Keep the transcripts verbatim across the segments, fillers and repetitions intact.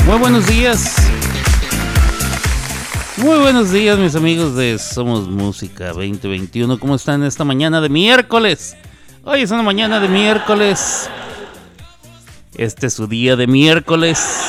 Muy buenos días. Muy buenos días, mis amigos de Somos Música veinte veintiuno. ¿Cómo están esta mañana de miércoles? Hoy es una mañana de miércoles. Este es su día de miércoles.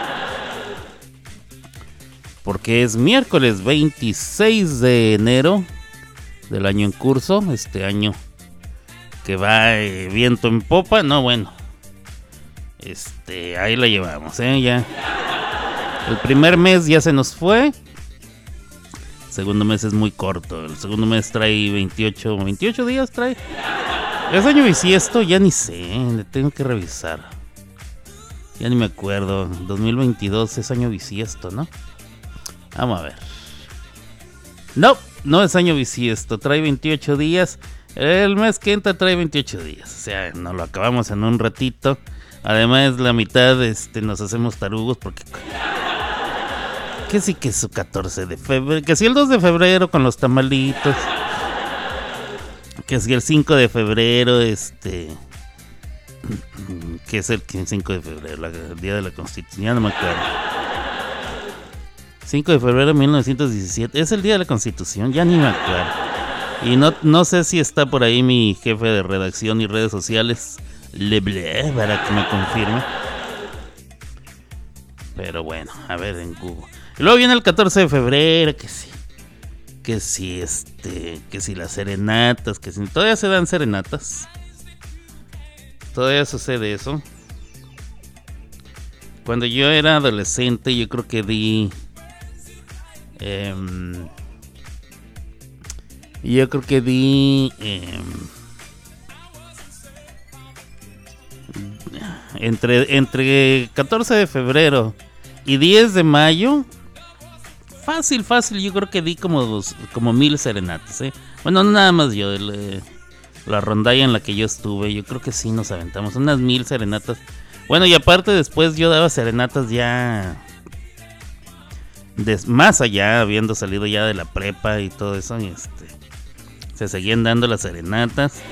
Porque es miércoles veintiséis de enero del año en curso. Este año que va eh, viento en popa. No, bueno. Este, ahí la llevamos, ¿eh? Ya. El primer mes ya se nos fue. El segundo mes es muy corto. El segundo mes trae veintiocho, veintiocho días trae. ¿Es año bisiesto? Ya ni sé, ¿eh? Le tengo que revisar. Ya ni me acuerdo. dos mil veintidós es año bisiesto, ¿no? Vamos a ver. No, no es año bisiesto. Trae veintiocho días. El mes que entra trae veintiocho días. O sea, nos lo acabamos en un ratito. Además, la mitad este, nos hacemos tarugos porque... Que sí que es su catorce de febrero. Que sí el dos de febrero con los tamalitos. Que sí el cinco de febrero, este... Que es el cinco de febrero, el día de la Constitución. Ya no me acuerdo. cinco de febrero de mil novecientos diecisiete. Es el día de la Constitución, ya ni me acuerdo. Y no, no sé si está por ahí mi jefe de redacción y redes sociales... Le ble, para que me confirme. Pero bueno, a ver en Google. Y luego viene el catorce de febrero, que sí. Que sí, este. Que sí, las serenatas. Que sí. Todavía se dan serenatas. Todavía sucede eso. Cuando yo era adolescente, yo creo que di. Eh, yo creo que di. Eh, Entre, entre catorce de febrero y diez de mayo, fácil, fácil, yo creo que di como, dos, como mil serenatas, ¿eh? Bueno, no nada más yo, el, la rondalla en la que yo estuve, yo creo que sí nos aventamos unas mil serenatas. Bueno, y aparte después yo daba serenatas ya des, más allá, habiendo salido ya de la prepa y todo eso, y este, se seguían dando las serenatas.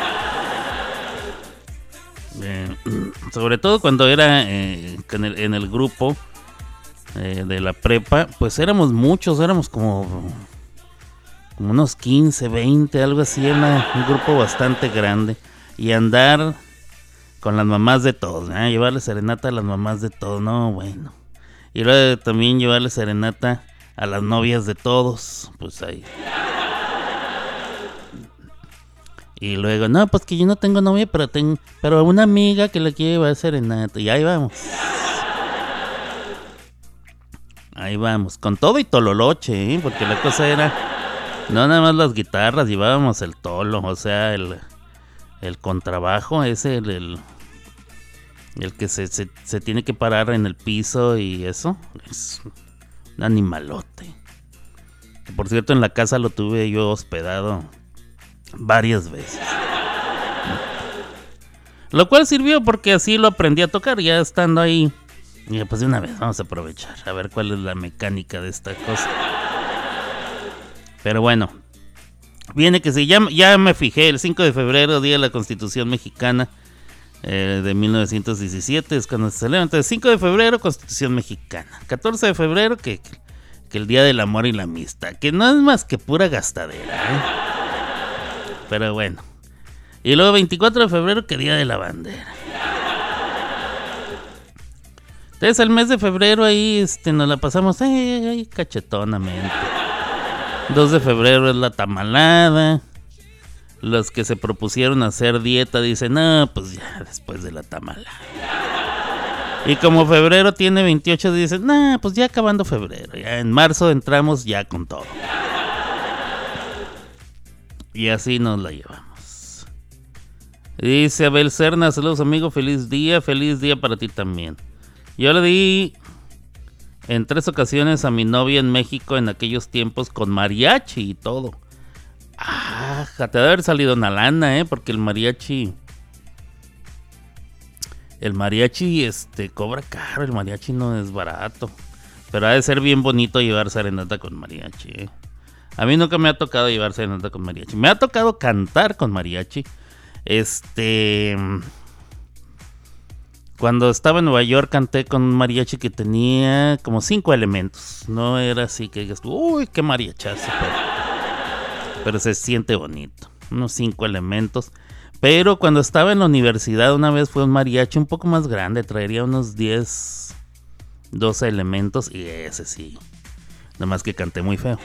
Eh, sobre todo cuando era eh, en, el, en el grupo eh, de la prepa, pues éramos muchos, éramos como, como unos quince, veinte, algo así, era un grupo bastante grande. Y andar con las mamás de todos, ¿eh? Llevarle serenata a las mamás de todos, no, bueno. Y luego también llevarle serenata a las novias de todos, pues ahí. Y luego, no, pues que yo no tengo novia, pero tengo pero una amiga que le quiere llevar serenata. Y ahí vamos. Ahí vamos. Con todo y tololoche, ¿eh? Porque la cosa era... No nada más las guitarras, llevábamos el tolo. O sea, el, el contrabajo, ese, el, el, el que se, se, se tiene que parar en el piso y eso. Es un animalote. Que por cierto, en la casa lo tuve yo hospedado varias veces. Lo cual sirvió porque así lo aprendí a tocar ya estando ahí. Y pues de una vez vamos a aprovechar a ver cuál es la mecánica de esta cosa. Pero bueno, viene que sí, ya, ya me fijé, el cinco de febrero, día de la Constitución Mexicana eh, de mil novecientos diecisiete, es cuando se celebra. Entonces cinco de febrero, Constitución Mexicana. catorce de febrero, que, que el día del amor y la amistad, que no es más que pura gastadera, ¿eh? Pero bueno. Y luego veinticuatro de febrero, que día de la bandera. Entonces el mes de febrero ahí este, nos la pasamos ay, ay, ay, cachetonamente. dos de febrero es la tamalada. Los que se propusieron hacer dieta dicen, no, pues ya después de la tamalada. Y como febrero tiene veintiocho, dicen, no, pues ya acabando febrero. Ya en marzo entramos ya con todo. Y así nos la llevamos. Dice Abel Cerna, saludos amigo, feliz día, feliz día para ti también. Yo le di en tres ocasiones a mi novia en México en aquellos tiempos con mariachi y todo. Ah, te debe haber salido una lana, eh, porque el mariachi... El mariachi este, cobra caro, el mariachi no es barato. Pero ha de ser bien bonito llevar serenata con mariachi, eh. A mí nunca me ha tocado llevar serenata con mariachi. Me ha tocado cantar con mariachi. Este... Cuando estaba en Nueva York canté con un mariachi que tenía como cinco elementos. No era así que digas, uy, qué mariachazo, pero, pero se siente bonito. Unos cinco elementos. Pero cuando estaba en la universidad una vez fue un mariachi un poco más grande. Traería unos diez, doce elementos y ese sí. Nada más que canté muy feo.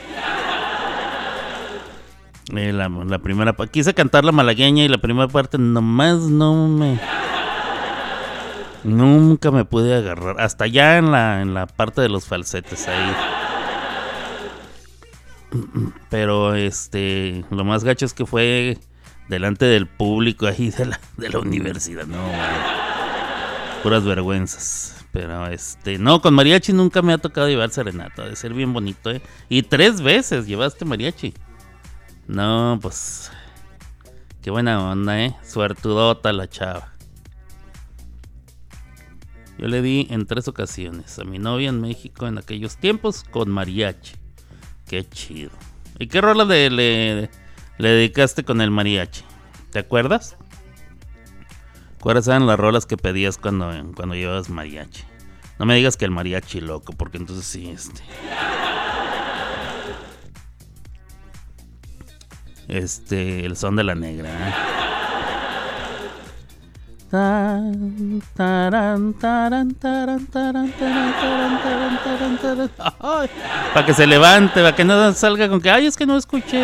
Eh, la, la primera quise cantar la malagueña y la primera parte nomás no me... Nunca me pude agarrar. Hasta allá en la, en la parte de los falsetes ahí. Pero este, lo más gacho es que fue delante del público ahí de la, de la universidad. No, man, puras vergüenzas. Pero este, no, con mariachi nunca me ha tocado llevar serenata. De ser bien bonito, eh. Y tres veces llevaste mariachi. No, pues qué buena onda, eh. Suertudota la chava. Yo le di en tres ocasiones a mi novia en México en aquellos tiempos con mariachi. Qué chido. ¿Y qué rola de, le, le dedicaste con el mariachi? ¿Te acuerdas? ¿Cuáles eran las rolas que pedías cuando, cuando llevabas mariachi? No me digas que el mariachi loco, porque entonces sí, este... Este, el son de la negra, ¿eh? Taran, taran, taran, taran, taran, taran, taran, taran, taran. Ay, para que se levante, para que no salga con que, ay, es que no escuché.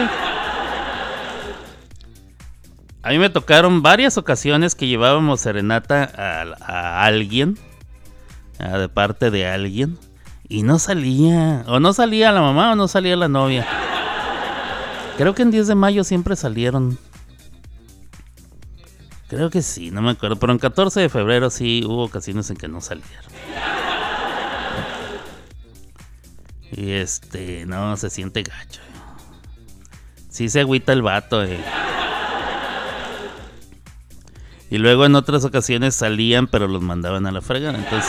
A mí me tocaron varias ocasiones que llevábamos serenata a, a alguien, a, de parte de alguien, y no salía, o no salía la mamá o no salía la novia. Creo que en diez de mayo siempre salieron. Creo que sí, no me acuerdo. Pero en catorce de febrero sí hubo ocasiones en que no salieron. Y este, no, se siente gacho. Sí se agüita el vato, eh. Y luego en otras ocasiones salían, pero los mandaban a la fregada. Entonces,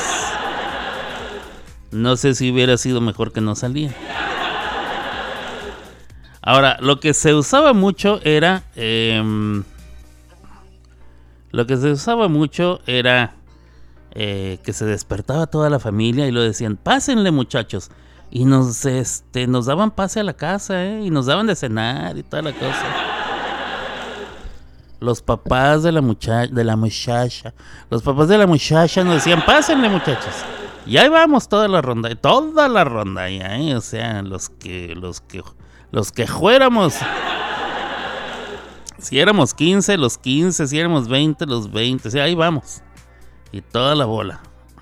no sé si hubiera sido mejor que no salían. Ahora, lo que se usaba mucho era... Eh, Lo que se usaba mucho era eh, que se despertaba toda la familia y lo decían, pásenle muchachos. Y nos este nos daban pase a la casa, ¿eh? Y nos daban de cenar y toda la cosa. Los papás de la muchacha, de la muchacha, los papás de la muchacha nos decían, pásenle muchachos. Y ahí vamos toda la ronda, toda la ronda ya, ¿eh? O sea, los que, los que, los que fuéramos. Si éramos quince, los quince, si éramos veinte, los veinte, o sea, ahí vamos. Y toda la bola.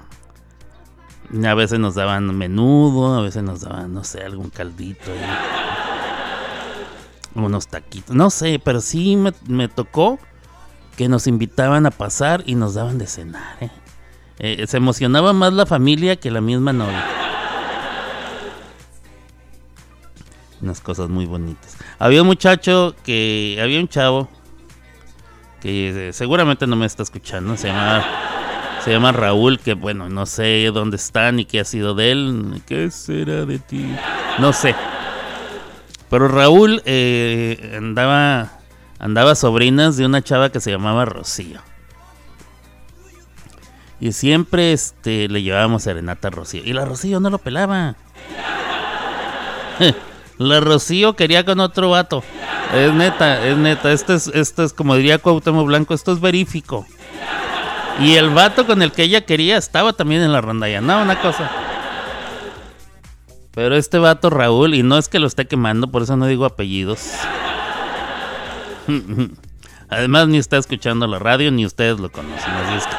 Y a veces nos daban menudo, a veces nos daban, no sé, algún caldito ahí. Unos taquitos, no sé, pero sí me, me tocó que nos invitaban a pasar y nos daban de cenar, ¿eh? Eh, se emocionaba más la familia que la misma novia. Unas cosas muy bonitas. Había un muchacho que... Había un chavo que eh, seguramente no me está escuchando. Se llama... Se llama Raúl, que bueno, no sé dónde está ni qué ha sido de él. ¿Qué será de ti? No sé. Pero Raúl eh, andaba... Andaba sobrinas de una chava que se llamaba Rocío. Y siempre este, le llevábamos serenata a Rocío. Y la Rocío no lo pelaba. La Rocío quería con otro vato. Es neta, es neta. Esto es, esto es como diría Cuauhtémoc Blanco, esto es verífico. Y el vato con el que ella quería estaba también en la rondalla. No, una cosa. Pero este vato Raúl, y no es que lo esté quemando, por eso no digo apellidos. Además ni está escuchando la radio, ni ustedes lo conocen. Así es que...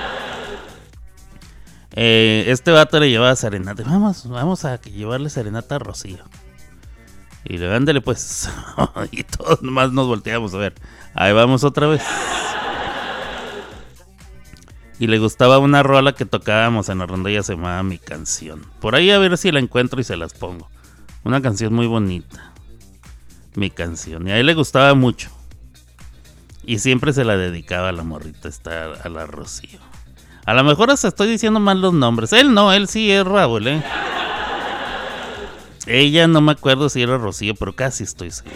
eh, este vato le llevaba serenata. Vamos, vamos a llevarle serenata a Rocío. Y le ándale pues. Y todos nomás nos volteamos a ver. Ahí vamos otra vez. Y le gustaba una rola que tocábamos en la rondalla, se llamaba Mi Canción. Por ahí a ver si la encuentro y se las pongo. Una canción muy bonita. Mi Canción. Y a él le gustaba mucho. Y siempre se la dedicaba a la morrita esta, a la Rocío. A lo mejor hasta estoy diciendo mal los nombres. Él no, él sí es Raúl, ¿eh? Ella no me acuerdo si era Rocío, pero casi estoy seguro.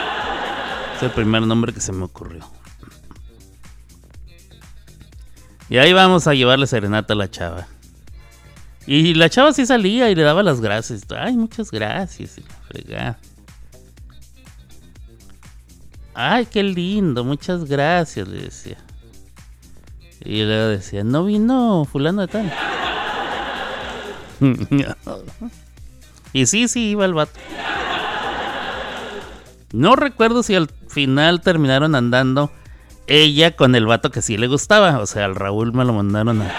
Es el primer nombre que se me ocurrió. Y ahí vamos a llevarle serenata a la chava. Y la chava sí salía y le daba las gracias. Ay, muchas gracias. Fregada. Ay, qué lindo, muchas gracias, le decía. Y luego decía, no vino fulano de tal. Y sí, sí, iba el vato. No recuerdo si al final terminaron andando ella con el vato que sí le gustaba. O sea, al Raúl me lo mandaron a,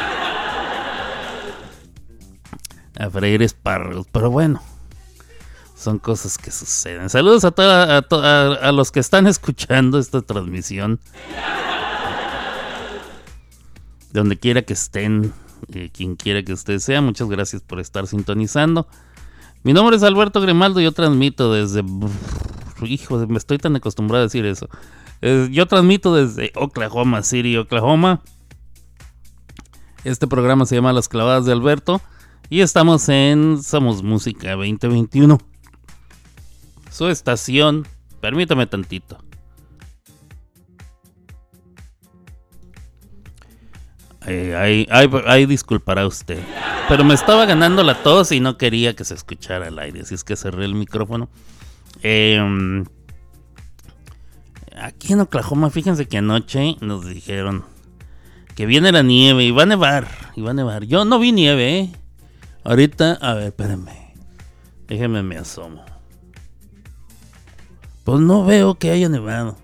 a freír espárragos. Pero bueno, son cosas que suceden. Saludos a, toda, a, to, a, a los que están escuchando esta transmisión. Donde quiera que estén, eh, quien quiera que usted sea, muchas gracias por estar sintonizando. Mi nombre es Alberto Grimaldo y yo transmito desde... Hijo, me estoy tan acostumbrado a decir eso. Eh, yo transmito desde Oklahoma City, Oklahoma. Este programa se llama Las Clavadas de Alberto y estamos en Somos Música veinte veintiuno. Su estación, permítame tantito. Eh, ahí, ahí, ahí disculpará usted. Pero me estaba ganando la tos y no quería que se escuchara al aire, así es que cerré el micrófono. Eh, aquí en Oklahoma, fíjense que anoche nos dijeron que viene la nieve y va a nevar, y va a nevar. Yo no vi nieve, ¿eh? Ahorita, a ver, espérenme. Déjenme me asomo. Pues no veo que haya nevado.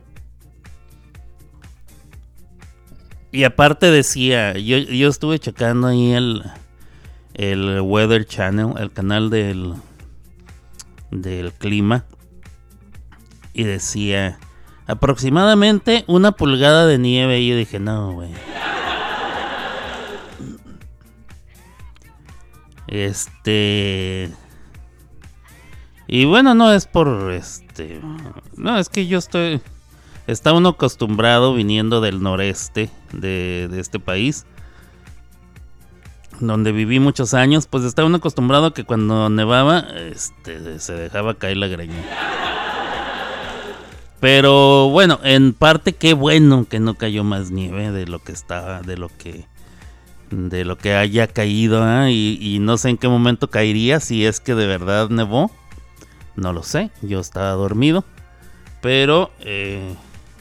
Y aparte decía, yo, yo estuve checando ahí el, el Weather Channel, el canal del, del clima. Y decía, aproximadamente una pulgada de nieve. Y yo dije, no, güey. Este... Y bueno, no es por este... No, es que yo estoy... Está uno acostumbrado viniendo del noreste de, de este país, donde viví muchos años, pues está uno acostumbrado a que cuando nevaba, este, se dejaba caer la greña. Pero bueno, en parte qué bueno que no cayó más nieve de lo que estaba, de lo que, de lo que haya caído, ¿eh? y, y no sé en qué momento caería, si es que de verdad nevó, no lo sé, yo estaba dormido, pero eh,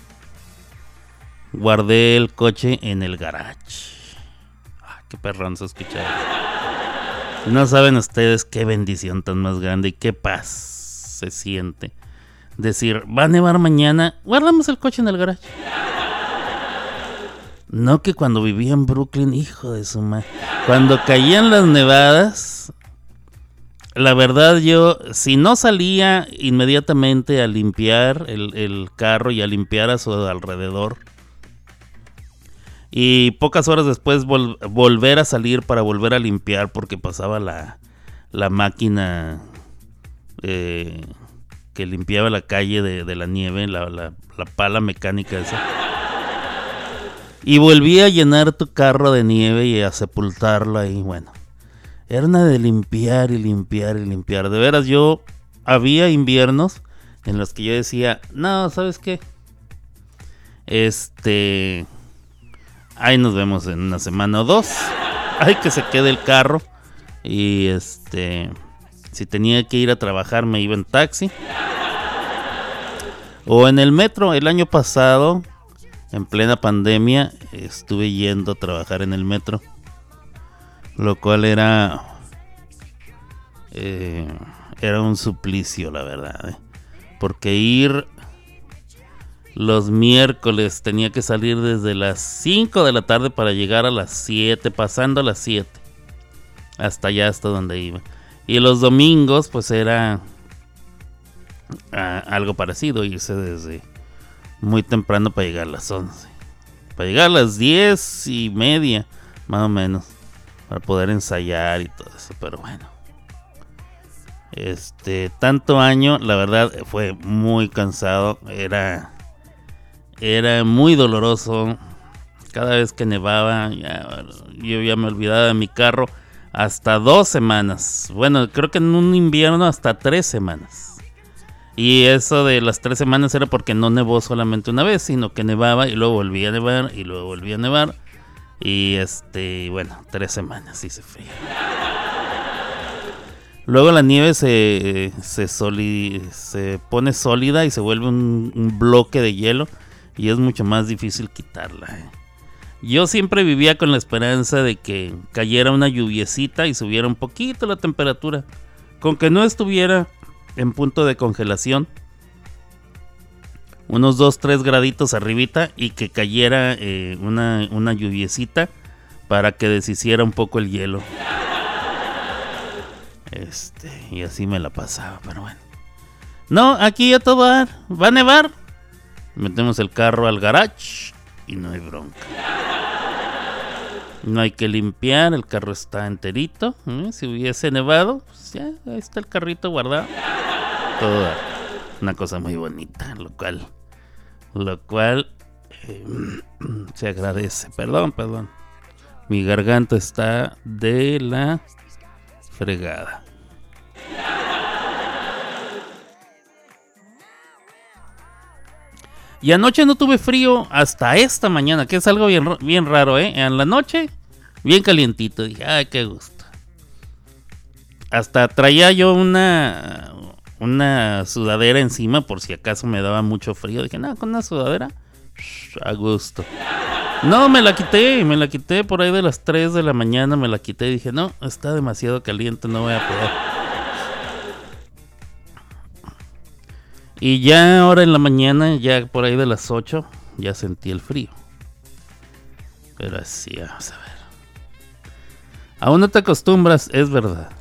guardé el coche en el garage. Ah, qué perrón se escucha. No saben ustedes qué bendición tan más grande y qué paz se siente. Decir, va a nevar mañana, guardamos el coche en el garage. No que cuando vivía en Brooklyn, hijo de su madre. Cuando caían las nevadas, la verdad yo, si no salía inmediatamente a limpiar el, el carro y a limpiar a su alrededor, y pocas horas después vol- volver a salir para volver a limpiar porque pasaba la, la máquina eh, que limpiaba la calle de, de la nieve, la, la, la pala mecánica esa, y volví a llenar tu carro de nieve y a sepultarlo ahí. Bueno, era una de limpiar y limpiar y limpiar. De veras, yo había inviernos en los que yo decía, no, ¿sabes qué? Este... Ahí nos vemos en una semana o dos. Ay, que se quede el carro. Y este... si tenía que ir a trabajar, me iba en taxi. O en el metro. El año pasado, en plena pandemia, estuve yendo a trabajar en el metro. Lo cual era... Eh, era un suplicio, la verdad. ¿eh? Porque ir... Los miércoles tenía que salir desde las cinco de la tarde para llegar a las siete, pasando a las siete. Hasta allá, hasta donde iba. Y los domingos, pues era a, algo parecido, irse desde muy temprano para llegar a las once. Para llegar a las diez y media, más o menos. Para poder ensayar y todo eso, pero bueno. Este, tanto año, la verdad, fue muy cansado. Era... Era muy doloroso. Cada vez que nevaba, ya, yo ya me olvidaba de mi carro. Hasta dos semanas. Bueno, creo que en un invierno hasta tres semanas. Y eso de las tres semanas era porque no nevó solamente una vez, sino que nevaba y luego volvía a nevar y luego volvía a nevar. Y este, bueno, tres semanas hice frío. Luego la nieve se, se, soli, se pone sólida y se vuelve un, un bloque de hielo. Y es mucho más difícil quitarla. ¿eh? Yo siempre vivía con la esperanza de que cayera una lluviecita y subiera un poquito la temperatura. Con que no estuviera en punto de congelación. Unos dos tres graditos arribita y que cayera eh, una, una lluviecita para que deshiciera un poco el hielo. Este, y así me la pasaba, pero bueno. No, aquí a todo dar, va a nevar. Metemos el carro al garage y no hay bronca. No hay que limpiar, el carro está enterito. ¿eh? Si hubiese nevado, pues ya, ahí está el carrito guardado. Todo dar. Una cosa muy bonita, lo cual, lo cual eh, se agradece. Perdón, perdón. Mi garganta está de la fregada. Y anoche no tuve frío hasta esta mañana, que es algo bien, bien raro, ¿eh? En la noche, bien calientito. Dije, ay, qué gusto. Hasta traía yo una, una sudadera encima por si acaso me daba mucho frío. Dije, no, con una sudadera, a gusto. No, me la quité, me la quité por ahí de las tres de la mañana, me la quité y dije, no, está demasiado caliente, no voy a poder. Y ya ahora en la mañana, ya por ahí de las ocho, ya sentí el frío. Pero así, vamos a ver. Aún no te acostumbras, es verdad.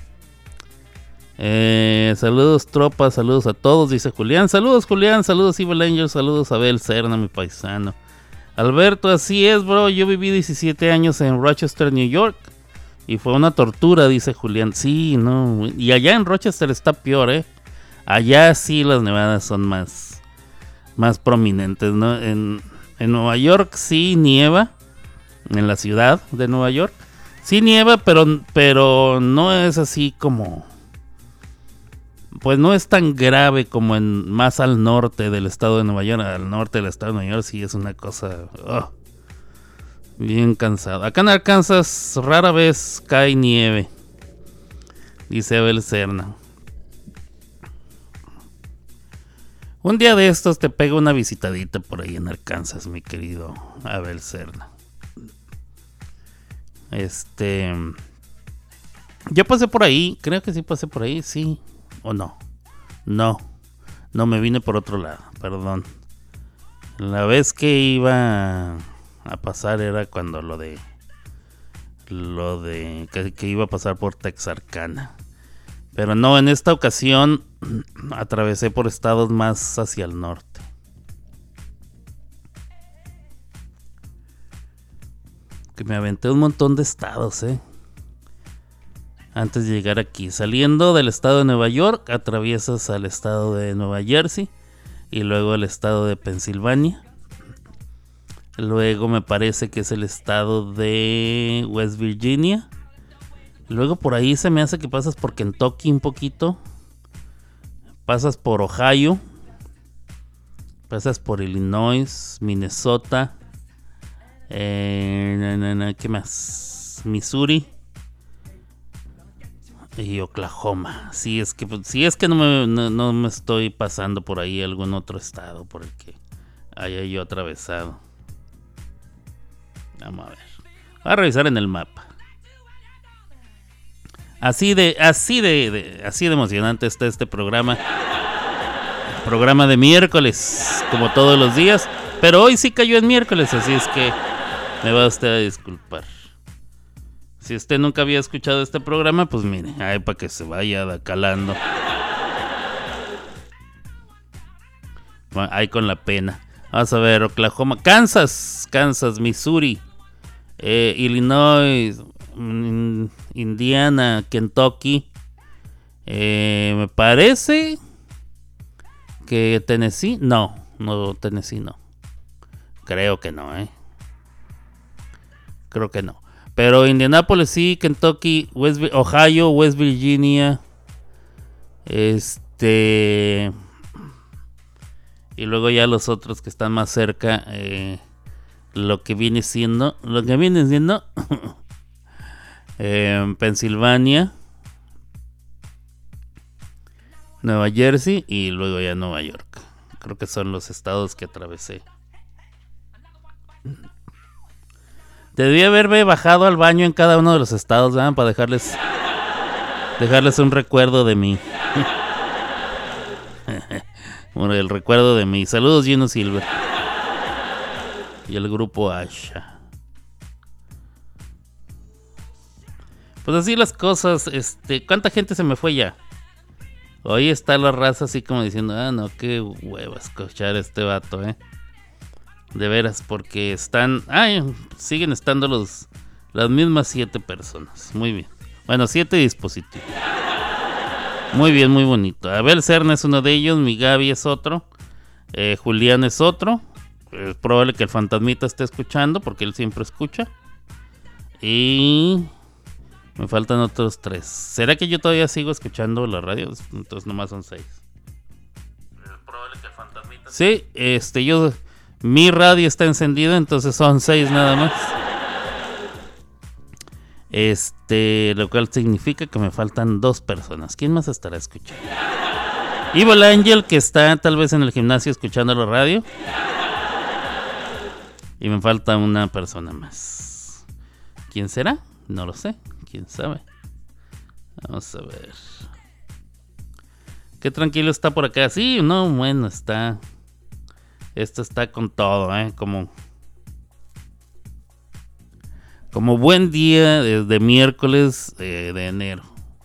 Eh, saludos tropas, saludos a todos, dice Julián. Saludos Julián, saludos Evil Angel, saludos a Abel Serna, mi paisano. Alberto, así es, bro. Yo viví diecisiete años en Rochester, New York. Y fue una tortura, dice Julián. Sí, no. Y allá en Rochester está peor, ¿eh? Allá sí las nevadas son más, más prominentes, ¿no? En, en Nueva York sí nieva. En la ciudad de Nueva York. Sí nieva, pero, pero no es así como... Pues no es tan grave como en más al norte del estado de Nueva York. Al norte del estado de Nueva York sí es una cosa oh, bien cansada. Acá en Arkansas rara vez cae nieve, dice Abel Serna. Un día de estos te pego una visitadita por ahí en Arkansas, mi querido Abel Serna. Este... Yo pasé por ahí, creo que sí pasé por ahí, sí. ¿O no? No, no me vine por otro lado, perdón. La vez que iba a pasar era cuando lo de... Lo de... Que, que iba a pasar por Texarkana. Pero no, en esta ocasión atravesé por estados más hacia el norte. Que me aventé un montón de estados, eh. Antes de llegar aquí, saliendo del estado de Nueva York, atraviesas al estado de Nueva Jersey y luego el estado de Pensilvania. Luego me parece que es el estado de West Virginia. Luego por ahí se me hace que pasas por Kentucky un poquito. Pasas por Ohio. Pasas por Illinois, Minnesota. Eh, ¿Qué más? Missouri. Y Oklahoma. Si es que, si es que no, me, no, no me estoy pasando por ahí algún otro estado por el que haya yo atravesado. Vamos a ver. Voy a revisar en el mapa. Así de, así de, de, así de emocionante está este programa. Programa de miércoles, como todos los días. Pero hoy sí cayó en miércoles, así es que me va usted a disculpar. Si usted nunca había escuchado este programa, pues mire, ahí para que se vaya calando. Ahí con la pena. Vamos a ver, Oklahoma, Kansas, Kansas, Missouri, eh, Illinois, Indiana, Kentucky. Eh, me parece que Tennessee, no, no, Tennessee no. Creo que no, eh. Creo que no. Pero Indianapolis sí, Kentucky, West, Ohio, West Virginia, este, y luego ya los otros que están más cerca, eh, lo que viene siendo, lo que viene siendo eh, Pensilvania, Nueva Jersey y luego ya Nueva York. Creo que son los estados que atravesé. Debí haberme bajado al baño en cada uno de los estados, ¿verdad? Para dejarles dejarles un recuerdo de mí. Bueno, el recuerdo de mí. Saludos, Gino Silver. Y el grupo Asha. Pues así las cosas. Este, ¿cuánta gente se me fue ya? Hoy está la raza así como diciendo, ah, no, qué hueva escuchar a este vato, eh. De veras, porque están, ay, siguen estando los las mismas siete personas. Muy bien. Bueno, siete dispositivos. Muy bien, muy bonito. Abel Cerna es uno de ellos, mi Gaby es otro, eh, Julián es otro. Es probable que el fantasmita esté escuchando porque él siempre escucha. Y me faltan otros tres. ¿Será que yo todavía sigo escuchando la radio? Entonces nomás son seis. Es probable que el fantasmita... Sí, este, yo... Mi radio está encendida, entonces son seis nada más. Este, lo cual significa que me faltan dos personas. ¿Quién más estará escuchando? Evil Angel, que está tal vez en el gimnasio escuchando la radio. Y me falta una persona más. ¿Quién será? No lo sé. ¿Quién sabe? Vamos a ver. Qué tranquilo está por acá. Sí, no, bueno, está... Esto está con todo, ¿eh? Como... Como buen día de, de miércoles eh, de enero.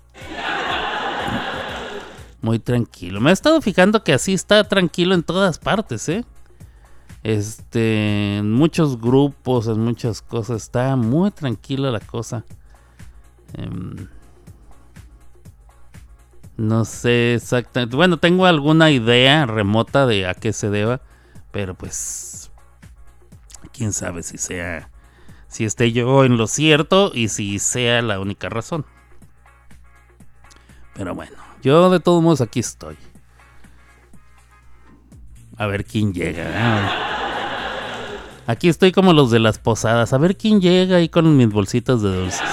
Muy tranquilo. Me he estado fijando que así está tranquilo en todas partes, ¿eh? Este, en muchos grupos, en muchas cosas, está muy tranquila la cosa. Eh, no sé exactamente. Bueno, tengo alguna idea remota de a qué se deba, pero pues, quién sabe si sea, si esté yo en lo cierto y si sea la única razón. Pero bueno, yo de todos modos aquí estoy. A ver quién llega, ¿eh? Aquí estoy como los de las posadas. A ver quién llega ahí con mis bolsitas de dulces.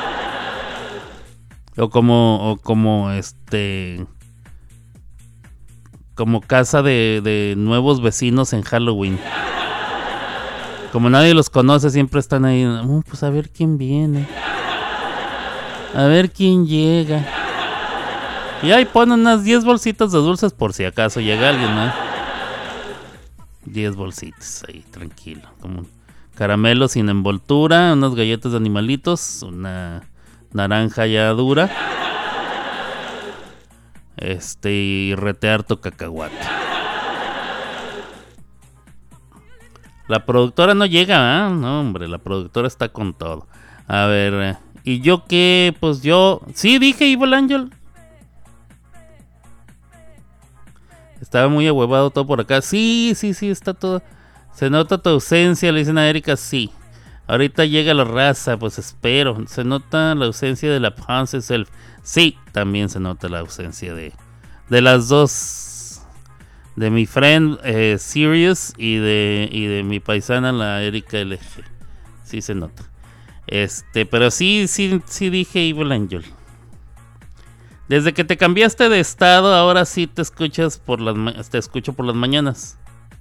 O como, o como este... Como casa de, de nuevos vecinos en Halloween. Como nadie los conoce, siempre están ahí. Oh, pues a ver quién viene. A ver quién llega. Y ahí ponen unas diez bolsitas de dulces por si acaso llega alguien, ¿no? diez bolsitas ahí, tranquilo. Como un caramelo sin envoltura, unas galletas de animalitos, una naranja ya dura. Este, y rete harto cacahuate. La productora no llega, ¿eh? No, hombre, la productora está con todo. A ver, ¿y yo qué? Pues yo... Sí, dije Evil Angel. Estaba muy ahuevado todo por acá. Sí, sí, sí, está todo. Se nota tu ausencia, le dicen a Erika, sí. Ahorita llega la raza, pues espero. Se nota la ausencia de la Ponce Self. Sí, también se nota la ausencia de, de las dos. De mi friend eh, Sirius y de, y de mi paisana, la Erika L G. Sí se nota. Este, pero sí, sí, sí dije Evil Angel. Desde que te cambiaste de estado, ahora sí te escuchas por las te escucho por las mañanas.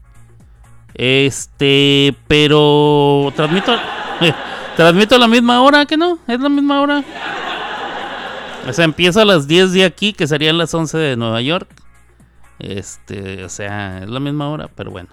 Este, pero transmito transmito a la misma hora, ¿que no? Es la misma hora. O sea, empiezo a las diez de aquí, que serían las once de Nueva York. Este, o sea, es la misma hora, pero bueno.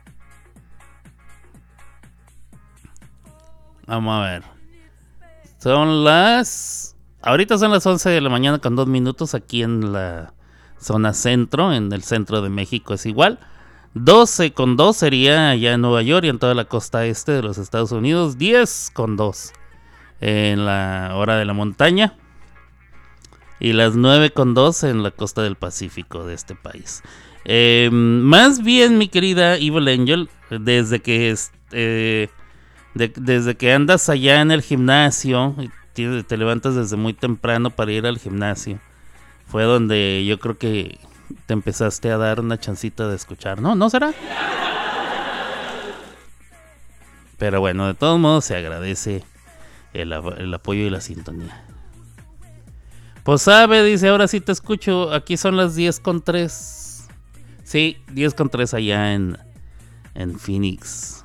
Vamos a ver. Son las... Ahorita son las once de la mañana con dos minutos aquí en la zona centro, en el centro de México es igual. doce con dos sería allá en Nueva York y en toda la costa este de los Estados Unidos. diez con dos en la hora de la montaña. Y las nueve con dos en la costa del Pacífico de este país. Eh, más bien, mi querida Evil Angel, desde que, eh, de, desde que andas allá en el gimnasio... Te, te levantas desde muy temprano para ir al gimnasio. Fue donde yo creo que te empezaste a dar una chancita de escuchar. ¿No? ¿No será? Pero bueno, de todos modos se agradece el, el apoyo y la sintonía. Pues sabe, dice, ahora sí te escucho. Aquí son las diez con tres. Sí, diez con tres allá en, en Phoenix.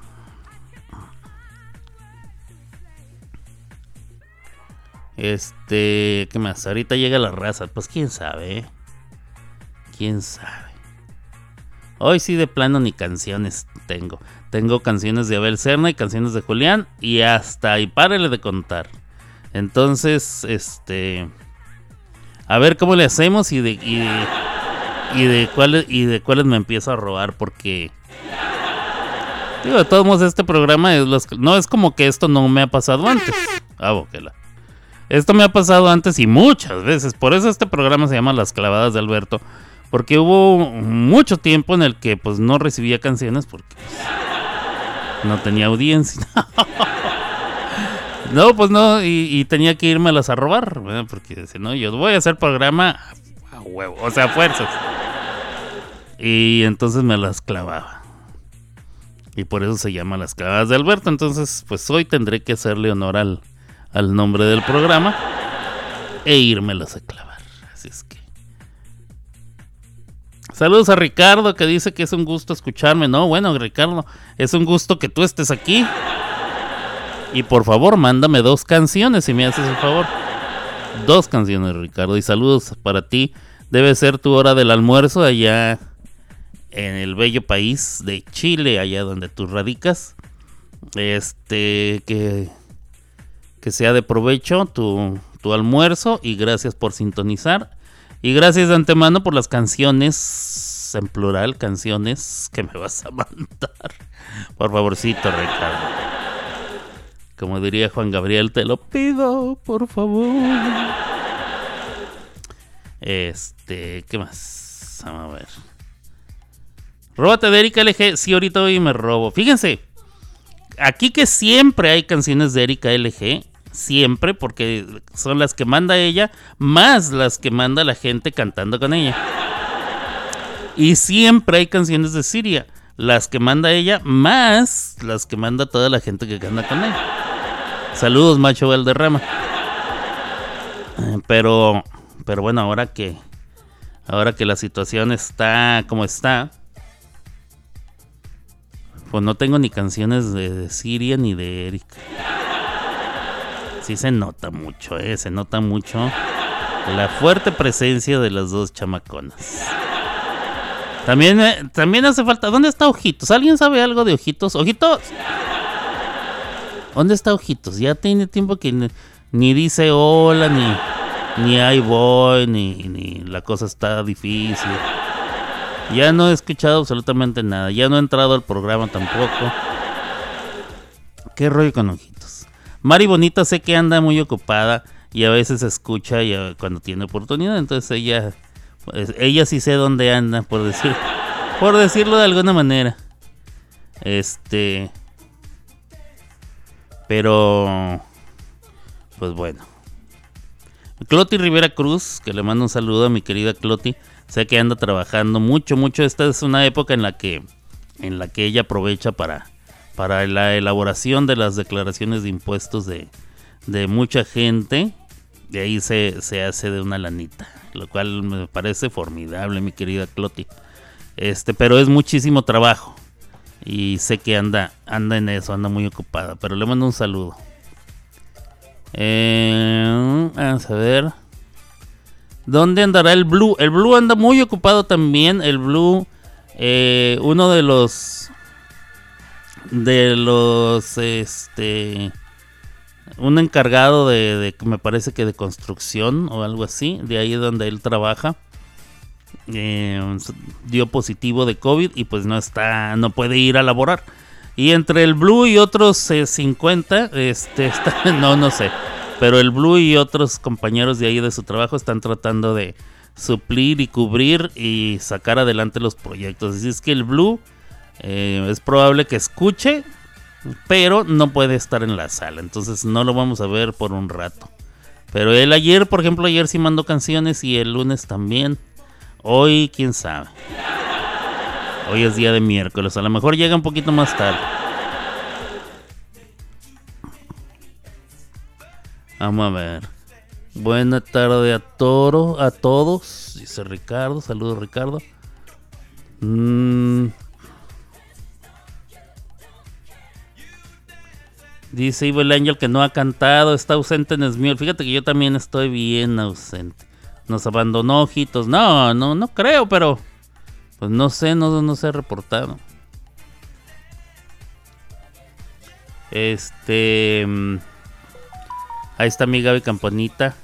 Este, ¿qué más? Ahorita llega la raza. Pues quién sabe, ¿eh? Quién sabe. Hoy sí de plano ni canciones tengo. Tengo canciones de Abel Serna y canciones de Julián. Y hasta ahí, párele de contar. Entonces, este... a ver cómo le hacemos y de, y de, y de, cuáles, y de cuáles me empiezo a robar. Porque... digo, de todos modos este programa es los, no es como que esto no me ha pasado antes. Ah, boquela. Esto me ha pasado antes y muchas veces. Por eso este programa se llama Las Clavadas de Alberto. Porque hubo mucho tiempo en el que pues no recibía canciones porque pues, no tenía audiencia. No, pues no, y, y tenía que irmelas a robar, ¿verdad? Porque si no, yo voy a hacer programa a huevo, o sea, a fuerzas. Y entonces me las clavaba. Y por eso se llama Las Clavadas de Alberto. Entonces, pues hoy tendré que hacerle honor al, al nombre del programa e írmelas a clavar. Así es que... saludos a Ricardo, que dice que es un gusto escucharme. No, bueno, Ricardo, es un gusto que tú estés aquí. Y por favor, mándame dos canciones si me haces el favor. Dos canciones, Ricardo. Y saludos para ti. Debe ser tu hora del almuerzo allá en el bello país de Chile, allá donde tú radicas. Este, que, que sea de provecho tu, tu almuerzo. Y gracias por sintonizar. Y gracias de antemano por las canciones, en plural, canciones que me vas a mandar. Por favorcito, Ricardo. Como diría Juan Gabriel, te lo pido, por favor. Este, ¿qué más? Vamos a ver. Róbate de Erika L G. Sí, ahorita hoy me robo. Fíjense, aquí que siempre hay canciones de Erika L G. Siempre, porque son las que manda ella, más las que manda la gente cantando con ella. Y siempre hay canciones de Siria. Las que manda ella, más las que manda toda la gente que canta con ella. Saludos, Macho Valderrama. Pero, pero bueno, ahora que, ahora que la situación está como está, pues no tengo ni canciones de, de Siria ni de Erika. Sí se nota mucho, eh, se nota mucho la fuerte presencia de las dos chamaconas. También, eh, también hace falta. ¿Dónde está Ojitos? ¿Alguien sabe algo de Ojitos? ¡Ojitos! ¿Dónde está Ojitos? Ya tiene tiempo que ni, ni dice hola, ni, ni ahí voy, ni, ni la cosa está difícil. Ya no he escuchado absolutamente nada. Ya no he entrado al programa tampoco. ¿Qué rollo con Ojitos? Mari Bonita sé que anda muy ocupada y a veces escucha y a, cuando tiene oportunidad. Entonces ella... pues ella sí sé dónde anda, por decir, por decirlo de alguna manera. Este, pero, pues bueno. Cloti Rivera Cruz, que le mando un saludo a mi querida Cloti. Sé que anda trabajando mucho, mucho. Esta es una época en la que, en la que ella aprovecha para, para la elaboración de las declaraciones de impuestos de, de mucha gente. De ahí se, se hace de una lanita, lo cual me parece formidable, mi querida Cloti. Este, pero es muchísimo trabajo y sé que anda, anda en eso, anda muy ocupada. Pero le mando un saludo. Eh, vamos a ver. ¿Dónde andará el Blue? El Blue anda muy ocupado también. El Blue, eh, uno de los, de los, este... un encargado de, de, me parece que de construcción o algo así, de ahí donde él trabaja, eh, dio positivo de COVID y pues no está, no puede ir a laborar. Y entre el Blue y otros eh, cincuenta, este, está, no, no sé, pero el Blue y otros compañeros de ahí de su trabajo están tratando de suplir y cubrir y sacar adelante los proyectos. Así es que el Blue eh, es probable que escuche, pero no puede estar en la sala, entonces no lo vamos a ver por un rato. Pero él ayer, por ejemplo, ayer sí mandó canciones y el lunes también. Hoy, quién sabe. Hoy es día de miércoles, a lo mejor llega un poquito más tarde. Vamos a ver. Buena tarde a toro, a todos, dice Ricardo. Saludos, Ricardo. Mm. Dice Ivo el Ángel que no ha cantado, está ausente en Esmiol. Fíjate que yo también estoy bien ausente. Nos abandonó Ojitos. No, no, no creo, pero pues no sé, no, no se ha reportado. Este... Ahí está mi Gaby Campanita,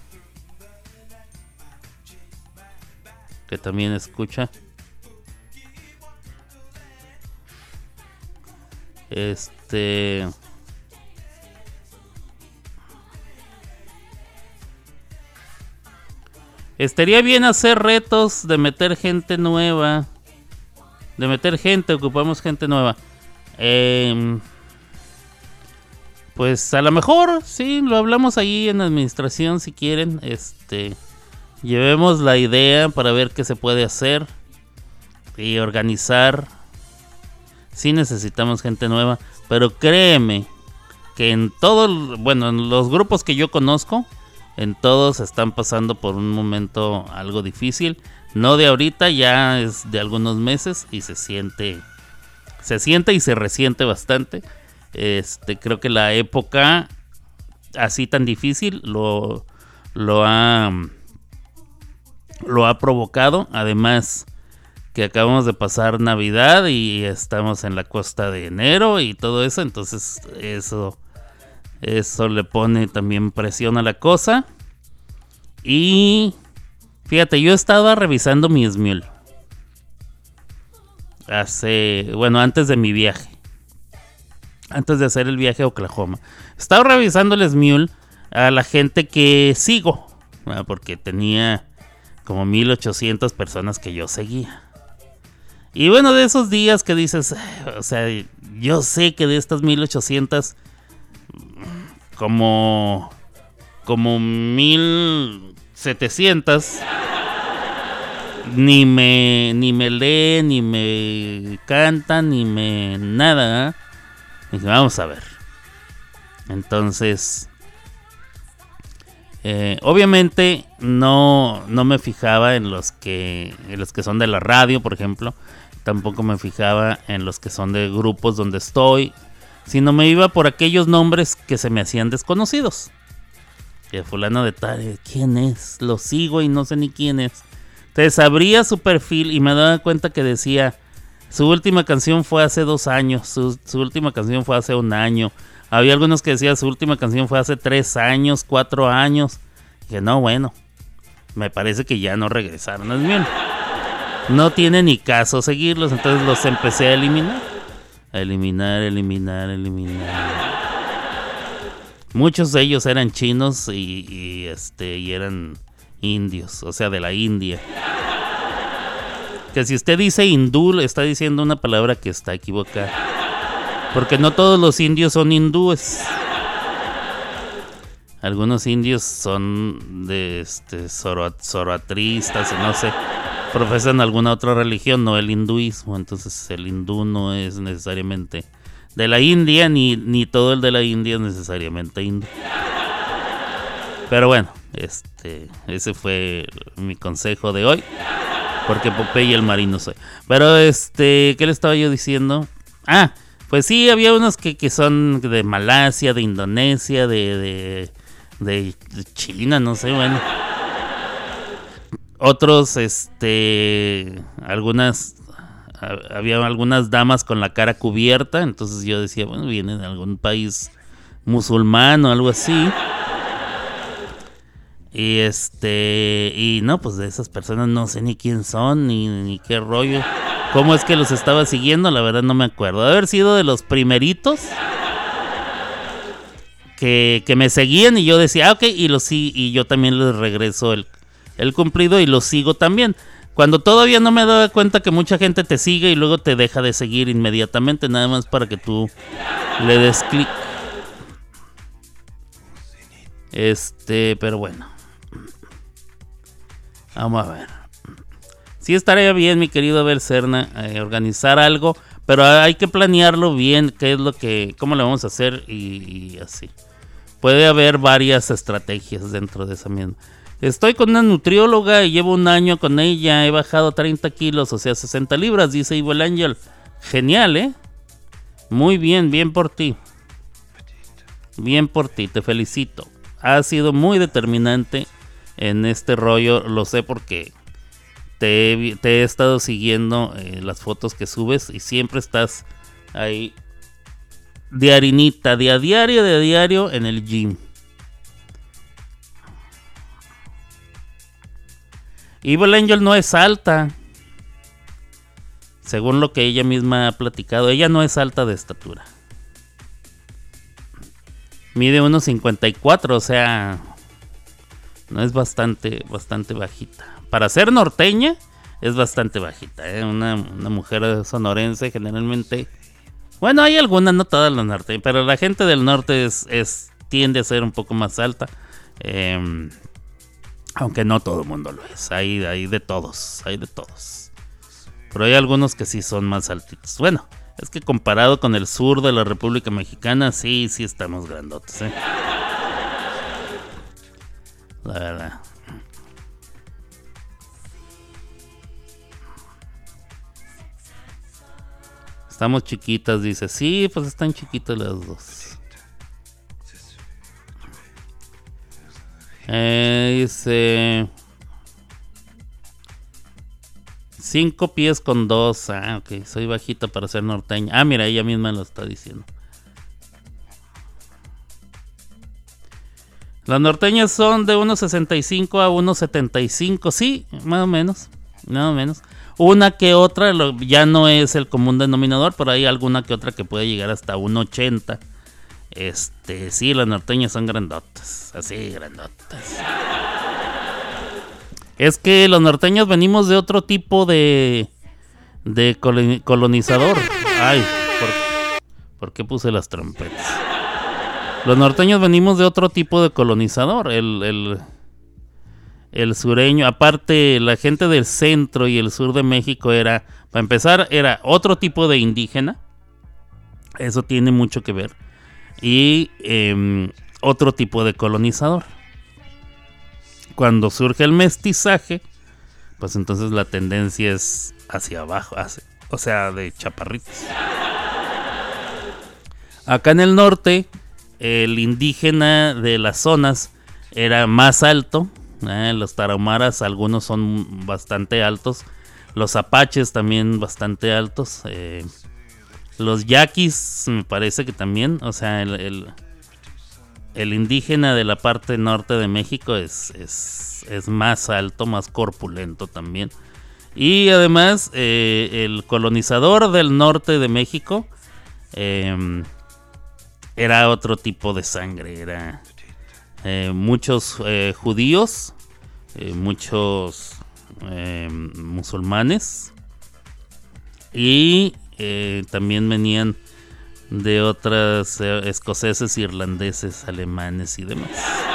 que también escucha. Este... Estaría bien hacer retos de meter gente nueva. De meter gente, ocupamos gente nueva. Eh, pues a lo mejor, sí, lo hablamos ahí en administración si quieren. Este, llevemos la idea para ver qué se puede hacer y organizar. Sí necesitamos gente nueva, pero créeme que en todos, bueno, en los grupos que yo conozco, en todos están pasando por un momento algo difícil. No de ahorita, ya es de algunos meses y se siente, se siente y se resiente bastante. Este, creo que la época así tan difícil lo, lo ha, lo ha provocado. Además que acabamos de pasar Navidad y estamos en la costa de enero y todo eso, entonces eso... Eso le pone también presión a la cosa. Y fíjate, yo estaba revisando mi Esmiol hace, bueno, antes de mi viaje, antes de hacer el viaje a Oklahoma. Estaba revisando el Esmiol a la gente que sigo, ¿verdad? Porque tenía como mil ochocientas personas que yo seguía. Y bueno, de esos días que dices, o sea, yo sé que de estas mil ochocientas como como mil setecientas ni me ni me leen, ni me cantan, ni me nada. Y dije, vamos a ver. Entonces, eh, obviamente no no me fijaba en los que en los que son de la radio, por ejemplo. Tampoco me fijaba en los que son de grupos donde estoy, sino me iba por aquellos nombres que se me hacían desconocidos. Que fulano de tal, ¿quién es? Lo sigo y no sé ni quién es. Entonces abría su perfil y me daba cuenta que decía, su última canción fue hace dos años, su, su última canción fue hace un año. Había algunos que decían, su última canción fue hace tres años, cuatro años. Y dije, no, bueno, me parece que ya no regresaron. Es bien, no tiene ni caso seguirlos, entonces los empecé a eliminar. A eliminar, eliminar, eliminar. Muchos de ellos eran chinos y, y este y eran indios, o sea, de la India. Que si usted dice hindú, está diciendo una palabra que está equivocada. Porque no todos los indios son hindúes. Algunos indios son de este zoro, zoroatristas, no sé, profesan alguna otra religión, no el hinduismo. Entonces el hindú no es necesariamente de la India, ni, ni todo el de la India es necesariamente hindú. Pero bueno, este ese fue mi consejo de hoy, porque Popeye el marino soy. Pero este, ¿qué le estaba yo diciendo? Ah, pues sí, había unos que, que son de Malasia, de Indonesia, de, de, de China, no sé, bueno. Otros, este, algunas, había algunas damas con la cara cubierta, entonces yo decía, bueno, vienen de algún país musulmán o algo así. Y este, y no, pues de esas personas no sé ni quién son, ni, ni qué rollo. ¿Cómo es que los estaba siguiendo? La verdad no me acuerdo. De haber sido de los primeritos que, que me seguían y yo decía, ah, ok, y los sí, y yo también les regreso el, el cumplido y los sigo también. Cuando todavía no me daba cuenta que mucha gente te sigue y luego te deja de seguir inmediatamente, nada más para que tú le des clic. Este, pero bueno. Vamos a ver. Sí estaría bien, mi querido Abel Serna, eh, organizar algo, pero hay que planearlo bien, qué es lo que, cómo lo vamos a hacer y, y así. puede haber varias estrategias dentro de esa misma. Estoy con una nutrióloga y llevo un año con ella. He bajado treinta kilos, o sea, sesenta libras, dice Ivo el Ángel. Genial, ¿eh? Muy bien, bien por ti. Bien por ti, te felicito. Has sido muy determinante en este rollo, lo sé porque te he, te he estado siguiendo eh, las fotos que subes y siempre estás ahí de harinita, de a diario, de a diario en el gym. Evil Angel no es alta, según lo que ella misma ha platicado. Ella no es alta de estatura. Mide uno cincuenta y cuatro, o sea, no es bastante, bastante bajita. Para ser norteña, es bastante bajita, ¿eh? Una, una mujer sonorense generalmente... Bueno, hay algunas, no todas las norteñas, pero la gente del norte es, es tiende a ser un poco más alta. Eh... Aunque no todo el mundo lo es. Hay, hay de todos. Hay de todos. Pero hay algunos que sí son más altitos. Bueno, es que comparado con el sur de la República Mexicana, sí, sí estamos grandotes, ¿eh? La verdad. Estamos chiquitas, dice. Sí, pues están chiquitas las dos. Eh, dice cinco pies con dos. Ah, ok, soy bajita para ser norteña. Ah, mira, ella misma lo está diciendo. Las norteñas son de uno sesenta y cinco a uno setenta y cinco. Sí, más o menos. Más o menos. Una que otra lo, ya no es el común denominador, pero hay alguna que otra que puede llegar hasta uno ochenta. Este, sí, las norteñas son grandotas, así grandotas. Es que los norteños venimos de otro tipo de de colonizador. Ay, ¿por, ¿por qué puse las trompetas? Los norteños venimos de otro tipo de colonizador. El, el, el sureño, aparte la gente del centro y el sur de México era, para empezar, era otro tipo de indígena. Eso tiene mucho que ver. Y eh, otro tipo de colonizador. Cuando surge el mestizaje, pues entonces la tendencia es hacia abajo, hacia, o sea, de chaparritos. Acá en el norte, el indígena de las zonas era más alto. Eh, los tarahumaras, algunos son bastante altos. Los apaches también bastante altos. Eh, Los yaquis me parece que también, o sea, el, el, el indígena de la parte norte de México es, es, es más alto, más corpulento también. Y además eh, el colonizador del norte de México eh, era otro tipo de sangre, era eh, muchos eh, judíos, eh, muchos eh, musulmanes y... Eh, también venían de otras eh, escoceses, irlandeses, alemanes y demás.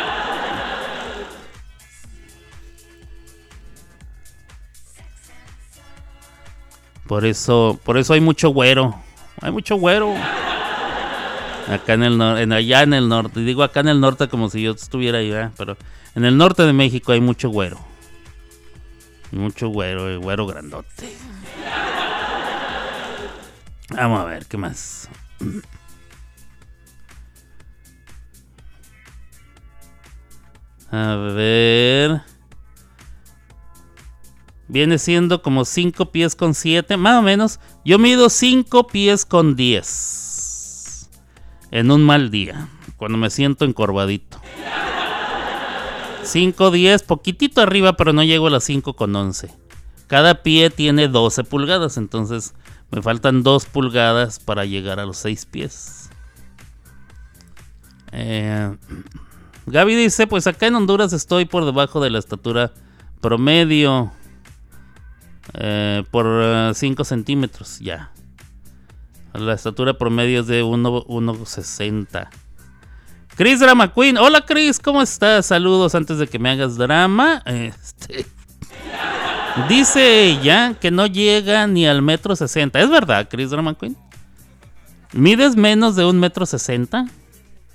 Por eso, por eso hay mucho güero. Hay mucho güero. Acá en el norte, allá en el norte. Digo acá en el norte como si yo estuviera allá, pero en el norte de México hay mucho güero. Mucho güero, eh, güero grandote. Vamos a ver, ¿qué más? A ver. Viene siendo como cinco pies con siete, más o menos. Yo mido cinco pies con diez. En un mal día, cuando me siento encorvadito. cinco diez, poquitito arriba, pero no llego a las cinco con once. Cada pie tiene doce pulgadas, entonces... Me faltan dos pulgadas para llegar a los seis pies. Eh, Gaby dice, pues acá en Honduras estoy por debajo de la estatura promedio. Eh, por cinco centímetros, ya. La estatura promedio es de uno sesenta. Chris Drama Queen. Hola Chris, ¿cómo estás? Saludos antes de que me hagas drama. Este... Dice ella que no llega ni al metro sesenta. ¿Es verdad, Chris Drama Queen? ¿Mides menos de un metro sesenta?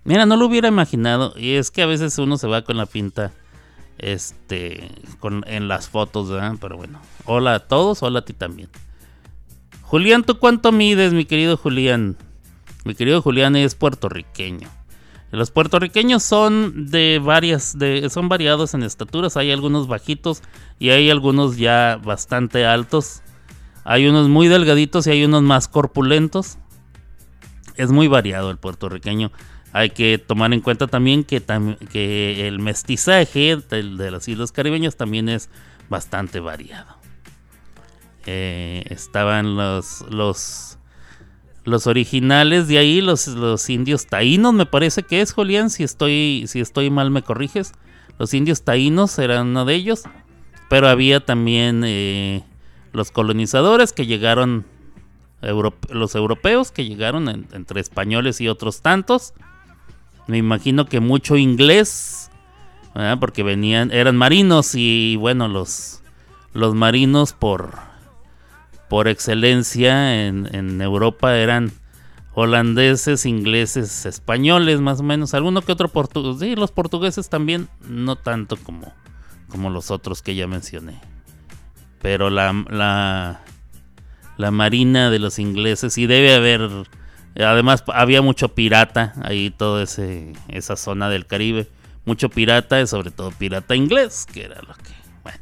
Mira, no lo hubiera imaginado. Y es que a veces uno se va con la pinta este con, en las fotos, ¿verdad? Pero bueno. Hola a todos, hola a ti también. Julián, ¿tú cuánto mides, mi querido Julián? Mi querido Julián es puertorriqueño. Los puertorriqueños son de varias, de, son variados en estaturas. Hay algunos bajitos y hay algunos ya bastante altos. Hay unos muy delgaditos y hay unos más corpulentos. Es muy variado el puertorriqueño. Hay que tomar en cuenta también que, tam, que el mestizaje de, de las islas caribeñas también es bastante variado. Eh, estaban los... los Los originales de ahí, los, los indios taínos, me parece que es, Julián, si estoy, si estoy mal me corriges. Los indios taínos eran uno de ellos, pero había también eh, los colonizadores que llegaron, europe, los europeos que llegaron en, entre españoles y otros tantos. Me imagino que mucho inglés, ¿verdad? Porque venían, eran marinos y bueno, los, los marinos por... por excelencia en, en Europa eran holandeses, ingleses, españoles, más o menos. Alguno que otro portugués. Sí, los portugueses también, no tanto como, como los otros que ya mencioné. Pero la, la, la marina de los ingleses, sí debe haber. Además, había mucho pirata ahí, toda esa zona del Caribe. Mucho pirata, y sobre todo pirata inglés, que era lo que. Bueno.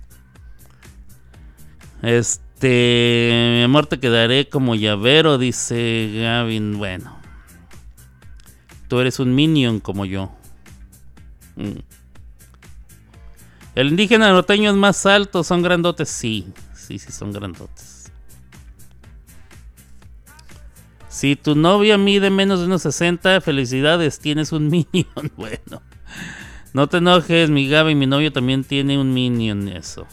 Este. Este, mi amor, te quedaré como llavero, dice Gavin. Bueno, tú eres un minion como yo. Mm. El indígena norteño es más alto, son grandotes. Sí, sí, sí, son grandotes. Si tu novia mide menos de unos sesenta, felicidades, tienes un minion. Bueno, no te enojes, mi Gavin, mi novio también tiene un minion, eso.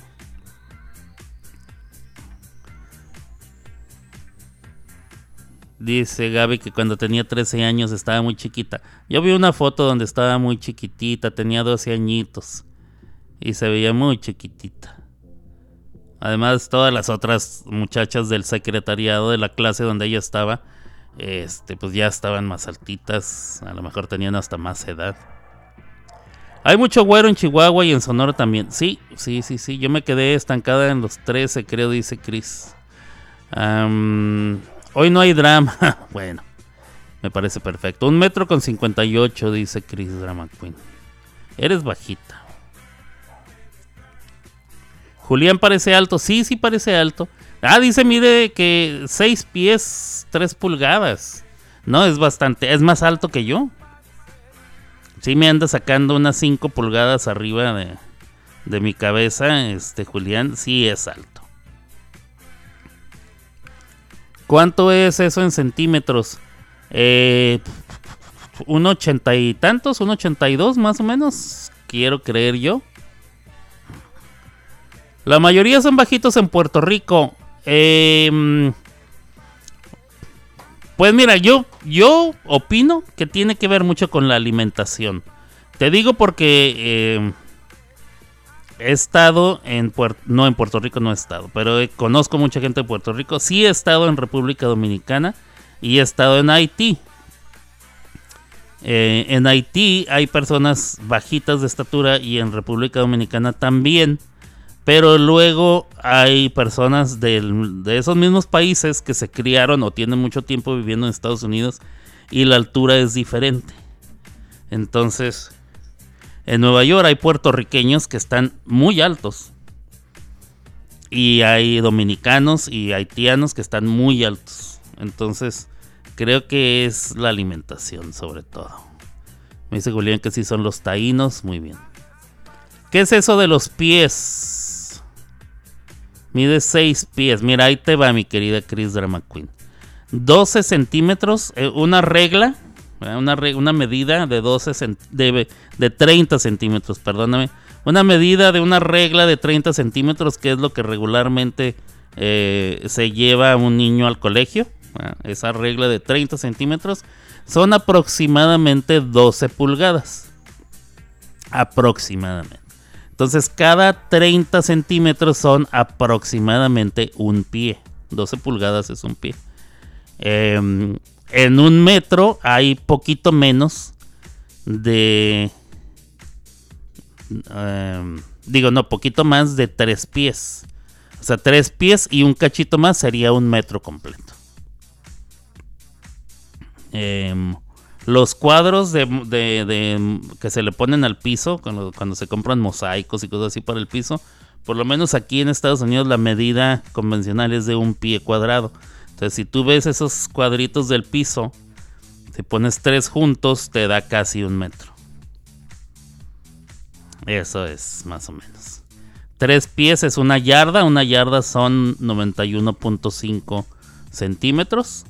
Dice Gaby que cuando tenía trece años estaba muy chiquita. Yo vi una foto donde estaba muy chiquitita, tenía doce añitos. Y se veía muy chiquitita. Además, todas las otras muchachas del secretariado de la clase donde ella estaba, este, pues ya estaban más altitas. A lo mejor tenían hasta más edad. Hay mucho güero en Chihuahua y en Sonora también. Sí, sí, sí, sí. Yo me quedé estancada en los trece, creo, dice Chris. Um, hoy no hay drama. Bueno, me parece perfecto. Un metro con cincuenta y ocho, dice Chris Drama Queen. Eres bajita. Julián parece alto. Sí, sí parece alto. Ah, dice, mide que seis pies, tres pulgadas. No, es bastante. Es más alto que yo. Sí me anda sacando unas cinco pulgadas arriba de, de mi cabeza. Este Julián sí es alto. ¿Cuánto es eso en centímetros? Eh, un ochenta y tantos, un ochenta y dos más o menos. Quiero creer yo. La mayoría son bajitos en Puerto Rico. Eh, pues mira, yo, yo opino que tiene que ver mucho con la alimentación. Te digo porque eh, he estado en Puerto, no en Puerto Rico no he estado, pero eh, conozco mucha gente de Puerto Rico. Sí he estado en República Dominicana y he estado en Haití. Eh, en Haití hay personas bajitas de estatura y en República Dominicana también. Pero luego hay personas del, de esos mismos países que se criaron o tienen mucho tiempo viviendo en Estados Unidos y la altura es diferente. Entonces, en Nueva York hay puertorriqueños que están muy altos. Y hay dominicanos y haitianos que están muy altos. Entonces, creo que es la alimentación sobre todo. Me dice Julián que sí son los taínos. Muy bien. ¿Qué es eso de los pies? Mide seis pies. Mira, ahí te va mi querida Chris Drama Queen. doce centímetros. Eh, una regla. Una, reg- una medida de, doce cent- de, de treinta centímetros. Perdóname. Una medida de una regla de treinta centímetros. Que es lo que regularmente eh, se lleva a un niño al colegio. Bueno, esa regla de treinta centímetros. Son aproximadamente doce pulgadas. Aproximadamente. Entonces cada treinta centímetros son aproximadamente un pie. doce pulgadas es un pie. Eh, en un metro hay poquito menos de... Um, digo, no, poquito más de tres pies. O sea, tres pies y un cachito más sería un metro completo. Eh, los cuadros de, de, de, que se le ponen al piso, cuando, cuando se compran mosaicos y cosas así para el piso, por lo menos aquí en Estados Unidos la medida convencional es de un pie cuadrado. Entonces, si tú ves esos cuadritos del piso, si pones tres juntos, te da casi un metro. Eso es, más o menos. Tres pies es una yarda. Una yarda son noventa y uno punto cinco centímetros.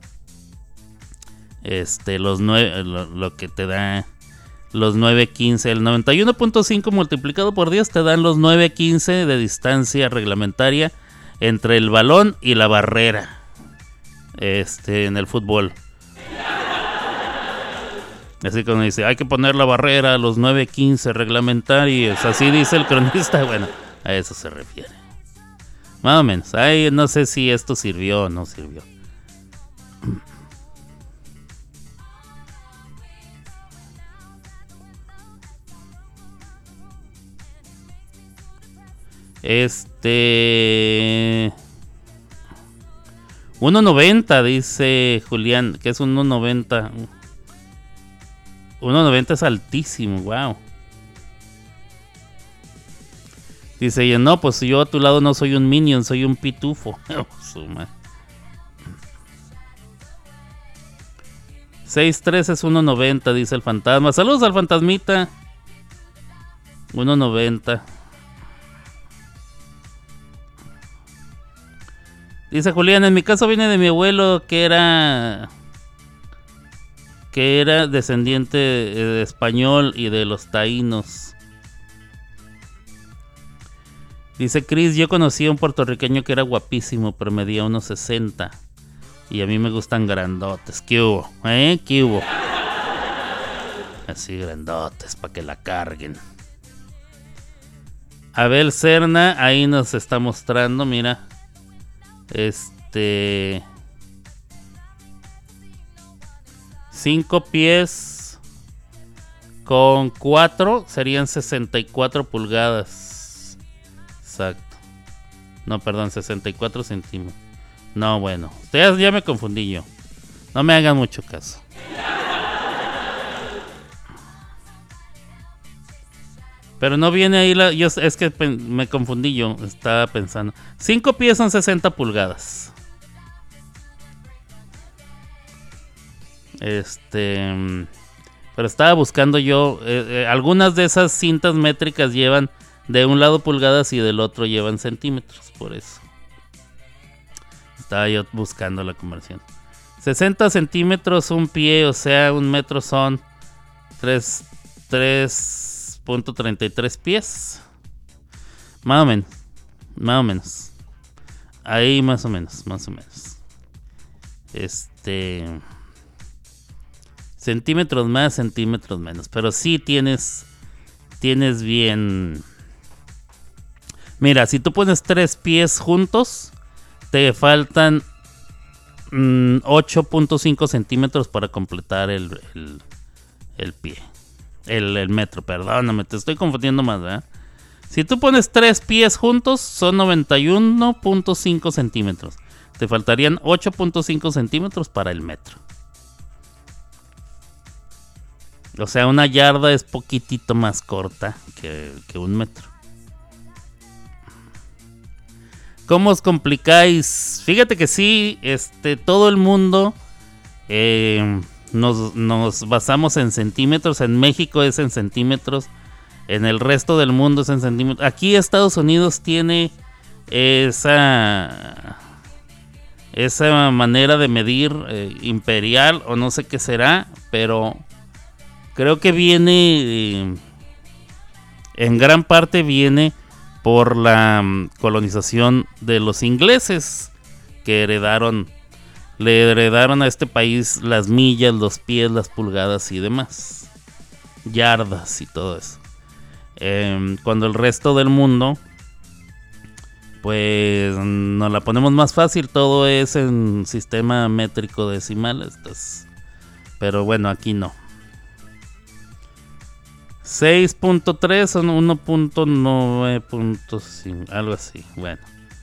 Este, los nueve, lo, lo que te da los nueve quince. El noventa y uno punto cinco multiplicado por diez te dan los nueve quince de distancia reglamentaria entre el balón y la barrera. Este, en el fútbol. Así como dice, hay que poner la barrera a los nueve quince reglamentarios. Así dice el cronista. Bueno, a eso se refiere. Más o menos. Ay, no sé si esto sirvió o no sirvió. Este... uno noventa, dice Julián. ¿Qué es un uno noventa? uno noventa es altísimo, wow. Dice, no, pues yo a tu lado no soy un minion, soy un pitufo. seis tres es uno noventa, dice el fantasma. Saludos al fantasmita. uno noventa. Dice Julián, en mi caso viene de mi abuelo que era... que era descendiente de español y de los taínos. Dice Chris, yo conocí a un puertorriqueño que era guapísimo, pero medía unos sesenta. Y a mí me gustan grandotes. ¿Qué hubo? ¿Eh? ¿Qué hubo? Así grandotes, para que la carguen. Abel Serna, ahí nos está mostrando, mira. Este... cinco pies con cuatro serían sesenta y cuatro pulgadas. Exacto. No, perdón, sesenta y cuatro centímetros. No, bueno. Ustedes ya me confundí yo. No me hagan mucho caso. Pero no viene ahí la... Yo, es que me confundí yo. Estaba pensando. cinco pies son sesenta pulgadas. Este, pero estaba buscando yo eh, eh, algunas de esas cintas métricas llevan de un lado pulgadas y del otro llevan centímetros, por eso estaba yo buscando la conversión. Sesenta centímetros un pie, o sea, un metro son tres punto treinta y tres pies, más o menos, más o menos, ahí más o menos, más o menos. Este... Centímetros más, centímetros menos. Pero sí tienes. Tienes bien. Mira, si tú pones tres pies juntos, te faltan mmm, ocho punto cinco centímetros para completar el, el, el pie. El, el metro, perdóname, te estoy confundiendo más, ¿verdad? Si tú pones tres pies juntos, son noventa y uno punto cinco centímetros. Te faltarían ocho punto cinco centímetros para el metro. O sea, una yarda es poquitito más corta que, que un metro. ¿Cómo os complicáis? Fíjate que sí, este, todo el mundo eh, nos, nos basamos en centímetros. En México es en centímetros. En el resto del mundo es en centímetros. Aquí Estados Unidos tiene esa, esa manera de medir eh, imperial o no sé qué será, pero... Creo que viene, en gran parte viene por la colonización de los ingleses que heredaron, le heredaron a este país las millas, los pies, las pulgadas y demás, yardas y todo eso. Eh, cuando el resto del mundo, pues nos la ponemos más fácil, todo es en sistema métrico decimal, entonces, pero bueno, aquí no. seis punto tres son uno punto nueve punto cinco, algo así. Bueno.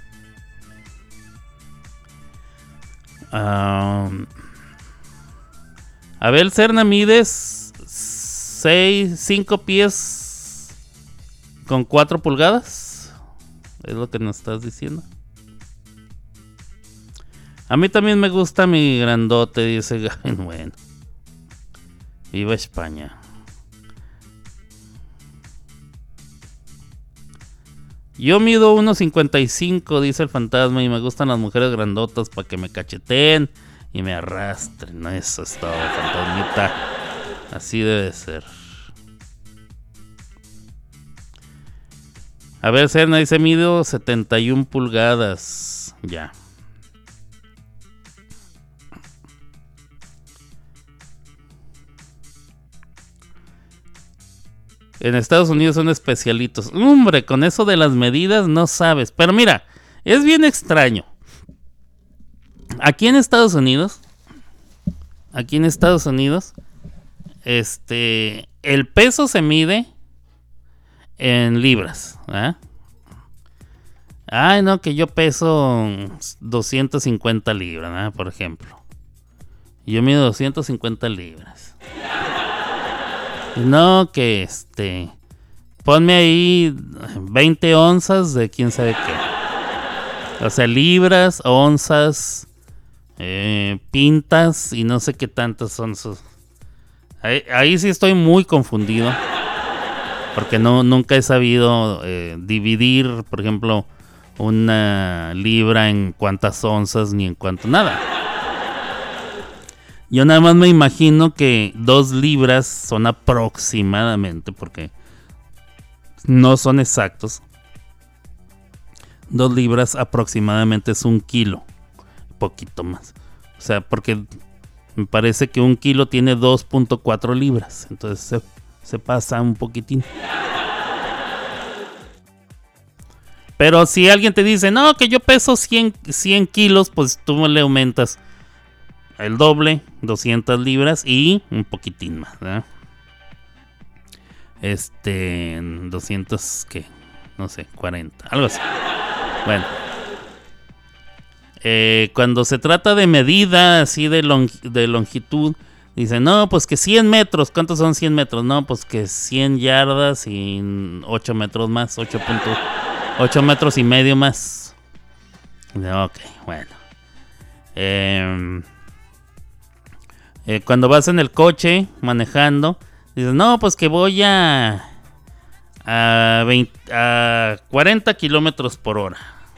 Um, Abel Serna mides seis, cinco pies con cuatro pulgadas. Es lo que nos estás diciendo. A mí también me gusta mi grandote, dice Gavin. Bueno. Viva España. Yo mido uno cincuenta y cinco, dice el fantasma, y me gustan las mujeres grandotas para que me cacheteen y me arrastren. Eso es todo, fantasmita. Así debe ser. A ver, Serna dice, mido setenta y una pulgadas. Ya. En Estados Unidos son especialitos. Hombre, con eso de las medidas no sabes. Pero mira, es bien extraño. Aquí en Estados Unidos, aquí en Estados Unidos, este, el peso se mide en libras. ¿eh? Ay, no, que yo peso doscientas cincuenta libras, ¿eh? Por ejemplo. Yo mido doscientas cincuenta libras. No, que este... Ponme ahí veinte onzas de quién sabe qué. O sea, libras, onzas, eh, pintas y no sé qué tantas son sus... Ahí, ahí sí estoy muy confundido. Porque no, nunca he sabido eh, dividir, por ejemplo, una libra en cuántas onzas ni en cuánto nada. Yo nada más me imagino que dos libras son aproximadamente, porque no son exactos. Dos libras aproximadamente es un kilo, poquito más. O sea, porque me parece que un kilo tiene dos punto cuatro libras, entonces se, se pasa un poquitín. Pero si alguien te dice, no, que yo peso cien, cien kilos, pues tú le aumentas el doble, doscientas libras y un poquitín más, ¿verdad? Este, doscientos, ¿qué? No sé, cuarenta, algo así. Bueno. Eh, cuando se trata de medida así de, long, de longitud, dicen, no, pues que cien metros. ¿Cuántos son cien metros? No, pues que cien yardas y ocho metros más, ocho punto ocho metros y medio más. Ok, bueno. Eh... Eh, cuando vas en el coche manejando, dices, no, pues que voy a a, veinte, a cuarenta kilómetros por hora.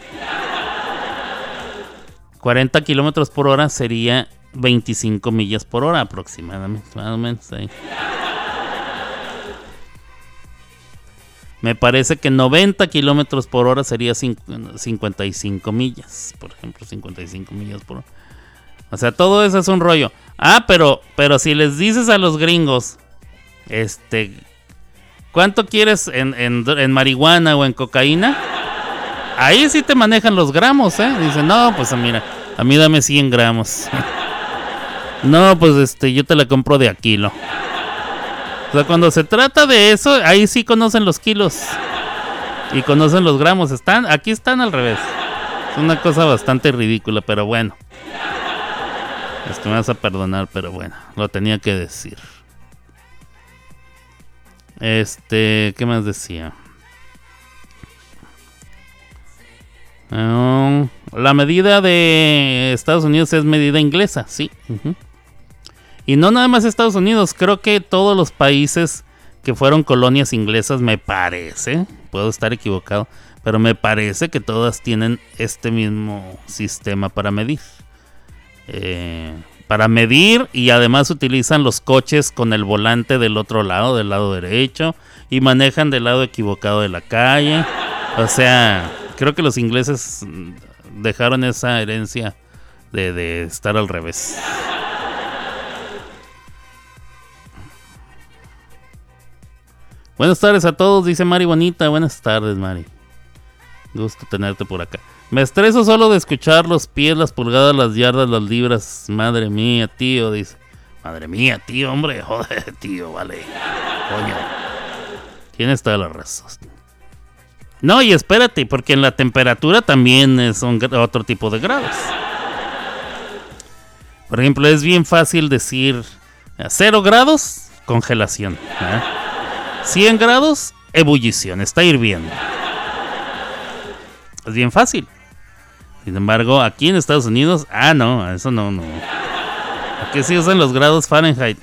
cuarenta kilómetros por hora sería veinticinco millas por hora aproximadamente, más o menos ahí. Me parece que noventa kilómetros por hora sería cincuenta y cinco millas, por ejemplo, cincuenta y cinco millas por hora. O sea, todo eso es un rollo. Ah, pero, pero si les dices a los gringos, este, ¿cuánto quieres en, en, en marihuana o en cocaína? Ahí sí te manejan los gramos, ¿eh? Dicen, no, pues mira, a mí dame cien gramos. No, pues este, yo te la compro de a kilo. O sea, cuando se trata de eso, ahí sí conocen los kilos y conocen los gramos. Están, aquí están al revés. Es una cosa bastante ridícula, pero bueno. Es que me vas a perdonar, pero bueno, lo tenía que decir. Este, ¿qué más decía? Um, la medida de Estados Unidos es medida inglesa, sí. Uh-huh. Y no nada más Estados Unidos, creo que todos los países que fueron colonias inglesas, me parece, puedo estar equivocado, pero me parece que todas tienen este mismo sistema para medir. Eh, para medir y además utilizan los coches con el volante del otro lado, del lado derecho, y manejan del lado equivocado de la calle. O sea, creo que los ingleses dejaron esa herencia de, de estar al revés. Buenas tardes a todos, dice Mari Bonita. Buenas tardes, Mari. Gusto tenerte por acá. Me estreso solo de escuchar los pies, las pulgadas, las yardas, las libras. Madre mía, tío, dice. Madre mía, tío, hombre. Joder, tío, vale. Coño. Tienes toda la razón. No, y espérate, porque en la temperatura también son otro tipo de grados. Por ejemplo, es bien fácil decir a cero grados, congelación. ¿eh? cien grados, ebullición, está hirviendo. Es bien fácil. Sin embargo, aquí en Estados Unidos, ah, no, eso no, no. Aquí sí usan los grados Fahrenheit.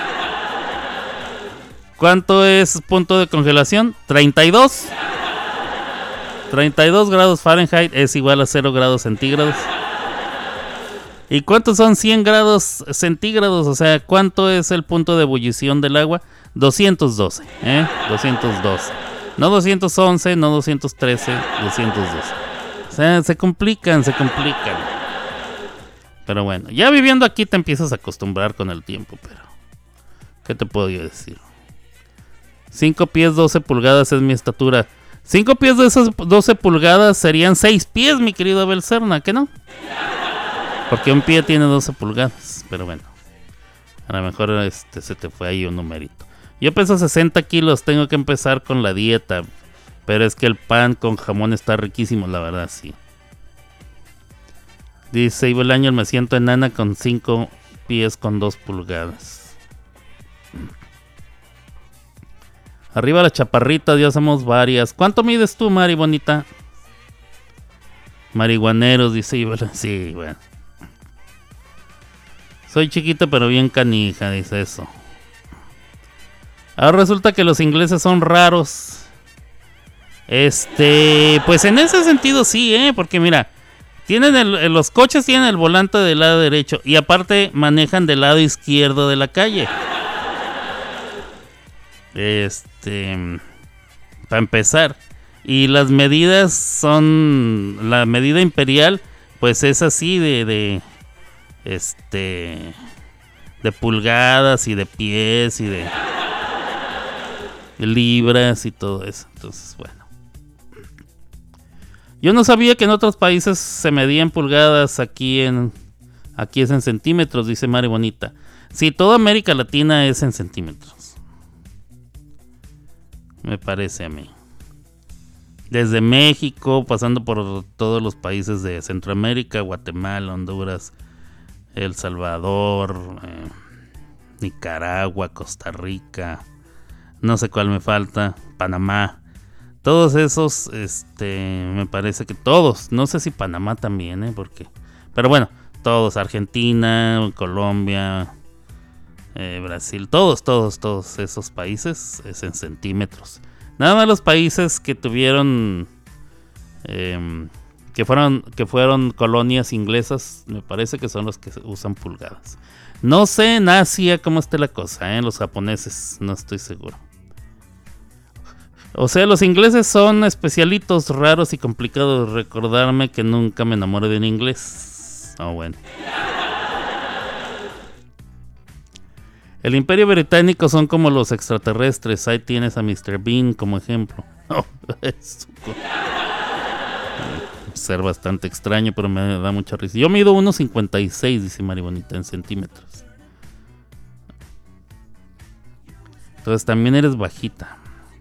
¿Cuánto es punto de congelación? treinta y dos. treinta y dos grados Fahrenheit es igual a cero grados centígrados. ¿Y cuántos son cien grados centígrados? O sea, ¿cuánto es el punto de ebullición del agua? doscientos doce, ¿eh? doscientos doce. No doscientos once, no doscientos trece, doscientos doce. O sea, se complican, se complican. Pero bueno, ya viviendo aquí te empiezas a acostumbrar con el tiempo, pero ¿qué te puedo yo decir? cinco pies doce pulgadas es mi estatura. cinco pies de esas doce pulgadas serían seis pies, mi querido Abel Serna, ¿qué no? Porque un pie tiene doce pulgadas, pero bueno. A lo mejor este, se te fue ahí un numerito. Yo peso sesenta kilos, tengo que empezar con la dieta. Pero es que el pan con jamón está riquísimo, la verdad, sí. Dice Ivo Laño, me siento enana con cinco pies con dos pulgadas. Arriba la chaparrita, ya somos varias. ¿Cuánto mides tú, Mari bonita? Marihuaneros, dice Ivo. Sí, bueno. Soy chiquita pero bien canija, dice eso. Ahora resulta que los ingleses son raros. Este, pues en ese sentido sí, ¿eh? Porque mira, tienen el, los coches tienen el volante del lado derecho y aparte manejan del lado izquierdo de la calle. Este, para empezar. Y las medidas son, la medida imperial, pues es así de, de este, de pulgadas y de pies y de libras y todo eso. Entonces, bueno. Yo no sabía que en otros países se medían pulgadas, aquí en aquí es en centímetros, dice Mari Bonita. Sí, toda América Latina es en centímetros. Me parece a mí. Desde México, pasando por todos los países de Centroamérica, Guatemala, Honduras, El Salvador, eh, Nicaragua, Costa Rica, no sé cuál me falta, Panamá. Todos esos, este, me parece que todos, no sé si Panamá también, ¿eh? Porque, pero bueno, todos, Argentina, Colombia, eh, Brasil, todos, todos, todos esos países es en centímetros. Nada más los países que tuvieron, eh, que fueron, que fueron colonias inglesas, me parece que son los que usan pulgadas. No sé en Asia cómo esté la cosa, ¿eh? Los japoneses, no estoy seguro. O sea, los ingleses son especialitos, raros y complicados. Recordarme que nunca me enamoré de un inglés. Oh, bueno. El Imperio Británico son como los extraterrestres. Ahí tienes a mister Bean como ejemplo. Oh, es ser bastante extraño, pero me da mucha risa. Yo mido uno cincuenta y seis, dice Mari Bonita, en centímetros. Entonces también eres bajita.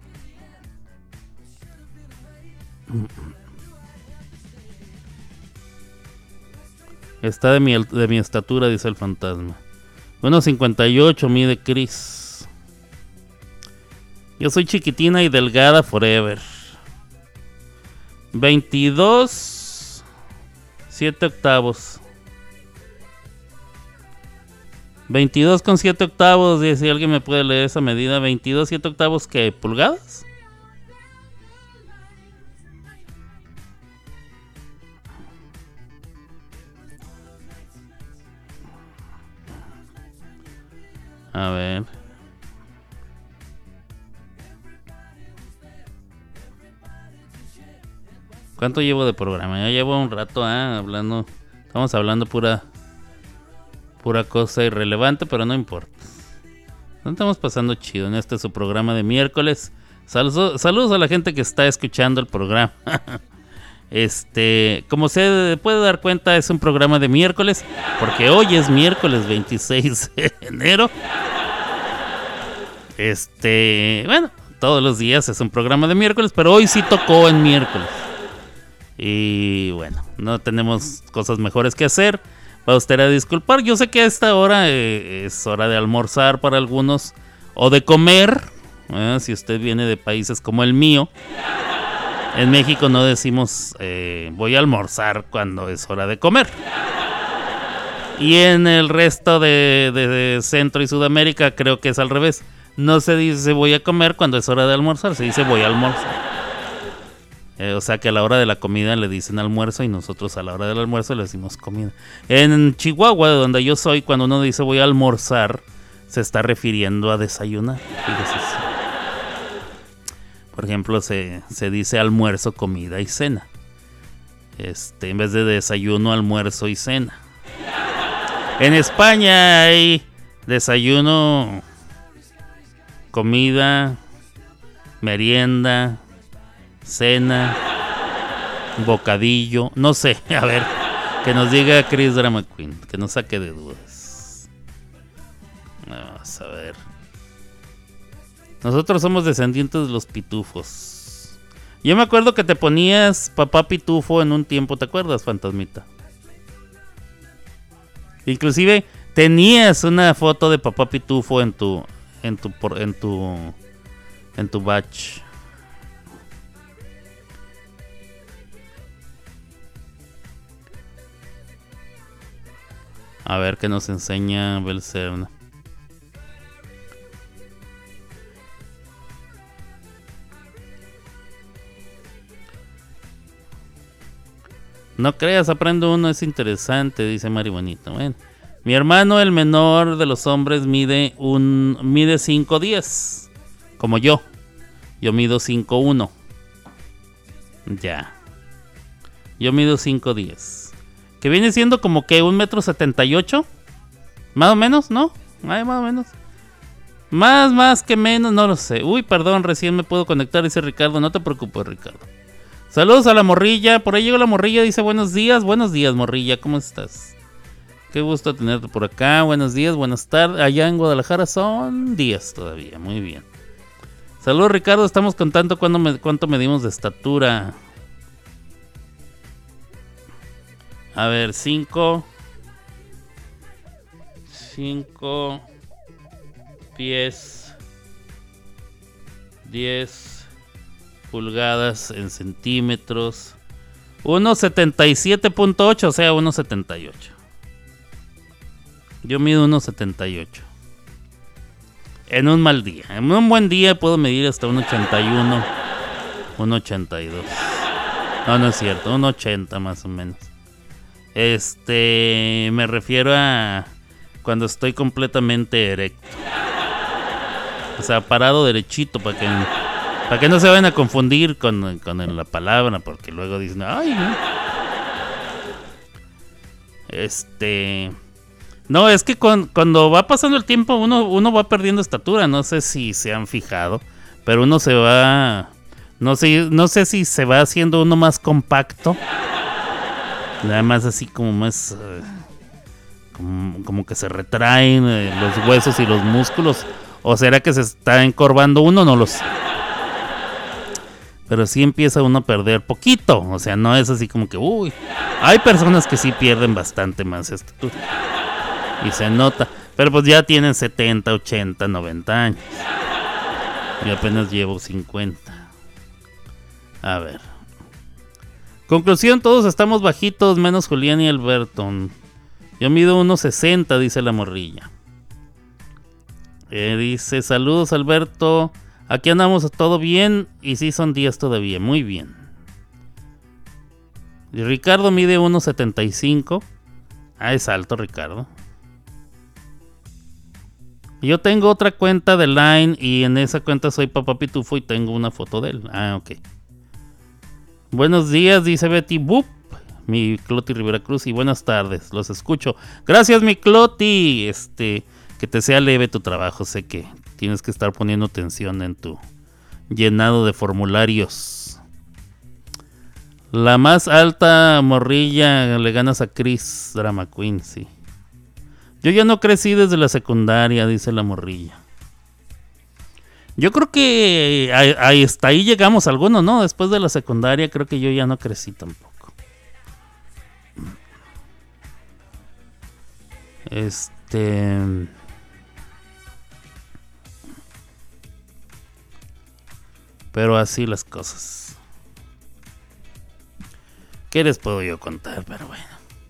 Está de mi, de mi estatura, dice el fantasma. uno cincuenta y ocho mide Chris. Yo soy chiquitina y delgada forever. veintidós siete octavos. veintidós con siete octavos. Y si alguien me puede leer esa medida. veintidós siete octavos, ¿qué? ¿Pulgadas? A ver. ¿Cuánto llevo de programa? Ya llevo un rato, ¿eh? Hablando. Estamos hablando pura pura cosa irrelevante, pero no importa. Nos estamos pasando chido en este su programa de miércoles. Saludos, saludos a la gente que está escuchando el programa. Este, como se puede dar cuenta, es un programa de miércoles, porque hoy es miércoles veintiséis de enero. Este, bueno, todos los días es un programa de miércoles, pero hoy sí tocó en miércoles. Y bueno, no tenemos cosas mejores que hacer. Va usted a disculpar. Yo sé que a esta hora eh, es hora de almorzar para algunos o de comer. ¿eh? Si usted viene de países como el mío, en México no decimos eh, voy a almorzar cuando es hora de comer. Y en el resto de, de, de Centro y Sudamérica creo que es al revés. No se dice voy a comer cuando es hora de almorzar, se dice voy a almorzar. Eh, o sea que a la hora de la comida le dicen almuerzo y nosotros a la hora del almuerzo le decimos comida. En Chihuahua, de donde yo soy, cuando uno dice voy a almorzar, se está refiriendo a desayunar. Fíjese. Por ejemplo, se, se dice almuerzo, comida y cena. Este, en vez de desayuno, almuerzo y cena. En España hay desayuno, comida, merienda, cena, bocadillo, no sé, a ver, que nos diga Chris Drama Queen, que nos saque de dudas. Vamos a ver. Nosotros somos descendientes de los pitufos. Yo me acuerdo que te ponías papá pitufo en un tiempo, ¿te acuerdas, fantasmita? Inclusive tenías una foto de papá pitufo en tu en tu en tu en tu batch. A ver qué nos enseña Belcerna. No creas, aprendo uno, es interesante, dice Mari Bonito. Bueno, mi hermano, el menor de los hombres, mide un mide cinco diez, como yo. Yo mido cinco uno. Ya. Yo mido cinco diez. Que viene siendo como que un metro setenta y ocho. Más o menos, ¿no? Ay, más o menos. Más, más que menos, no lo sé. Uy, perdón, recién me puedo conectar, dice Ricardo. No te preocupes, Ricardo. Saludos a la morrilla. Por ahí llegó la morrilla, dice buenos días. Buenos días, morrilla, ¿cómo estás? Qué gusto tenerte por acá. Buenos días, buenas tardes. Allá en Guadalajara son días todavía. Muy bien. Saludos, Ricardo. Estamos contando cuánto, me, cuánto medimos de estatura. A ver, cinco. cinco pies. diez pulgadas en centímetros. uno setenta y siete punto ocho, o sea, uno setenta y ocho. Yo mido uno setenta y ocho. En un mal día. En un buen día puedo medir hasta uno ochenta y uno. uno ochenta y dos. No, no es cierto, uno ochenta más o menos. Este, me refiero a cuando estoy completamente erecto. O sea, parado derechito para que, para que no se vayan a confundir con, con la palabra, porque luego dicen, ay, no. Este, no, es que con, cuando va pasando el tiempo uno, uno va perdiendo estatura. No sé si se han fijado, pero uno se va, no sé, no sé si se va haciendo uno más compacto. Nada más así como más uh, como, como que se retraen uh, los huesos y los músculos. ¿O será que se está encorvando uno? No lo sé. Pero sí empieza uno a perder poquito. O sea, no es así como que uy. Hay personas que sí pierden bastante más estatura y se nota. Pero pues ya tienen setenta, ochenta, noventa años. Yo apenas llevo cincuenta. A ver. Conclusión, todos estamos bajitos, menos Julián y Alberto. Yo mido uno sesenta, dice la morrilla. Eh, dice, saludos Alberto. Aquí andamos todo bien y sí son días todavía, muy bien. Y Ricardo mide uno setenta y cinco. Ah, es alto Ricardo. Yo tengo otra cuenta de Line y en esa cuenta soy Papá Pitufo y tengo una foto de él. Ah, ok. Buenos días, dice Betty Boop, mi Cloti Rivera Cruz, y buenas tardes, los escucho. Gracias, mi Cloti. Este, que te sea leve tu trabajo, sé que tienes que estar poniendo atención en tu llenado de formularios. La más alta morrilla le ganas a Chris Drama Queen, sí. Yo ya no crecí desde la secundaria, dice la morrilla. Yo creo que ahí, ahí hasta ahí llegamos algunos, ¿no? Después de la secundaria creo que yo ya no crecí tampoco. Este... Pero así las cosas. ¿Qué les puedo yo contar? Pero bueno.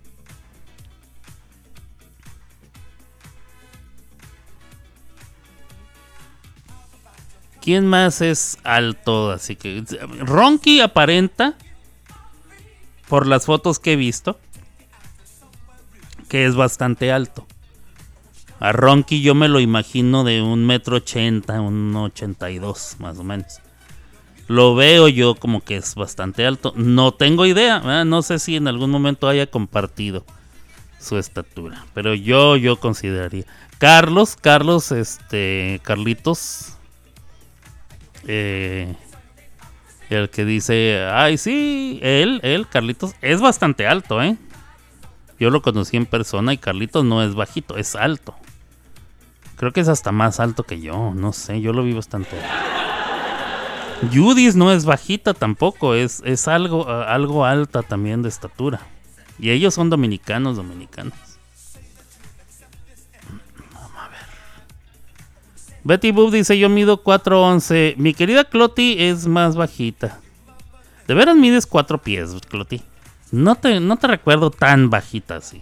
¿Quién más es alto? Así que Ronky aparenta, por las fotos que he visto, que es bastante alto. A Ronky yo me lo imagino de un metro ochenta, un ochenta y dos más o menos. Lo veo yo como que es bastante alto. No tengo idea, ¿verdad? No sé si en algún momento haya compartido su estatura, pero yo yo consideraría. Carlos, Carlos, este, Carlitos. Eh, el que dice, ay sí, él, él, Carlitos, es bastante alto, ¿eh? Yo lo conocí en persona y Carlitos no es bajito, es alto. Creo que es hasta más alto que yo, no sé, yo lo vi bastante alto. Judith no es bajita tampoco, es, es algo, algo alta también de estatura. Y ellos son dominicanos, dominicanos. Betty Boop dice, yo mido cuatro once. Mi querida Cloti es más bajita. ¿De veras mides cuatro pies, Cloti? No te, no te recuerdo tan bajita así.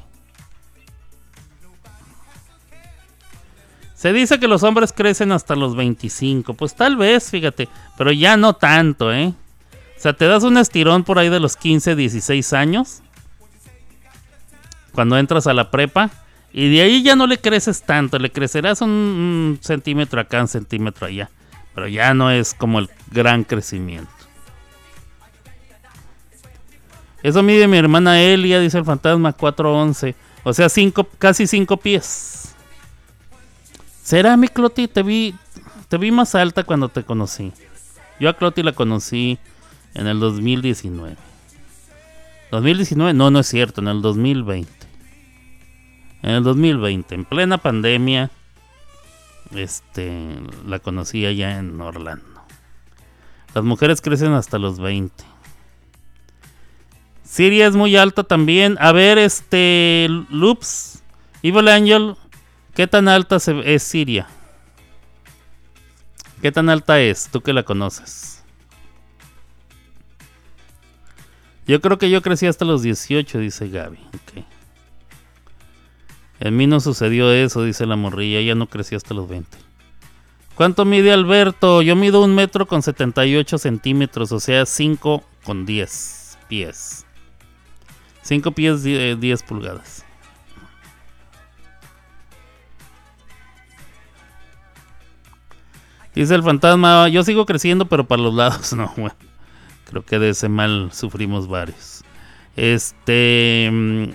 Se dice que los hombres crecen hasta los veinticinco. Pues tal vez, fíjate. Pero ya no tanto, ¿eh? O sea, te das un estirón por ahí de los quince, dieciséis años. Cuando entras a la prepa. Y de ahí ya no le creces tanto, le crecerás un, un centímetro acá, un centímetro allá. Pero ya no es como el gran crecimiento. Eso mide mi hermana Elia, dice el fantasma, cuatro once. O sea, cinco, casi cinco pies. ¿Será mi Cloti? Te vi, te vi más alta cuando te conocí. Yo a Cloti la conocí en el dos mil diecinueve. ¿dos mil diecinueve? No, no es cierto, en el dos mil veinte. En el dos mil veinte, en plena pandemia, este, la conocí allá en Orlando. Las mujeres crecen hasta los veinte. Siria es muy alta también. A ver, este, Loops, Evil Angel, ¿qué tan alta se, es Siria? ¿Qué tan alta es? Tú que la conoces. Yo creo que yo crecí hasta los dieciocho, dice Gaby. Ok. En mí no sucedió eso, dice la morrilla. Ella no creció hasta los veinte. ¿Cuánto mide Alberto? Yo mido un metro con setenta y ocho centímetros. O sea, cinco con diez pies. cinco pies, diez pulgadas. Dice el fantasma, yo sigo creciendo, pero para los lados. No, bueno. Creo que de ese mal sufrimos varios. Este...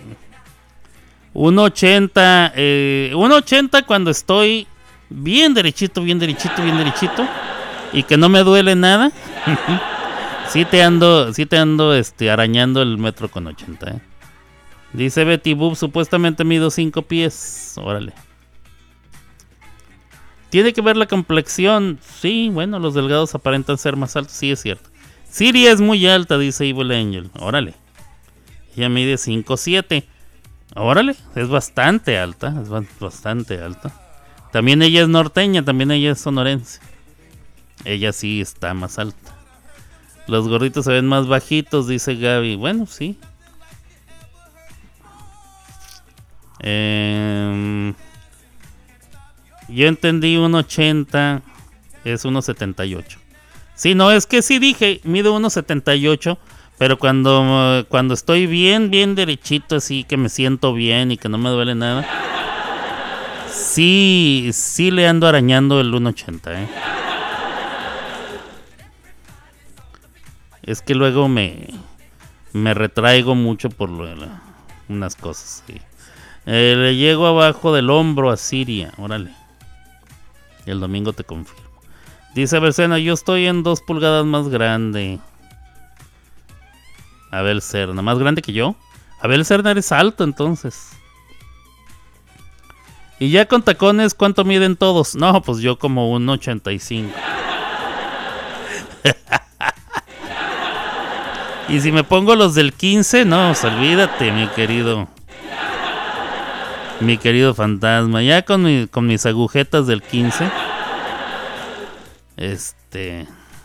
uno ochenta, eh, uno ochenta cuando estoy bien derechito, bien derechito, bien derechito y que no me duele nada. sí te ando, sí te ando este, arañando el metro con ochenta, ¿eh? Dice Betty Boop, supuestamente mido cinco pies. Órale. ¿Tiene que ver la complexión? Sí, bueno, los delgados aparentan ser más altos. Sí, es cierto. Siria es muy alta, dice Evil Angel. Órale. Ella mide cinco siete. Órale, es bastante alta, es bastante alta. También ella es norteña, también ella es sonorense. Ella sí está más alta. Los gorditos se ven más bajitos, dice Gaby. Bueno, sí. Eh, yo entendí uno ochenta, es uno setenta y ocho. Sí, no, es que sí dije, mido uno setenta y ocho. Pero cuando, cuando estoy bien, bien derechito, así que me siento bien y que no me duele nada, sí, sí le ando arañando el uno ochenta, ¿eh? Es que luego me, me retraigo mucho por lo de la, unas cosas. Sí. Eh, le llego abajo del hombro a Siria, órale. Y el domingo te confirmo. Dice Bersena, yo estoy en dos pulgadas más grande. Abel Cerna, ¿más grande que yo? Abel Cerna eres alto entonces. Y ya con tacones, ¿cuánto miden todos? No, pues yo como un ochenta y cinco. Y si me pongo los del quince, no, pues olvídate, mi querido. Mi querido fantasma. Ya con, mi, con mis agujetas del quince. Este.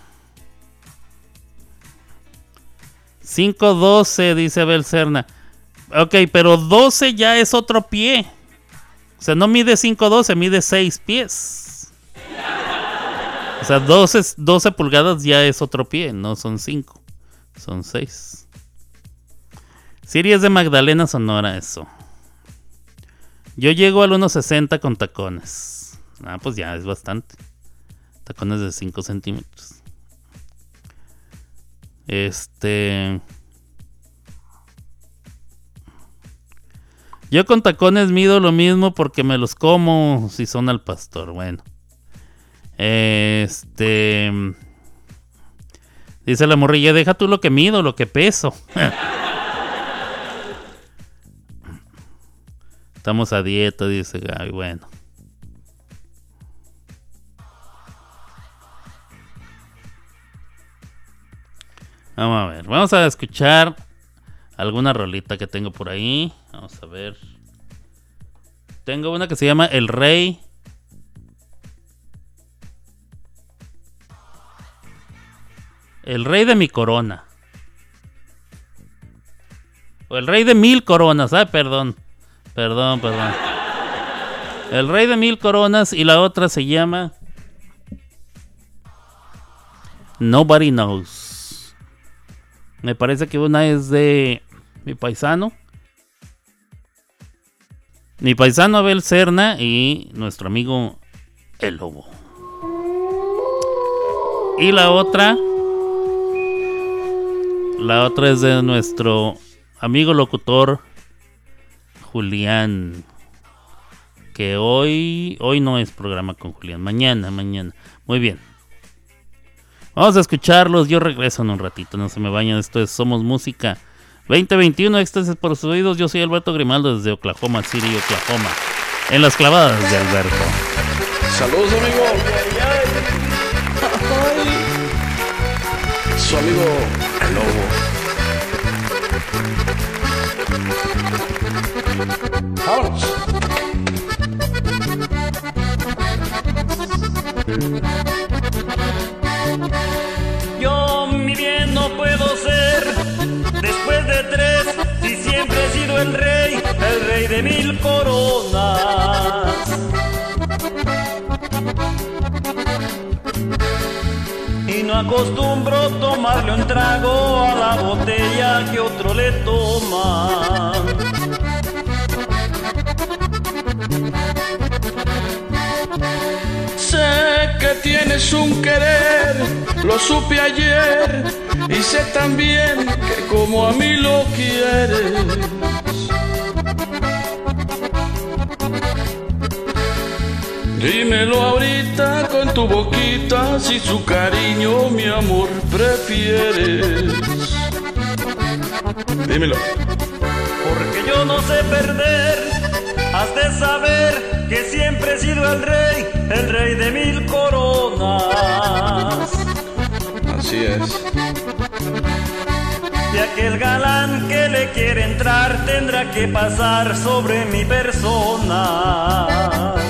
cinco doce, dice Abel Serna. Ok, pero doce ya es otro pie. O sea, no mide cinco doce, mide seis pies. O sea, doce, doce pulgadas ya es otro pie, no son cinco. Son seis. Siri es de Magdalena, Sonora, eso. Yo llego al uno sesenta con tacones. Ah, pues ya es bastante. Tacones de cinco centímetros. Este... Yo con tacones mido lo mismo porque me los como si son al pastor. Bueno. Este... Dice la morrilla, deja tú lo que mido, lo que peso. Estamos a dieta, dice Gaby. Bueno. Vamos a ver. Vamos a escuchar alguna rolita que tengo por ahí. Vamos a ver. Tengo una que se llama El Rey. El Rey de mi corona. O El Rey de mil coronas. Ah, perdón. Perdón, perdón. El Rey de mil coronas. Y la otra se llama Nobody Knows. Me parece que una es de mi paisano. Mi paisano Abel Serna y nuestro amigo El Lobo. Y la otra... La otra es de nuestro amigo locutor Julián. Que hoy... Hoy no es programa con Julián. Mañana, mañana. Muy bien. Vamos a escucharlos. Yo regreso en un ratito. No se me vayan. Esto es Somos Música veinte veintiuno. Éxtasis por sus oídos. Yo soy Alberto Grimaldo desde Oklahoma City, Oklahoma. En las clavadas de Alberto. Saludos, amigo. Su amigo El Lobo. ¡Vámonos! Yo mi bien no puedo ser después de tres, si siempre he sido el rey, el rey de mil coronas. Y no acostumbro tomarle un trago a la botella que otro le toma. Sé que tienes un querer, lo supe ayer, y sé también que como a mí lo quieres. Dímelo ahorita con tu boquita, si su cariño, mi amor, prefieres. Dímelo. Porque yo no sé perder, has de saber que siempre he sido el rey, el rey de mil coronas. Así es. Y aquel galán que le quiere entrar tendrá que pasar sobre mi persona.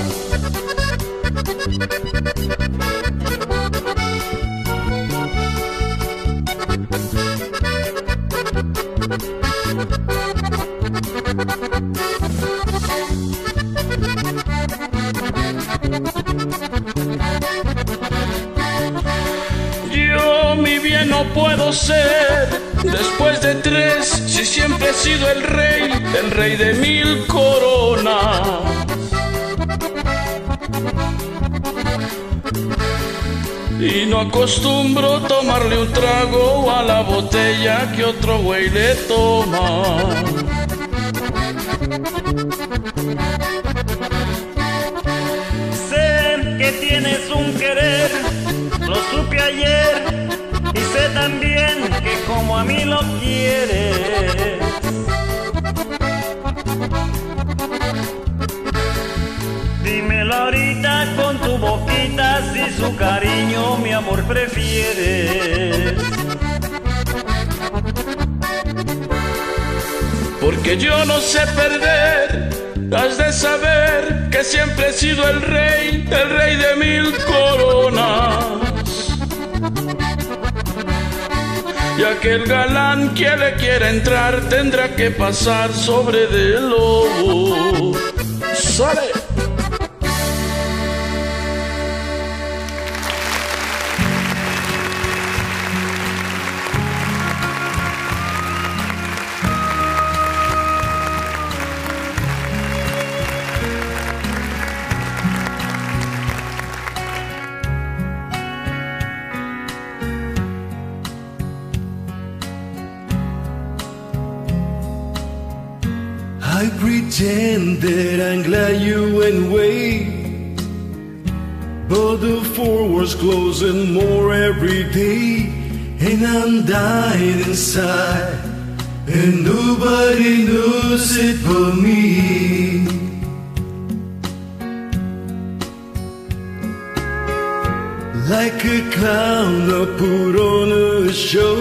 Yo mi bien no puedo ser después de tres, si siempre he sido el rey, el rey de mil coronas. Y no acostumbro tomarle un trago a la botella que otro güey le toma. Sé que tienes un querer, lo supe ayer, y sé también que como a mí lo quieres. Dímelo ahorita con tu boquita, si su cariño, mi amor, prefieres. porque yo no sé perder. Has de saber que siempre he sido el rey, el rey de mil coronas. Y aquel galán que le quiera entrar tendrá que pasar sobre del lobo. ¡Sale! I pretend that I'm glad you went away, but the forward's closing more every day, and I'm dying inside, and nobody knows it but me. Like a clown I put on a show,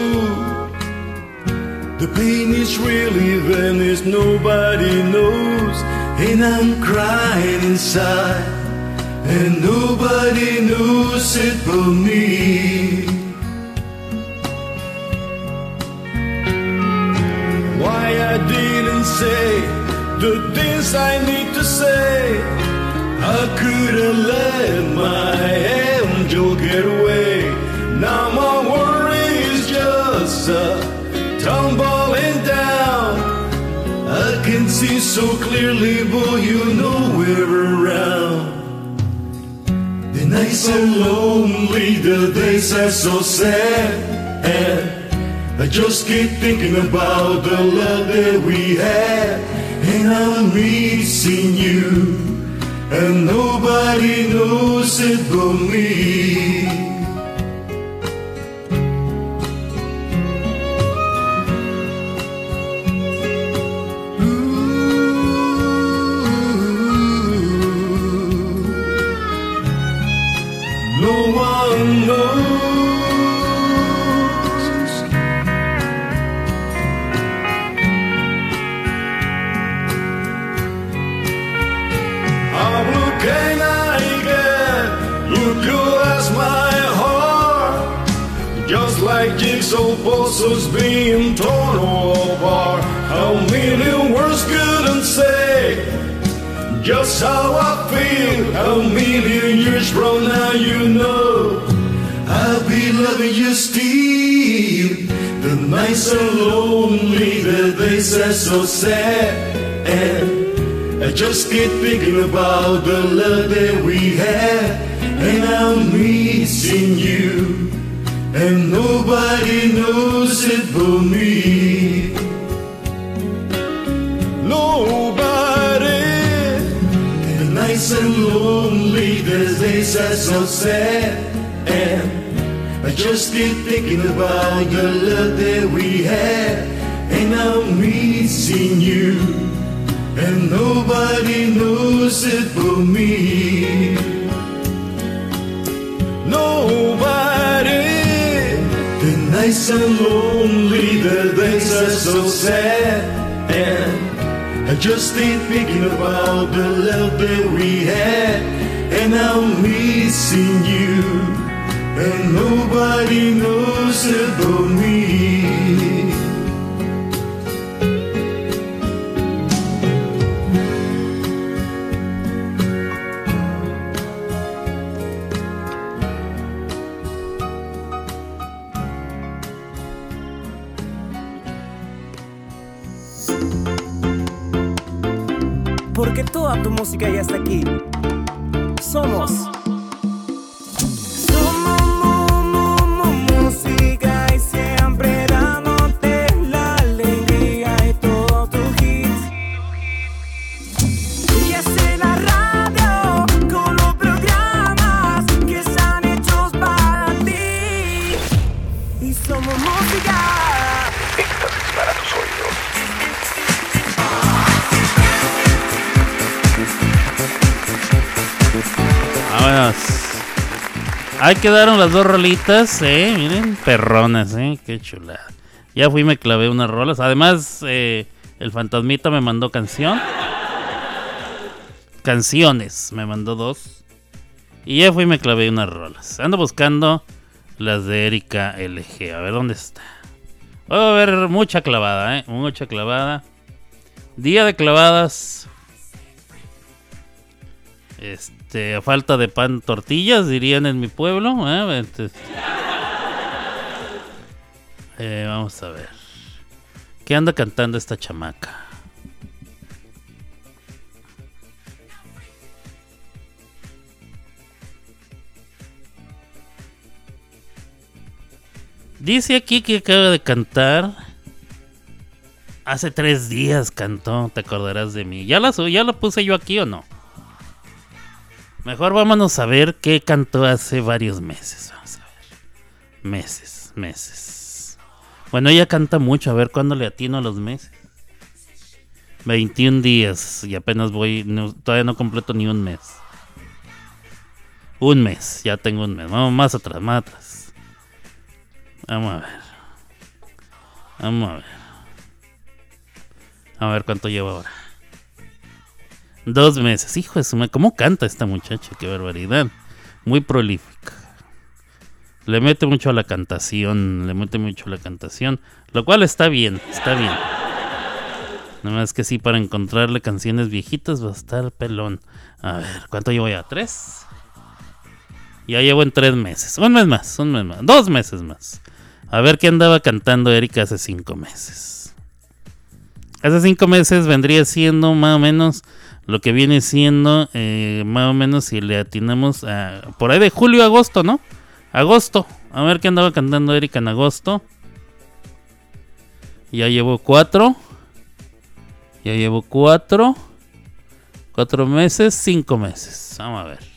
the pain is really vanished, nobody knows, and I'm crying inside, and nobody knows it but me. Why I didn't say the things I need to say, I could have let my angel get away. Now my worry is just a tumbling down. I can see so clearly, boy, you know we're around. The nights are lonely, the days are so sad, and I just keep thinking about the love that we had, and I'm missing you, and nobody knows it but me. Jigsaw puzzles being torn apart. A million words couldn't say just how I feel. A million years from now, you know I'll be loving you still. The nights are lonely, the days are so sad, and I just keep thinking about the love that we had, and I'm missing you, and nobody knows it but me. Nobody. The nights are lonely, the days are so sad, and I just keep thinking about the love that we had, and I'm missing you, and nobody knows it but me. Nobody. The nights are lonely, the days are so sad, and I just keep thinking about the love that we had, and I'm missing you, and nobody knows it but me. Porque toda tu música ya está aquí. Somos. Somos mu, mu, mu, música y siempre dándote la alegría y todos tus hits. Y es en la radio con los programas que están hechos para ti. Y somos música. Éxtasis para tus oídos. Vámonos. Ahí quedaron las dos rolitas, eh, miren, perronas, eh, qué chulada. Ya fui y me clavé unas rolas. Además, eh, El fantasmita me mandó canción. Canciones, me mandó dos. Y ya fui y me clavé unas rolas. Ando buscando las de Erika L G. A ver, ¿dónde está? Va a haber mucha clavada, ¿eh? Mucha clavada. Día de clavadas. Este, a falta de pan, tortillas, dirían en mi pueblo. ¿eh? Entonces, eh, vamos a ver. ¿Qué anda cantando esta chamaca? Dice aquí que acaba de cantar. Hace tres días cantó, te acordarás de mí. ¿Ya la, ya la puse yo aquí o no? Mejor vámonos a ver qué cantó hace varios meses. Vamos a ver. Meses, meses. Bueno, ella canta mucho, a ver cuándo le atino a los meses. veintiún días y apenas voy, no, todavía no completo ni un mes. Un mes, ya tengo un mes. Vamos más atrás, más atrás. Vamos a ver. Vamos a ver. A ver cuánto llevo ahora. Dos meses. Hijo de su madre. ¿Cómo canta esta muchacha? Qué barbaridad. Muy prolífica. Le mete mucho a la cantación. Le mete mucho a la cantación. Lo cual está bien. Está bien. Nada más que sí, para encontrarle canciones viejitas va a estar pelón. A ver, ¿cuánto llevo ya? ¿Tres? Ya llevo en tres meses. Un mes más. Un mes más. Dos meses más. A ver qué andaba cantando Erika hace cinco meses. Hace cinco meses vendría siendo más o menos lo que viene siendo, eh, más o menos si le atinamos a, por ahí de julio a agosto, ¿no? Agosto. A ver qué andaba cantando Erika en agosto. Ya llevo cuatro. Ya llevo cuatro. Cuatro meses, cinco meses. Vamos a ver.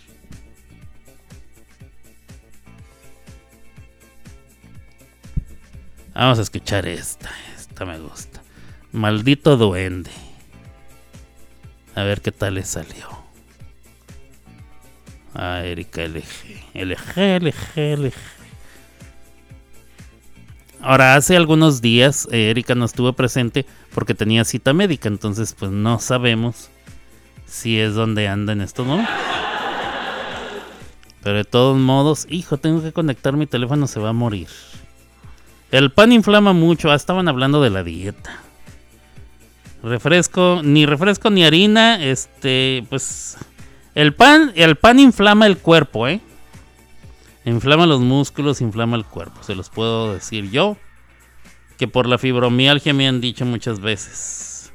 Vamos a escuchar esta. Esta me gusta. Maldito duende. A ver qué tal le salió. Ah, Erika L G. L G, L G, L G. Ahora, hace algunos días eh, Erika no estuvo presente porque tenía cita médica. Entonces, pues no sabemos si es donde anda en estos momentos. Pero de todos modos, hijo, tengo que conectar mi teléfono, se va a morir. El pan inflama mucho. Ah, estaban hablando de la dieta. Refresco, ni refresco ni harina, este, pues el pan, el pan inflama el cuerpo, ¿eh? Inflama los músculos, inflama el cuerpo, se los puedo decir yo, que por la fibromialgia me han dicho muchas veces.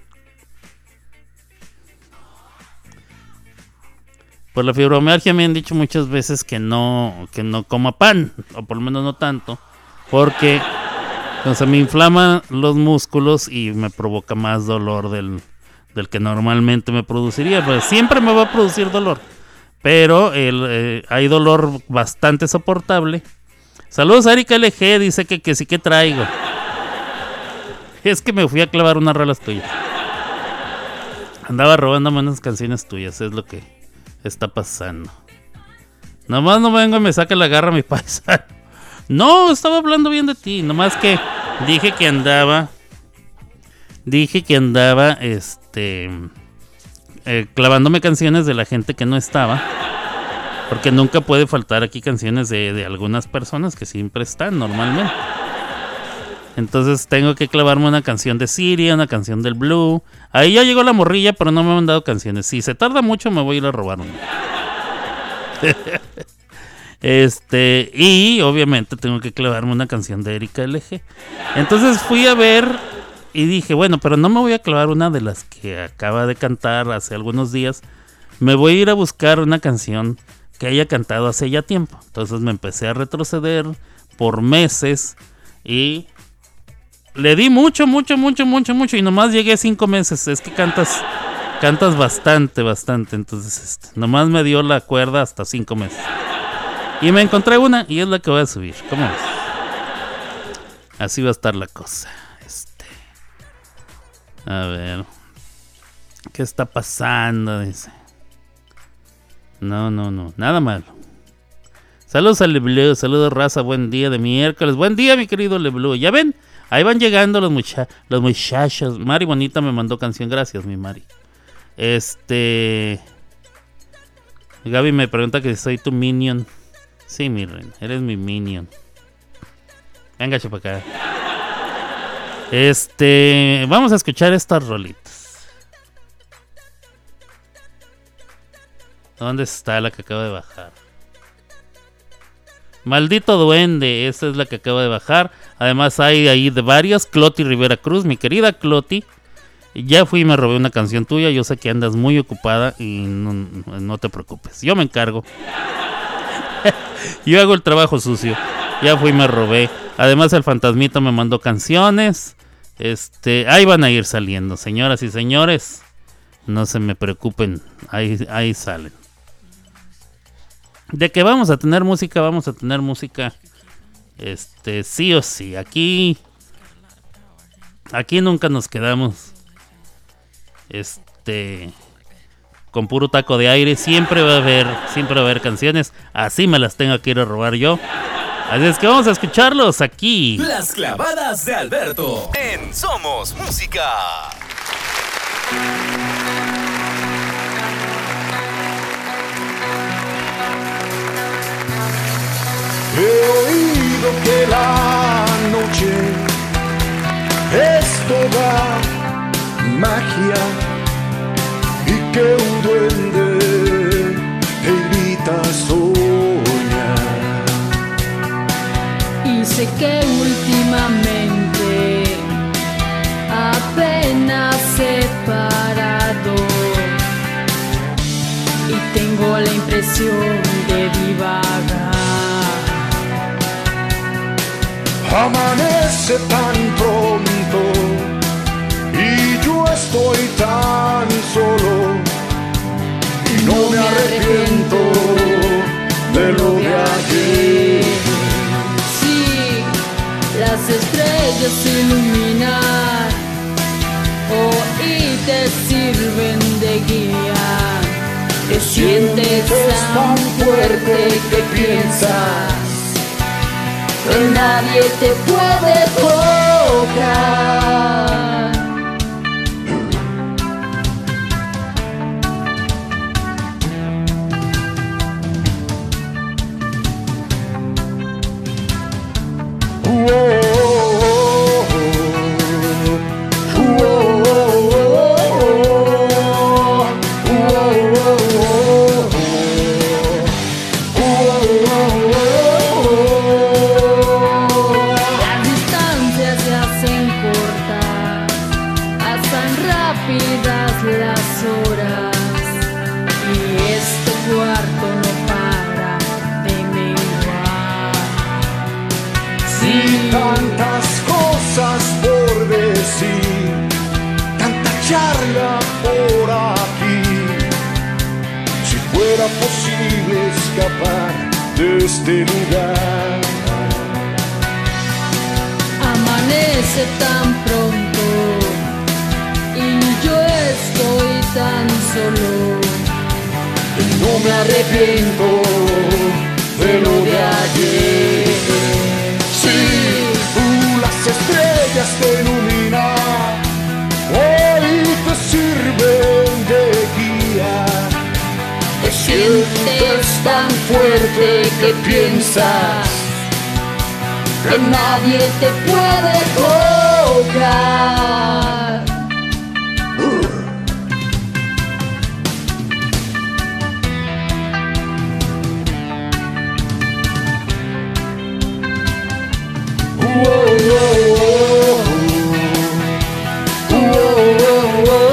Por la fibromialgia me han dicho muchas veces que no, que no coma pan, o por lo menos no tanto, porque entonces me inflama los músculos y me provoca más dolor del, del que normalmente me produciría. Pues siempre me va a producir dolor, pero el, eh, hay dolor bastante soportable. Saludos a Erika L G, dice que, que sí que traigo. Es que me fui a clavar unas rolas tuyas. Andaba robándome unas canciones tuyas, es lo que está pasando. Nomás no vengo y me saca la garra mi paisano. No, estaba hablando bien de ti. Nomás que dije que andaba. Dije que andaba. Este. Eh, clavándome canciones de la gente que no estaba. Porque nunca puede faltar aquí canciones de, de algunas personas que siempre están normalmente. Entonces tengo que clavarme una canción de Siria, una canción del Blue. Ahí ya llegó la morrilla, pero no me han dado canciones. Si se tarda mucho, me voy a ir a robar una. Este, y obviamente tengo que clavarme una canción de Erika L G. Entonces fui a ver y dije, bueno, pero no me voy a clavar una de las que acaba de cantar hace algunos días. Me voy a ir a buscar una canción que haya cantado hace ya tiempo. Entonces me empecé a retroceder por meses y le di mucho, mucho, mucho, mucho, mucho y nomás llegué a cinco meses. Es que cantas, cantas bastante, bastante. Entonces este, nomás me dio la cuerda hasta cinco meses. Y me encontré una y es la que voy a subir. ¿Cómo ves? Así va a estar la cosa. Este. A ver. ¿Qué está pasando? Dice. No, no, no. Nada malo. Saludos a LeBlue. Saludos, raza. Buen día de miércoles. Buen día, mi querido LeBlue. Ya ven. Ahí van llegando los, mucha- los muchachos. Mari Bonita me mandó canción. Gracias, mi Mari. Este... Gaby me pregunta que si soy tu minion. Sí, mi reina, eres mi minion. Venga, chupa acá. Este... Vamos a escuchar estas rolitas. ¿Dónde está la que acabo de bajar? Maldito Duende, esa es la que acabo de bajar. Además hay ahí de varias. Cloti Rivera Cruz, mi querida Cloti. Ya fui y me robé una canción tuya. Yo sé que andas muy ocupada y no, no te preocupes. Yo me encargo. Yo hago el trabajo sucio. Ya fui y me robé. Además el fantasmita me mandó canciones. Este, ahí van a ir saliendo, señoras y señores. No se me preocupen. Ahí, ahí salen. De que vamos a tener música, vamos a tener música. Este, sí o sí. Aquí. Aquí nunca nos quedamos. Este. Con puro taco de aire. Siempre va a haber. Siempre va a haber canciones. Así me las tengo que ir a robar yo. Así es que vamos a escucharlos aquí. Las clavadas de Alberto en Somos Música. He oído que la noche es toda magia y que un duende te invita a soñar. Y sé que últimamente apenas he parado y tengo la impresión de divagar. Amanece tan pronto y yo estoy tan solo y no me arrepiento de lo de ayer. Sí, las estrellas iluminan oh, y te sirven de guía. Te sientes tan fuerte que piensas que nadie te puede tocar. Posible escapar de este lugar. Amanece tan pronto y yo estoy tan solo y no me arrepiento de lo de ayer. Sí, tú las estrellas te iluminan, hoy te sirven de guía. Te sientes tan fuerte que piensas que nadie te puede tocar. Uh, uh, uh, uh, uh, uh, uh.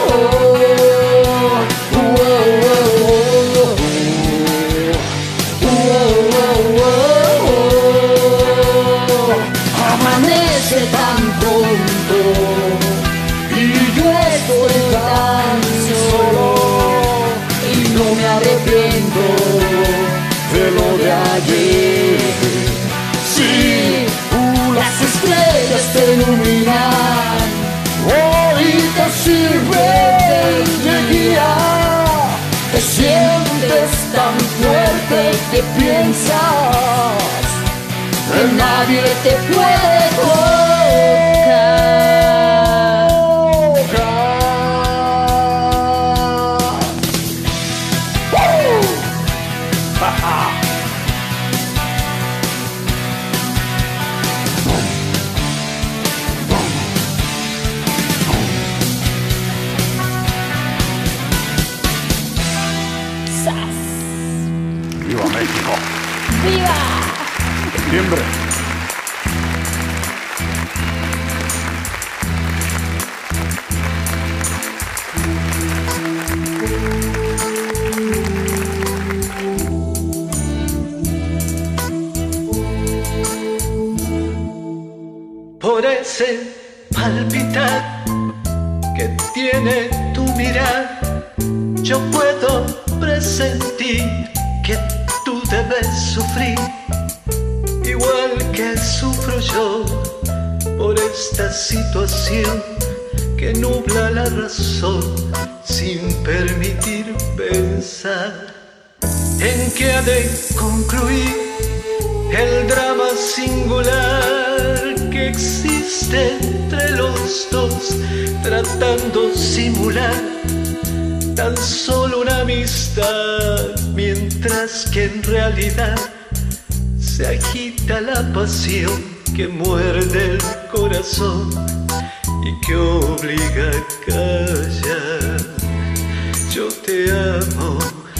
Tan pronto y yo estoy tan solo y no me arrepiento de lo de ayer. Sí, uh, las estrellas te iluminan, hoy te sirven de guía. Te sientes tan fuerte que piensas que nadie te puede tocar. ¡Viva México! ¡Viva! ¡Septiembre! Por ese palpitar que tiene tu mirar, yo puedo presentir que tú debes sufrir, igual que sufro yo por esta situación que nubla la razón sin permitir pensar en que ha de concluir el drama singular que existe entre los dos, tratando simular tan solo una amistad, mientras que en realidad se agita la pasión que muerde el corazón y que obliga a callar. Yo te amo,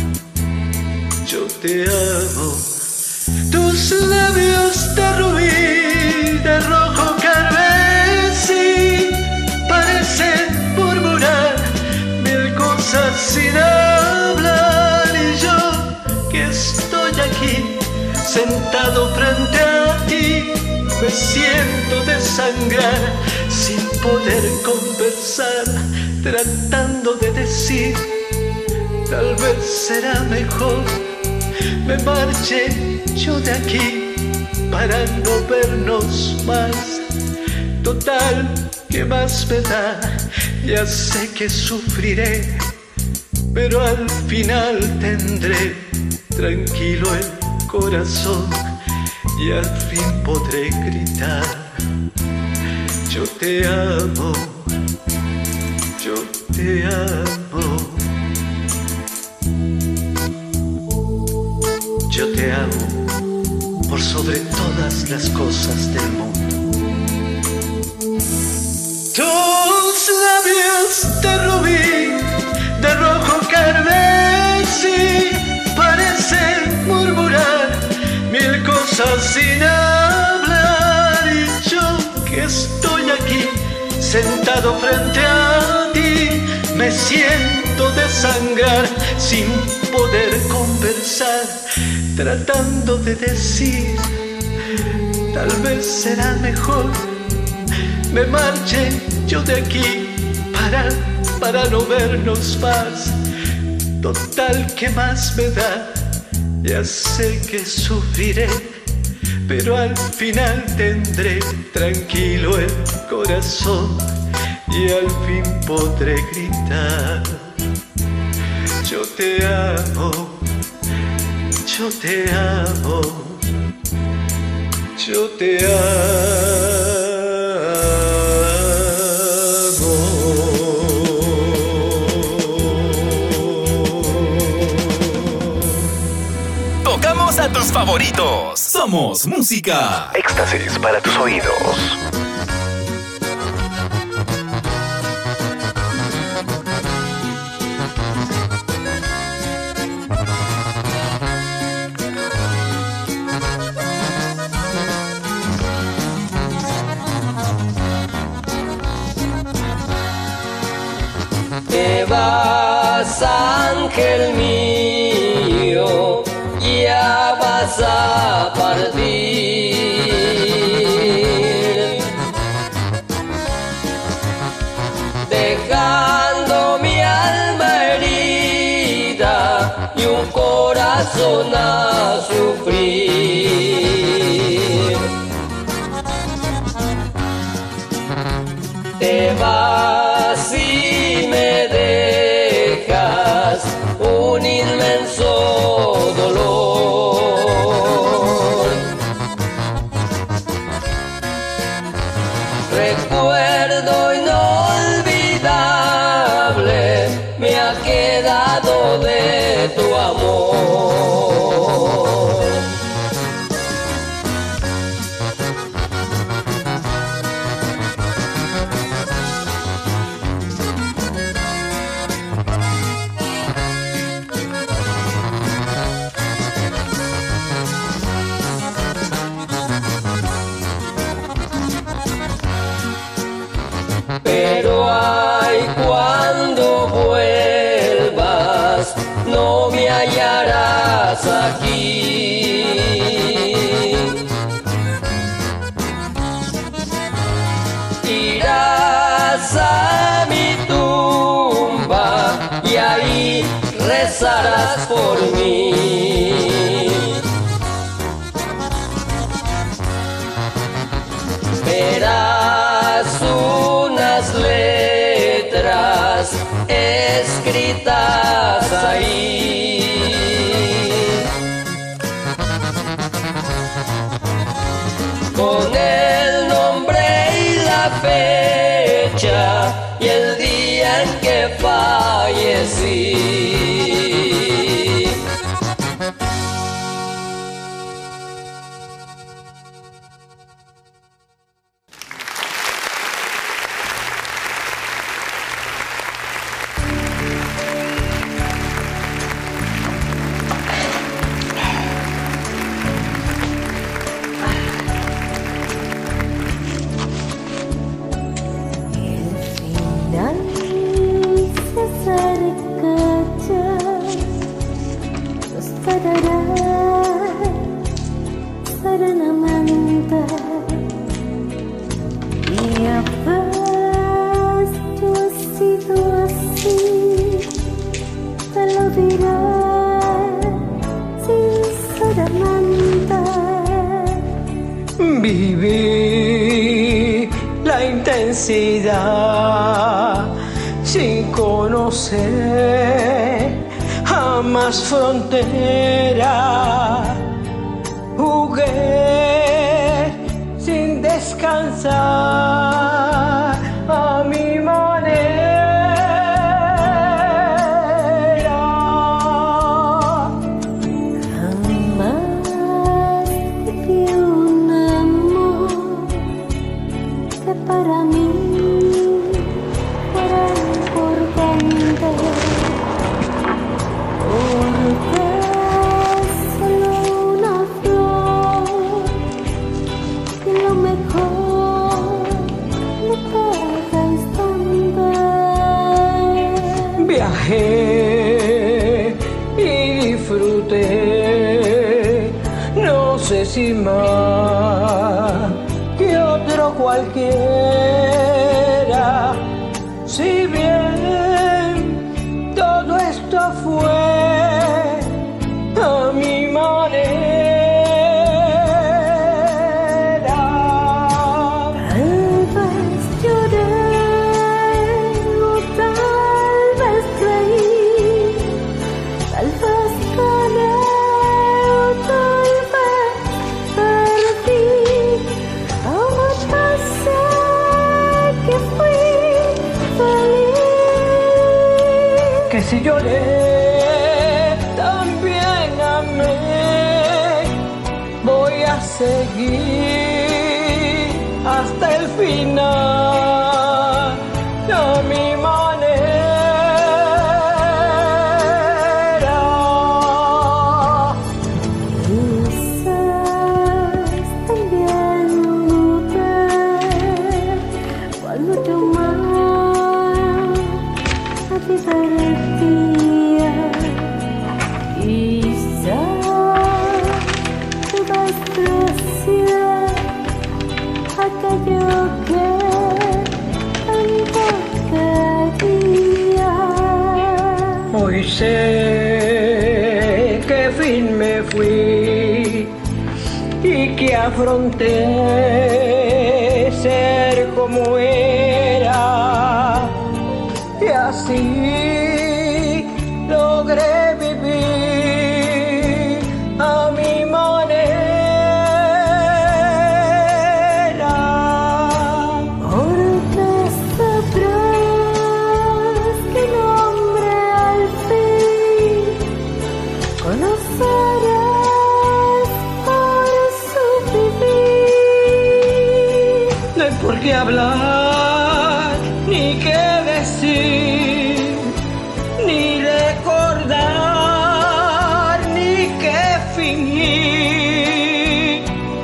yo te amo. Tus labios de rubí, de rojo carmesí, parecen murmurar mil cosas sin hablar. Y yo que estoy aquí, sentado frente a ti, me siento desangrar sin poder conversar, tratando de decir, tal vez será mejor me marche yo de aquí para no vernos más. Total, ¿qué más me da? Ya sé que sufriré, pero al final tendré tranquilo el corazón y al fin podré gritar: yo te amo, yo te amo. Yo te amo por sobre todas las cosas del mundo. Tus labios de rubí, de rojo carmesí, parecen murmurar mil cosas sin hablar. Y yo que estoy aquí, sentado frente a ti, me siento desangrar sin poder conversar, tratando de decir, tal vez será mejor me marche yo de aquí para, para no vernos más. Total, ¿qué más me da? Ya sé que sufriré, pero al final tendré tranquilo el corazón y al fin podré gritar: yo te amo, yo te amo, yo te amo. Tocamos a tus favoritos. Somos música. Éxtasis para tus oídos. Te vas, ángel mío, ya vas a partir, dejando mi alma herida y un corazón a sufrir. Te vas y me dejas un inmenso dolor. Recuerdo inolvidable me ha quedado de tu amor. estás aquí. Irás a mi tumba y ahí rezarás por mí. Verás unas letras escritas ahí. Con el nombre y la fecha y el día en que fallecí. Viví la intensidad sin conocer jamás frontera. Jugué sin descansar a mi manera. Jamás viví un amor que para mí fuera importante, porque solo una flor y lo mejor de cada instante. Viajé y disfruté, no sé si más que otro cualquiera. Si bien todo esto fue a mi manera. Tal vez lloré o tal vez reí, tal vez gané o tal vez perdí. Ahora sé que fui feliz. Que si lloré, también amé. Voy a seguir hasta el final, a mi manera. Quizás también dudé cuando tu mano te divertía. Quizás tu despreciar aquello que tanto quería. Hoy sé que firme fui y que afronté ser como era, y así logré vivir a mi manera. Porque sabrás que nombre al fin conocerás por su vivir. No hay por qué hablar, ni qué decir, ni recordar, ni qué fingir.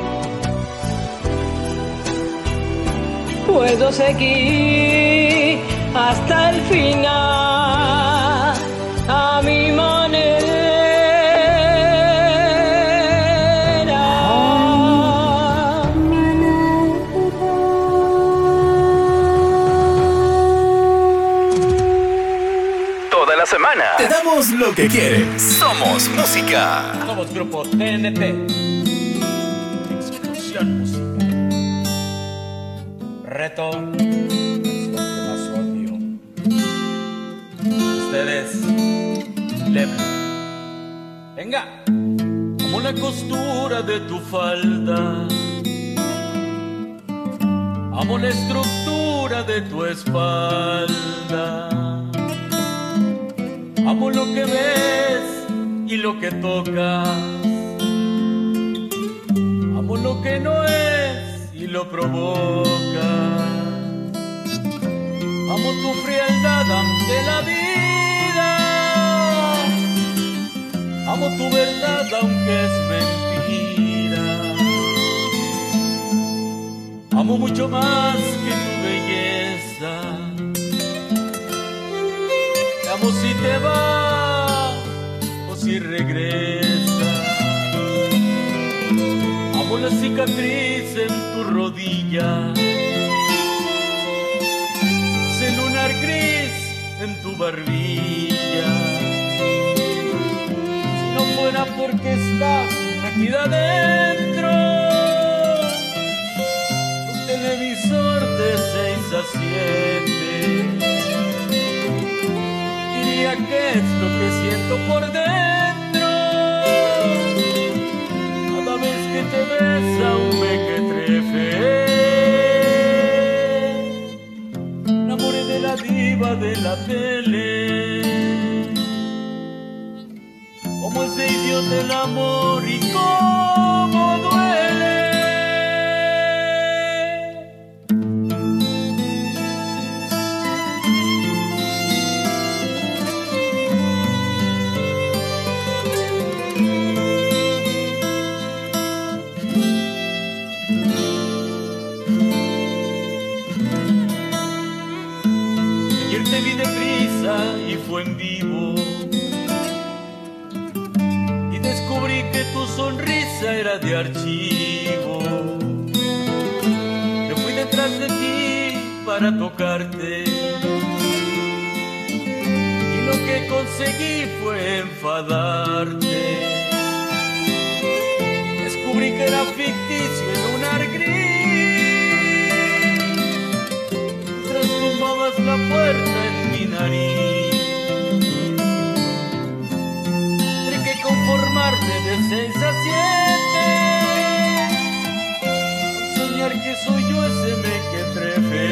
Puedo seguir hasta el final, a mi manera. Somos lo que quieres. Somos música. Somos grupo T N T. Explosión música. Reto. Es lo que más odio. Ustedes. Lebron. Venga. Amo la costura de tu falda. Amo la estructura de tu espalda. Amo lo que ves y lo que tocas. Amo lo que no es y lo provocas. Amo tu frialdad ante la vida. Amo tu verdad aunque es mentira. Amo mucho más que tu belleza. Te amo si te vas o si regresas. Amo la cicatriz en tu rodilla, ese lunar gris en tu barbilla. Si no fuera porque estás aquí de adentro, televisor de seis a siete, diría que es lo que siento por dentro. Cada vez que te besa un mequetrefe, enamoré de la diva de la tele. Como ese idiota el amor y cómo duele. Y fue en vivo y descubrí que tu sonrisa era de archivo. Me fui detrás de ti para tocarte y lo que conseguí fue enfadarte. Descubrí que era ficticio el lunar gris, tras tumbabas la puerta en mi nariz. Tendré que conformarme de seis a siete, soñar que soy yo ese mequetrefe.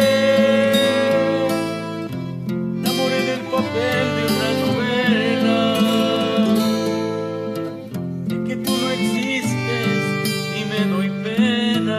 Enamoré del papel de una novela, de que tú no existes y me doy pena.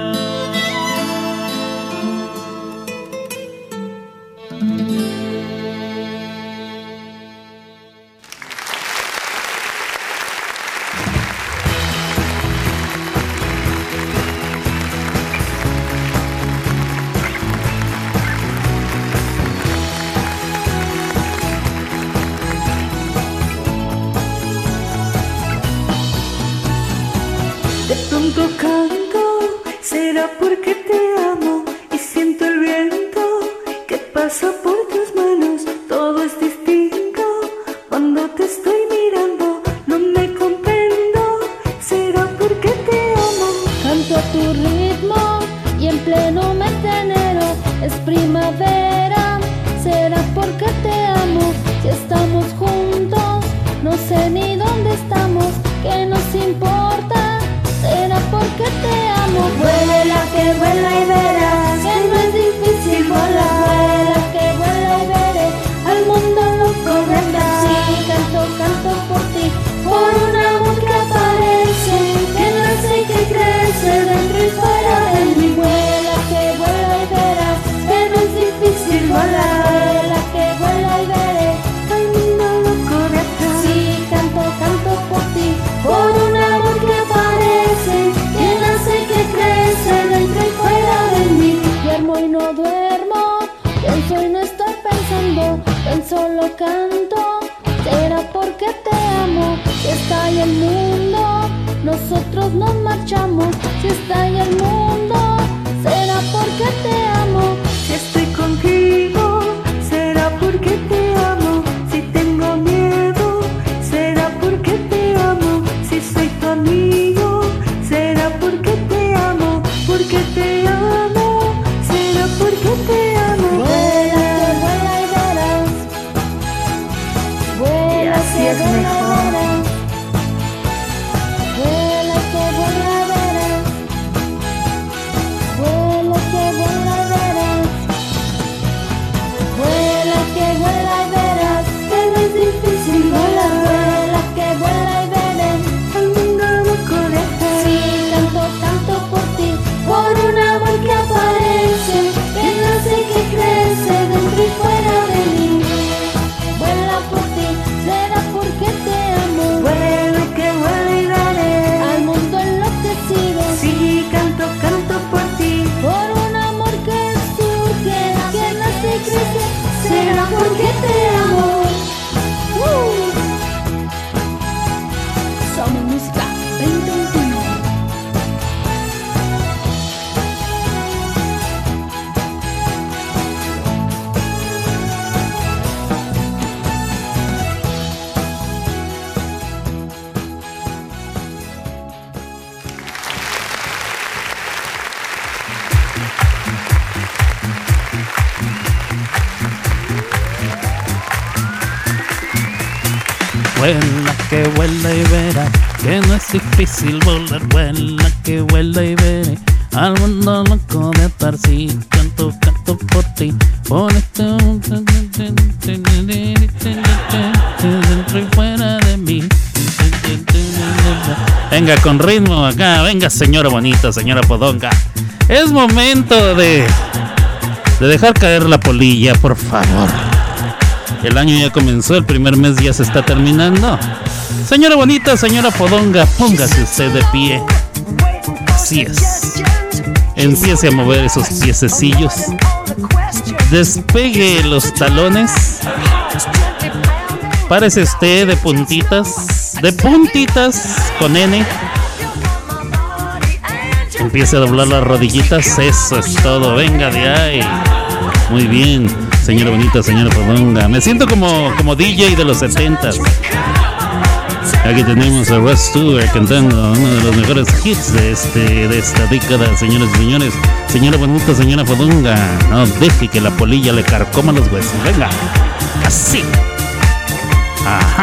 Canto, será porque te amo y siento el viento que pasa por tus manos. Todo es distinto cuando te estoy mirando. No me comprendo, será porque te amo. Canto a tu ritmo y en pleno mes de enero es primavera. Será porque te amo. Si estamos juntos, no sé ni dónde estamos. ¿Qué nos importa? Será porque te amo. Vuela que vuela y verás que no es difícil volar. Vuela que vuela y veré al mundo loco vendrás. Sí, canto, canto por ti, por un amor que aparece, que nace y que crece dentro y fuera de mí. Vuela que vuela y verás que no es difícil volar. Vuela que vuela y veré al mundo loco detrás. Sí, canto, canto por ti, por un amor que aparece, que nace y que crece dentro y fuera de mí. Duermo y no duermo, pienso y no estoy pensando, tan solo canto. Será porque te amo. Si estalla el mundo, nosotros nos marchamos. Si estalla el mundo, será porque te amo. Si estoy contigo, será porque te amo. Si tengo miedo, Música veinte veintiuno. Vuela, que vuela y verá que no es difícil volar. Vuela, que vuela y veré al mundo loco de estar. Sí, canto, canto por ti, por este dentro y fuera de mí. Venga con ritmo acá, venga señora bonita, señora Fodonga. Es momento de, de dejar caer la polilla, por favor. El año ya comenzó, el primer mes ya se está terminando. Señora bonita, señora Fodonga, póngase usted de pie. Así es. Empiece a mover esos piececillos. Despegue los talones. Párese usted de puntitas. De puntitas con N. Empiece a doblar las rodillitas. Eso es todo. Venga de ahí. Muy bien. Señora bonita, señora Fodonga. Me siento como, como D J de los setentas. Aquí tenemos a Rod Stewart cantando uno de los mejores hits de, este, de esta década, señores y señores. Señora bonita, señora Fodonga, no deje que la polilla le carcoma los huesos. Venga, así. Ajá.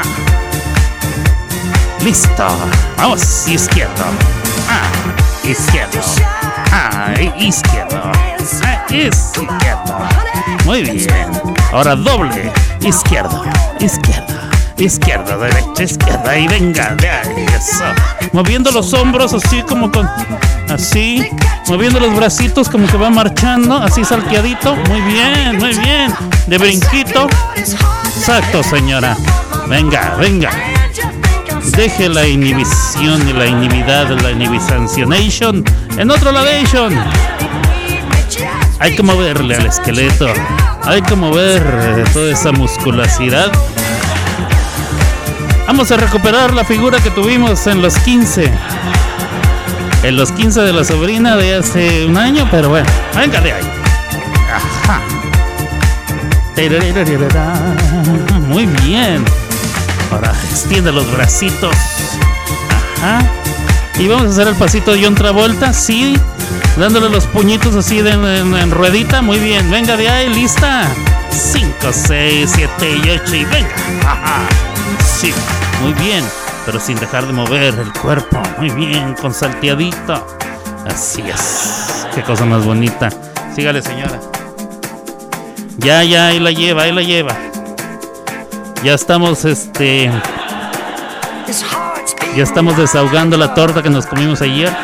Listo. Vamos, izquierdo. Ah, izquierdo. Ah, izquierdo. Ah, izquierdo. Muy bien. Ahora doble. Izquierdo, izquierda, izquierda, derecha, izquierda. Y venga, de ahí, eso. Moviendo los hombros así como con... Así. Moviendo los bracitos como que va marchando. Así salteadito. Muy bien, muy bien. De brinquito. Exacto, señora. Venga, venga. Deje la inhibición y la inhibidad, la inhibicionation en otro ladation. Hay que moverle al esqueleto. Hay que mover eh, toda esa musculosidad. Vamos a recuperar la figura que tuvimos en los quince. En los quince de la sobrina de hace un año, pero bueno, venga de ahí. Ajá. Muy bien. Ahora extiende los bracitos. Ajá. Y vamos a hacer el pasito de John Travolta, sí. Dándole los puñitos así de, en, en ruedita. Muy bien, venga de ahí, lista. cinco, seis, siete y ocho y venga. Ajá. Sí, muy bien. Pero sin dejar de mover el cuerpo. Muy bien, con salteadito. Así es. Qué cosa más bonita. Sígale, señora. Ya, ya, ahí la lleva, ahí la lleva. Ya estamos, este... Ya estamos desahogando la torta que nos comimos ayer.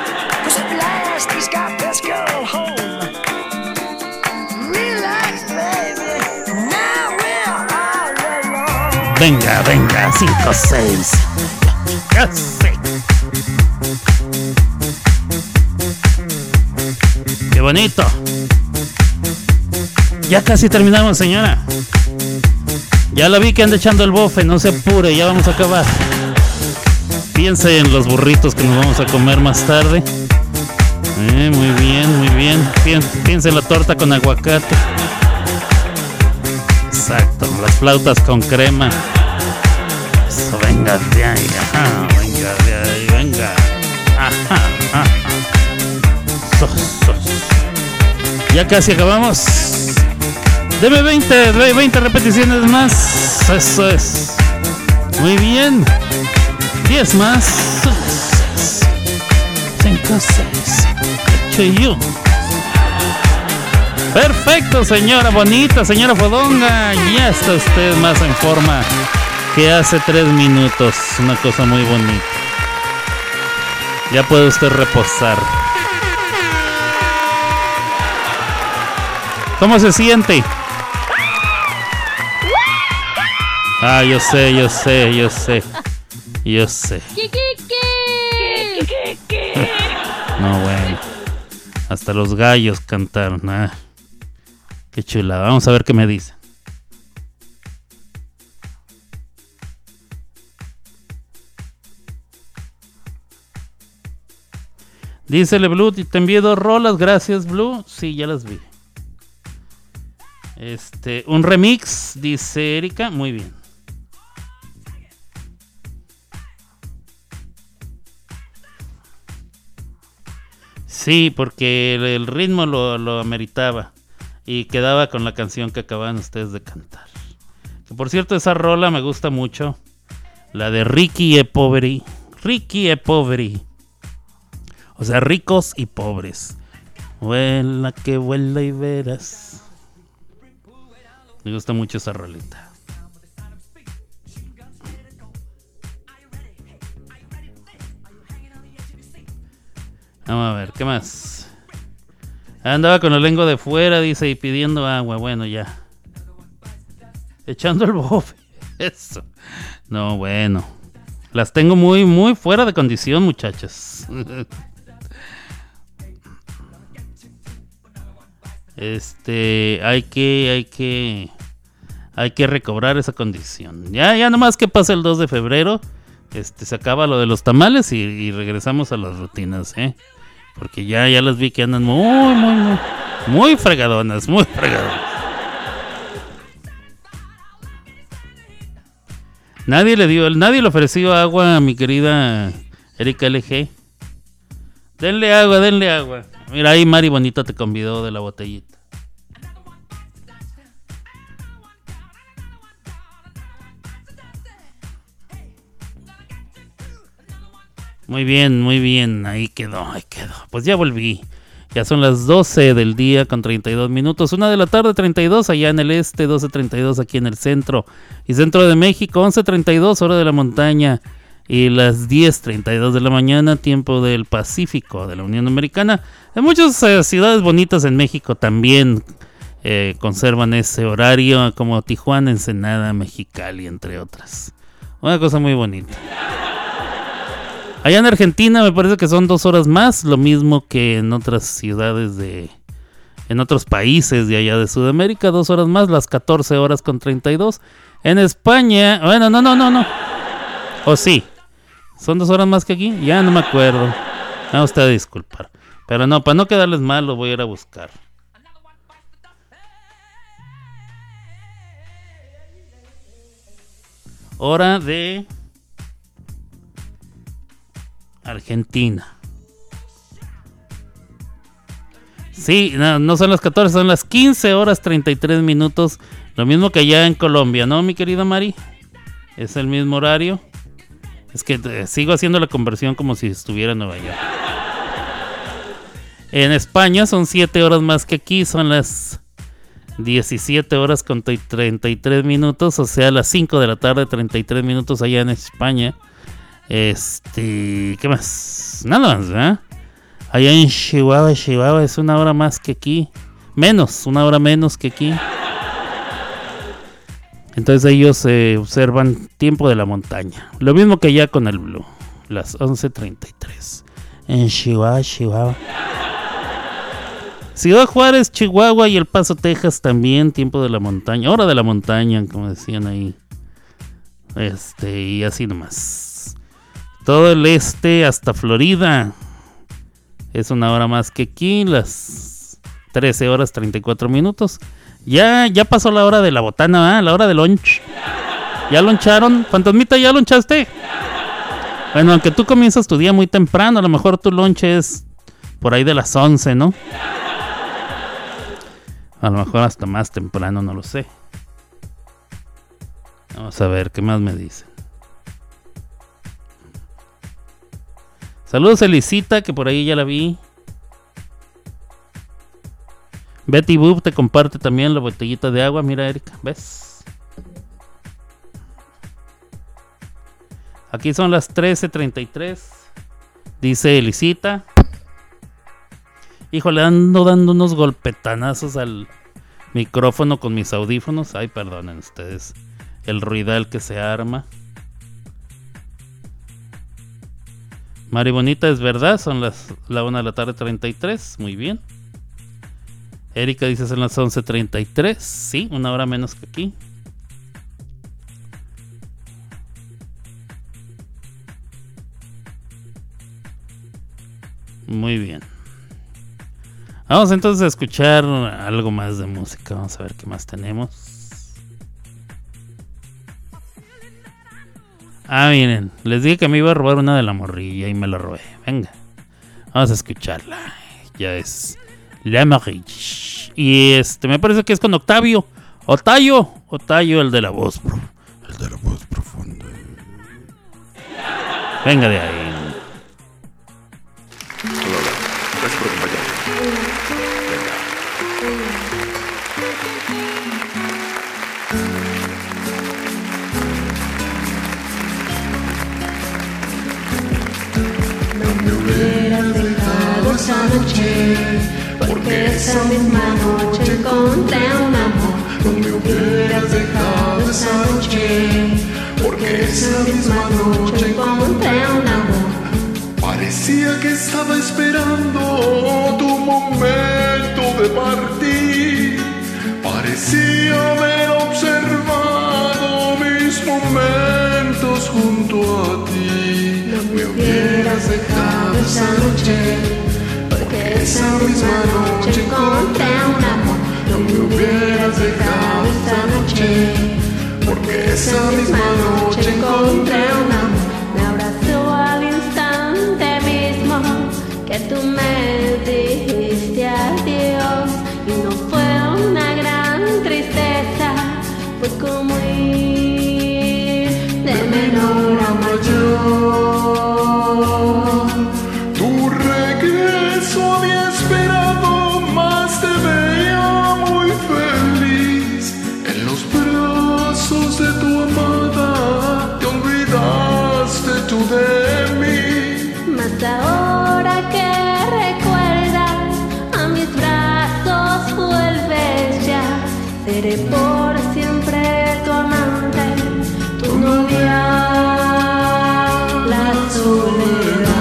Venga, venga, cinco, seis. Ya sé. Qué bonito. Ya casi terminamos, señora. Ya la vi que anda echando el bofe, no se apure, ya vamos a acabar. Piense en los burritos que nos vamos a comer más tarde. Eh, muy bien, muy bien. Piense en la torta con aguacate. Exacto, las flautas con crema. Eso, venga de ahí, ajá, venga de ahí, venga. Ajá, ajá. Sos, sos. Ya casi acabamos. Deme veinte, veinte repeticiones más. Eso es. Muy bien. diez más. cinco, seis, ocho y uno. Perfecto, señora bonita, señora Fodonga. Ya está usted más en forma que hace tres minutos. Una cosa muy bonita. Ya puede usted reposar. ¿Cómo se siente? Ah, yo sé, yo sé, yo sé. Yo sé. No, bueno. Hasta los gallos cantaron. Ah, qué chulada. Vamos a ver qué me dice. Dícele Blue, te envié dos rolas, gracias Blue. Sí, ya las vi. Este, un remix, dice Erika, muy bien. Sí, porque el, el ritmo lo, lo ameritaba y quedaba con la canción que acaban ustedes de cantar. Que por cierto, esa rola me gusta mucho, la de Ricky e Poveri. Ricky e Poveri. O sea, ricos y pobres. Vuela que vuela y verás. Me gusta mucho esa rolita. Vamos a ver, ¿qué más? Andaba con la lengua de fuera, dice, y pidiendo agua. Bueno, ya. Echando el bofe. Eso. No, bueno. Las tengo muy, muy fuera de condición, muchachas. Este, hay que, hay que, hay que recobrar esa condición. Ya, ya nomás que pase el dos de febrero, este, se acaba lo de los tamales y, y regresamos a las rutinas, ¿eh? Porque ya, ya las vi que andan muy, muy, muy, muy fregadonas, muy fregadonas. Nadie le dio, nadie le ofreció agua a mi querida Erika L G. Denle agua, denle agua. Mira, ahí Mari Bonita te convidó de la botellita. Muy bien, muy bien. Ahí quedó, ahí quedó. Pues ya volví. Ya son las doce del día con treinta y dos minutos. una de la tarde, treinta y dos allá en el este, doce treinta y dos aquí en el centro. Y centro de México, once treinta y dos hora de la montaña. Y las diez treinta y dos de la mañana, tiempo del Pacífico de la Unión Americana. En muchas eh, ciudades bonitas en México también eh, conservan ese horario, como Tijuana, Ensenada, Mexicali, entre otras. Una cosa muy bonita. Allá en Argentina me parece que son dos horas más, lo mismo que en otras ciudades de... En otros países de allá de Sudamérica, dos horas más, las catorce horas con treinta y dos. En España, bueno, no, no, no, no. ¿O sí? ¿Son dos horas más que aquí? Ya no me acuerdo. No, usted a disculpar. Pero no, para no quedarles mal, lo voy a ir a buscar. Hora de Argentina. Sí, no, no son las catorce, son las quince horas treinta y tres minutos. Lo mismo que allá en Colombia, ¿no, mi querida Mari? Es el mismo horario. Es que eh, sigo haciendo la conversión como si estuviera en Nueva York. En España son siete horas más que aquí, son las diecisiete horas con treinta y tres minutos, o sea, las cinco de la tarde, treinta y tres minutos allá en España. Este, ¿qué más? Nada más, ¿eh? Allá en Chihuahua, Chihuahua es una hora más que aquí. Menos, una hora menos que aquí. Entonces ellos eh, observan tiempo de la montaña. Lo mismo que ya con el Blue. Las once treinta y tres. En Chihuahua, Chihuahua. Ciudad Juárez, Chihuahua y El Paso, Texas también. Tiempo de la montaña. Hora de la montaña, como decían ahí. Este, y así nomás. Todo el este hasta Florida. Es una hora más que aquí. Las trece horas treinta y cuatro minutos. Ya, ya pasó la hora de la botana, ¿eh? La hora del lunch. ¿Ya loncharon? Fantasmita, ¿ya lonchaste? Bueno, aunque tú comienzas tu día muy temprano, a lo mejor tu lunch es por ahí de las once, ¿no? A lo mejor hasta más temprano, no lo sé. Vamos a ver, ¿qué más me dicen? Saludos a Elisita, que por ahí ya la vi. Betty Boop te comparte también la botellita de agua. Mira, Erika, ¿ves? Aquí son las trece treinta y tres. Dice Elisita. Híjole, ando dando unos golpetanazos al micrófono con mis audífonos. Ay, perdonen ustedes el ruidal que se arma. Mari Bonita, es verdad, son las la una de la tarde treinta y tres. Muy bien. Erika dice son las once treinta y tres. Sí, una hora menos que aquí. Muy bien. Vamos entonces a escuchar algo más de música. Vamos a ver qué más tenemos. Ah, miren, les dije que me iba a robar una de la morrilla y me la robé. Venga, vamos a escucharla. Ya es La Morrilla. Y este, me parece que es con Octavio. Otayo, Otayo, el de la voz. El de la voz profunda. Venga de ahí. Hola, gracias por acompañarme. No me hubieras dejado esa noche, porque esa misma noche encontré un amor. No me hubieras dejado esa noche, porque esa misma noche encontré un amor. Parecía que estaba esperando tu momento de partir. Parecía haber observado mis momentos junto a ti. No me hubieras dejado esa noche, porque esa misma noche encontré un amor. No me hubieras dejado esa noche, porque esa misma noche encontré un amor. Me abrazó al instante mismo que tú me dijiste adiós, y no fue una gran tristeza, fue como ir de menor a mayor. Tu regreso había esperado, más te veía muy feliz. En los brazos de tu amada te olvidaste tú de mí. Mas ahora que recuerdas, a mis brazos vuelves ya. Seré por siempre tu amante, tu novia, la soledad.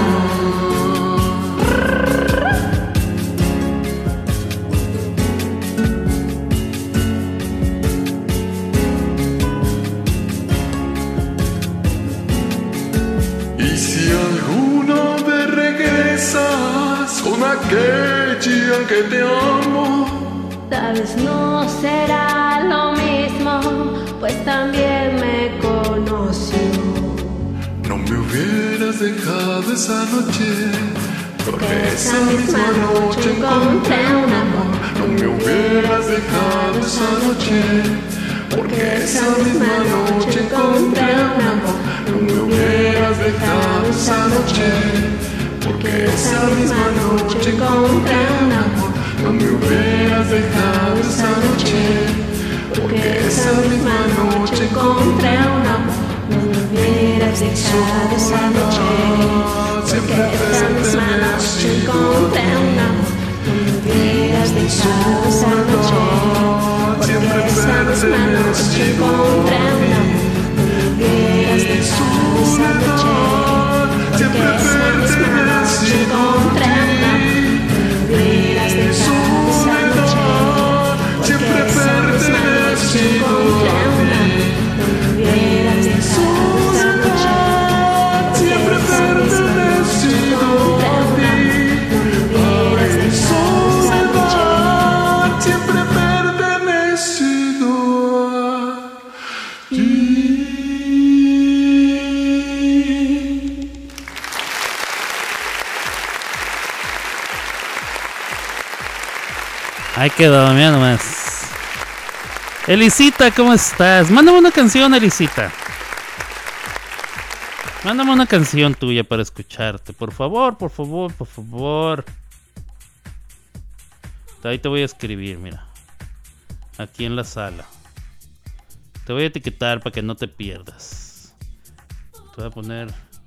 Y si alguna vez regresas con aquella que te amo, tal vez no será lo mismo, pues también me conoció. no me hubieras dejado esa noche, porque Esa misma noche encontré un amor. no me hubieras dejado esa noche, porque Esa misma noche encontré un amor. no me hubieras dejado esa noche, porque Esa misma noche encontré un amor. no me hubieras dejado esa noche, Porque esa misma noche encontré un amor. No me hubieras dejado esa noche, porque esa misma noche encontré un amor. No me hubieras dejado esa noche, porque esa misma noche encontré un amor. No me hubieras dejado esa noche, porque esa misma noche encontré un amor. No me hubieras dejado esa noche, porque esa misma noche encontré un amor. No me hubieras dejado esa noche, porque esa misma noche encontré un amor. No me hubieras dejado esa noche, siempre pertenecido a ti. Ahí quedó, mira nomás. Elisita, ¿cómo estás? Mándame una canción, Elisita. Mándame una canción tuya para escucharte. Por favor, por favor, por favor. Ahí te voy a escribir, mira. Aquí en la sala. Te voy a etiquetar para que no te pierdas. Te voy a poner...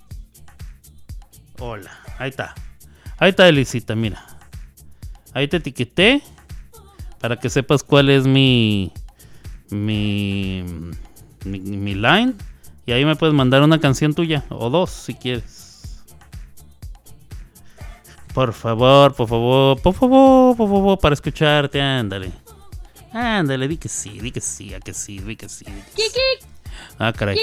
Hola. Ahí está. Ahí está, Elisita, mira. Ahí te etiqueté. Para que sepas cuál es mi... Mi... Mi, mi line. Y ahí me puedes mandar una canción tuya. O dos, si quieres. Por favor, por favor, por favor, por favor, para escucharte, ándale. Ándale, di que sí, di que sí, a que sí, di que sí. Di que sí. Ah, caray.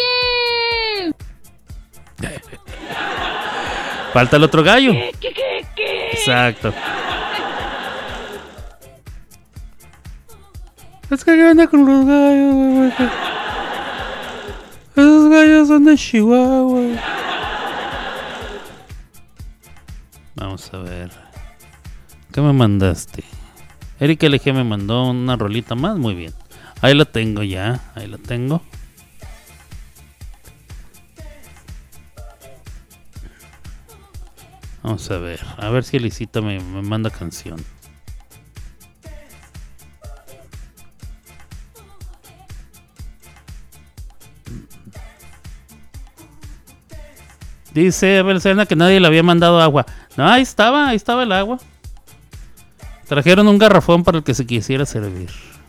Falta el otro gallo. Exacto. Es que anda con los gallos, güey. Esos gallos son de Chihuahua. Vamos a ver. ¿Qué me mandaste? Erika L G me mandó una rolita más. Muy bien. Ahí la tengo ya. Ahí la tengo. Vamos a ver. A ver si Elisita me, me manda canción. Dice Belcena que nadie le había mandado agua. No, ahí estaba, ahí estaba el agua. Trajeron un garrafón para el que se quisiera servir.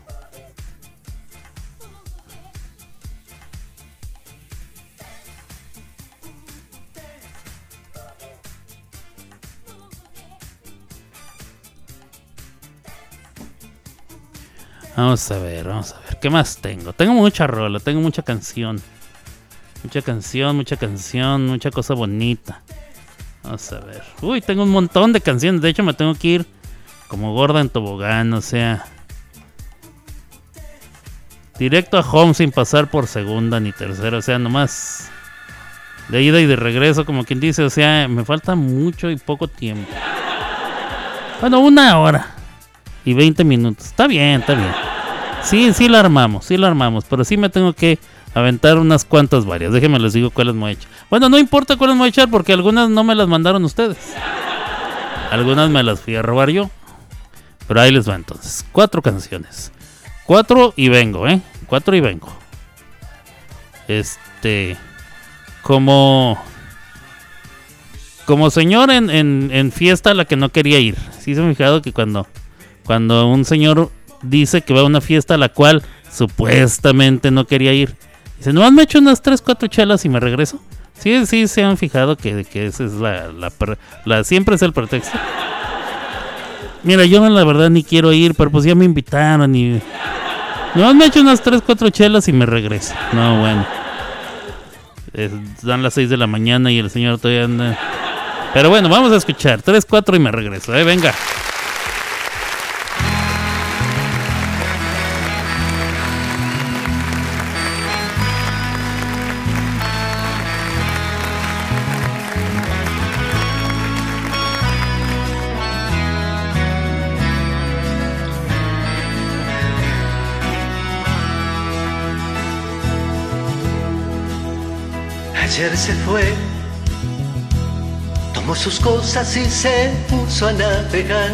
Vamos a ver, vamos a ver. ¿Qué más tengo? Tengo mucha rola, tengo mucha canción. Mucha canción, mucha canción, mucha cosa bonita. Vamos a ver. Uy, tengo un montón de canciones. De hecho, me tengo que ir como gorda en tobogán, o sea. Directo a home sin pasar por segunda ni tercera. O sea, nomás de ida y de regreso, como quien dice. O sea, me falta mucho y poco tiempo. Bueno, una hora y veinte minutos. Está bien, está bien. Sí, sí la armamos, sí la armamos. Pero sí me tengo que aventar unas cuantas varias. Déjenme les digo cuáles me voy a echar. Bueno, no importa cuáles me voy a echar porque algunas no me las mandaron ustedes. Algunas me las fui a robar yo. Pero ahí les va entonces. Cuatro canciones. Cuatro y vengo, ¿eh? Cuatro y vengo. Este... Como... Como señor en, en, en fiesta a la que no quería ir. Sí se me ha fijado que cuando... Cuando un señor dice que va a una fiesta a la cual supuestamente no quería ir. Dice, nomás me echo unas tres, cuatro chelas y me regreso. Sí, sí, se han fijado que, que esa es la, la, la... Siempre es el pretexto. Mira, yo la verdad ni quiero ir, pero pues ya me invitaron y... Nomás me echo unas tres, cuatro chelas y me regreso. No, bueno. Eh, dan las seis de la mañana y el señor todavía anda... Pero bueno, vamos a escuchar. tres, cuatro y me regreso, eh, venga. Ayer se fue, tomó sus cosas y se puso a navegar.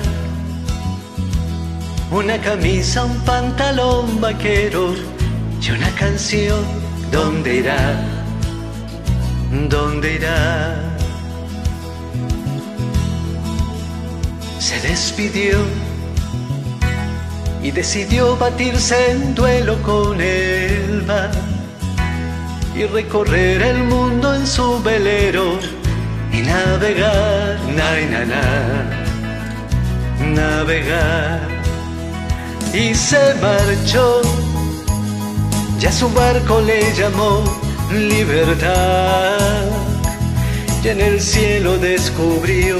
Una camisa, un pantalón vaquero y una canción. ¿Dónde irá? ¿Dónde irá? Se despidió y decidió batirse en duelo con el mar y recorrer el mundo en su velero y navegar, na, na, na, navegar. Y se marchó, ya su barco le llamó libertad, y en el cielo descubrió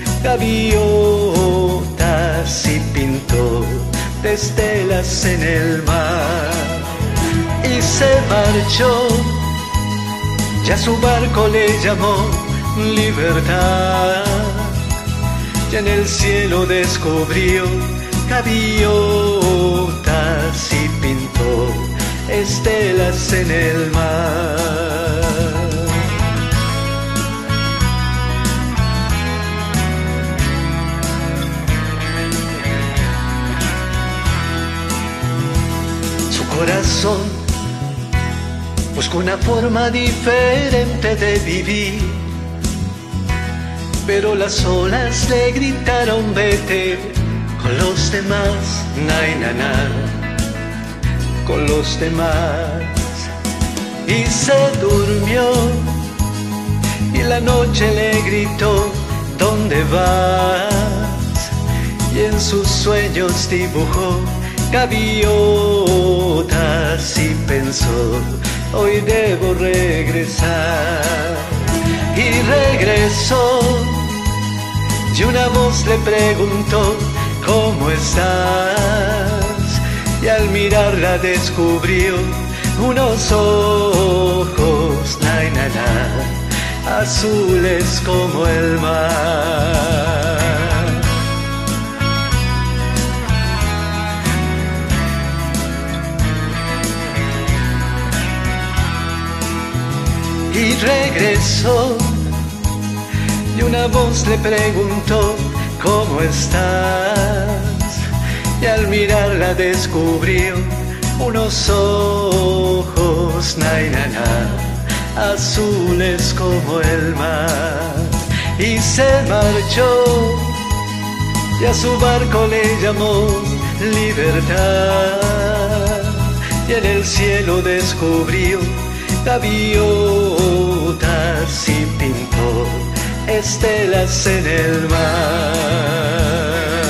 gaviotas y pintó de estelas en el mar. Y se marchó, ya su barco le llamó libertad, y en el cielo descubrió gaviotas y pintó estelas en el mar. Su corazón buscó una forma diferente de vivir, pero las olas le gritaron vete con los demás, na, na, na, con los demás. Y se durmió y la noche le gritó ¿dónde vas? Y en sus sueños dibujó gaviotas y pensó hoy debo regresar. Y regresó y una voz le preguntó ¿cómo estás? Y al mirarla descubrió unos ojos, na, na, na, azules como el mar. Y regresó y una voz le preguntó ¿cómo estás? Y al mirarla descubrió unos ojos, na, na, na, azules como el mar. Y se marchó y a su barco le llamó Libertad. Y en el cielo descubrió gaviotas y pintó estelas en el mar.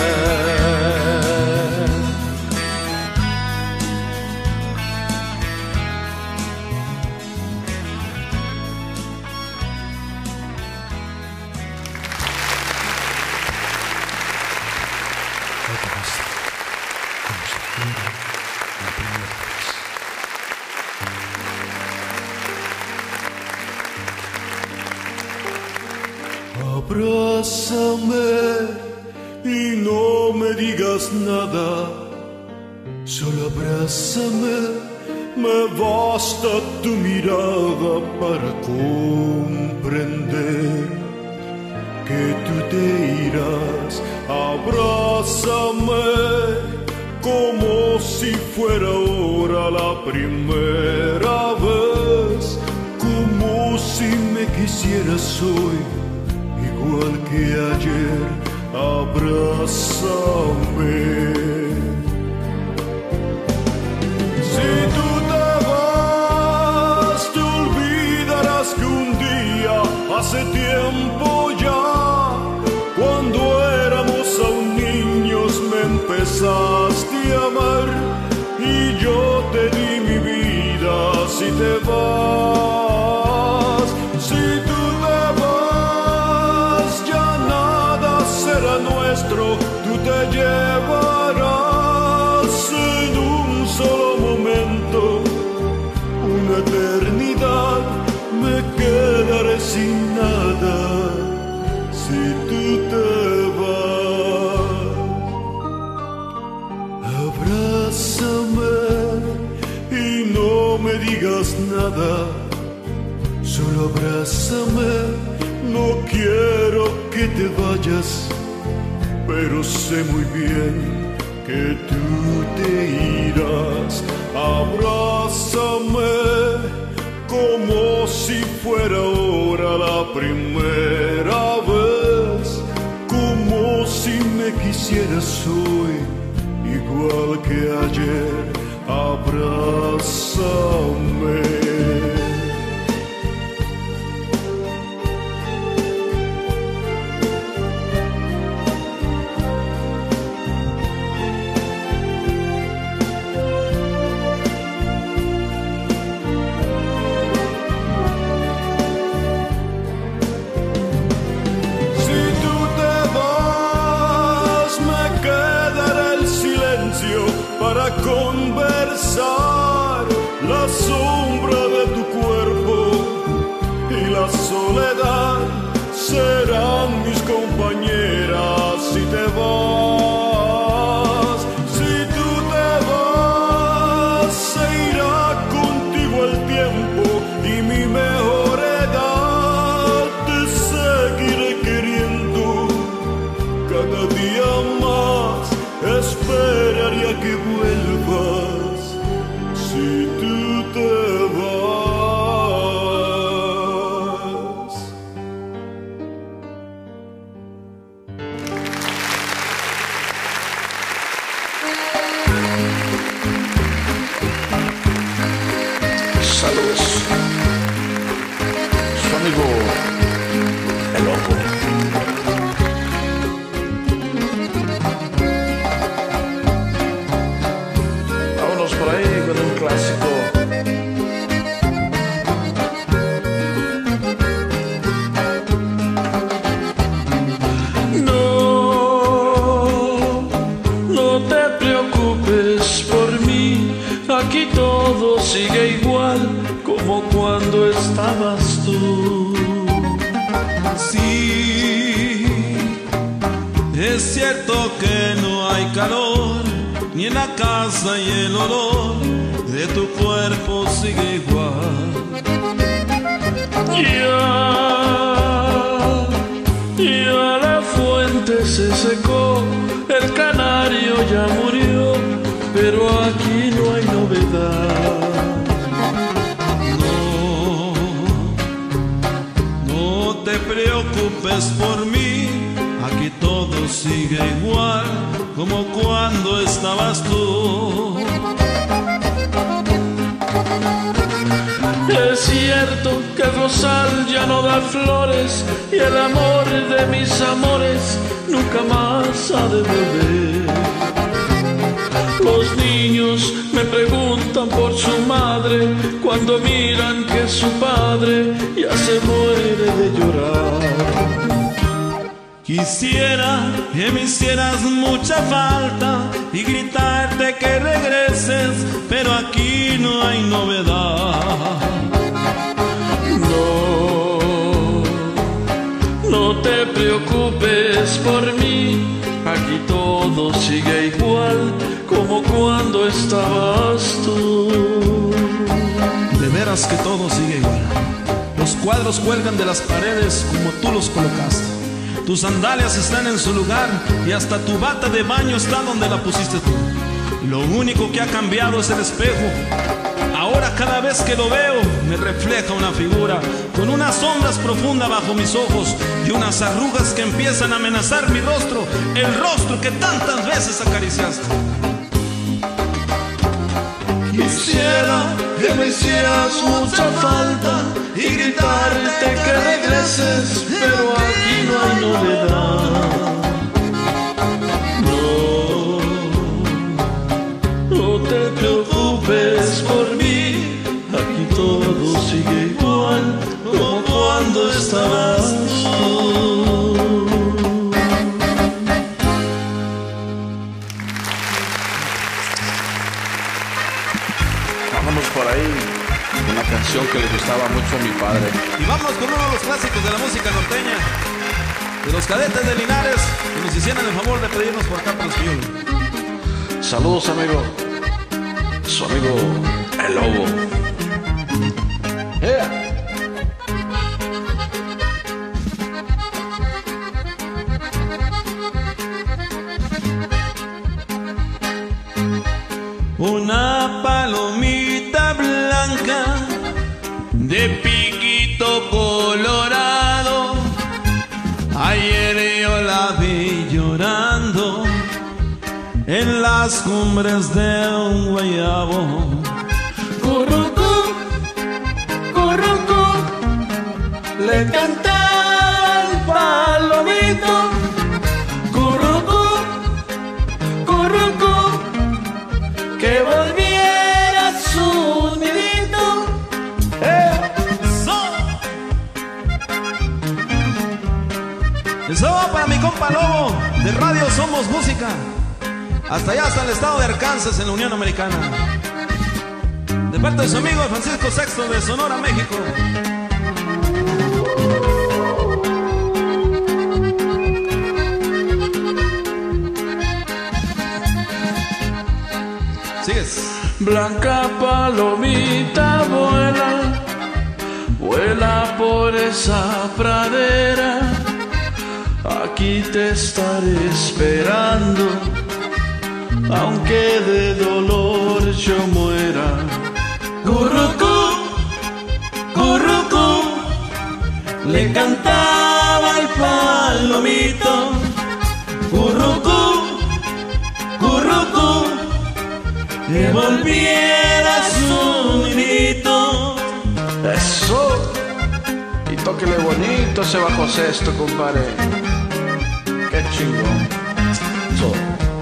Abrázame y no me digas nada, solo abrázame, me basta tu mirada para comprender que tú te irás. Abrázame como si fuera ahora la primera vez, como si me quisieras hoy igual que ayer. Abrázame. Si tú te vas, te olvidarás que un día, hace tiempo ya, cuando éramos aún niños, me empezaste a amar y yo te di mi vida. Si te vas, si tú te vas, ya nada será nuestro, tú te llevarás en un solo momento una eternidad, me quedaré sin nada si tú te vas. Abrázame y no me digas nada, solo abrázame, no quiero que te vayas, pero sé muy bien que tú te irás. Abrázame como si fuera ahora la primera vez, como si me quisieras hoy igual que ayer. Abrázame. Para conversar, la sombra de tu cuerpo y la soledad serán mis compañeras si te vas. Si tú te vas, se irá contigo el tiempo y mi mejor edad. Te seguiré queriendo cada día más, esperaría que vuelvas si tú te vas. sí. Es cierto que no hay calor, ni en la casa y el olor de tu cuerpo sigue igual. Ya, ya la fuente se secó, el canario ya murió, pero aquí no hay novedad. No, no te preocupes por mí, aquí todo sigue igual como cuando estabas tú. Es cierto que el rosal ya no da flores y el amor de mis amores nunca más ha de volver. Los niños me preguntan por su madre cuando miran que su padre ya se muere de llorar. Quisiera que me hicieras mucha falta y gritarte que regreses, pero aquí no hay novedad. No, no te preocupes por mí, aquí todo sigue igual como cuando estabas tú. De veras que todo sigue igual. Los cuadros cuelgan de las paredes como tú los colocaste. Tus sandalias están en su lugar y hasta tu bata de baño está donde la pusiste tú. Lo único que ha cambiado es el espejo. Ahora cada vez que lo veo me refleja una figura con unas sombras profundas bajo mis ojos y unas arrugas que empiezan a amenazar mi rostro, el rostro que tantas veces acariciaste. Quisiera que me hicieras mucha falta y gritarte que regreses, pero aquí no hay novedad. No, no te preocupes por mí, aquí todo sigue igual como cuando estabas tú. Vámonos por ahí, una canción que le gustaba mucho a mi padre. Y vámonos con uno de los clásicos de la música norteña, de los Cadetes de Linares, que nos hicieran el favor de pedirnos por acá por los Piol. Saludos, amigo. Su amigo El Lobo. Yeah. Una palomita blanca de piquito colorado, ayer yo la vi llorando en las cumbres de un guayabo. Currucú, currucú, le cantaba el palomito. Currucú, currucú, que volviera a su nidito. ¡Eso! Eso va para mi compa Lobo, de Radio Somos Música. Hasta allá, hasta el estado de Arkansas, en la Unión Americana. De parte de su amigo Francisco Sexto, de Sonora, México. Sigues. Blanca palomita vuela, vuela por esa pradera. Aquí te estaré esperando, aunque de dolor yo muera. Currucú, currucú, le cantaba el palomito. Currucú, currucú, que volviera a su nidito. Eso. Y tóquele bonito ese bajo sexto, compadre. Qué chingón. Eso.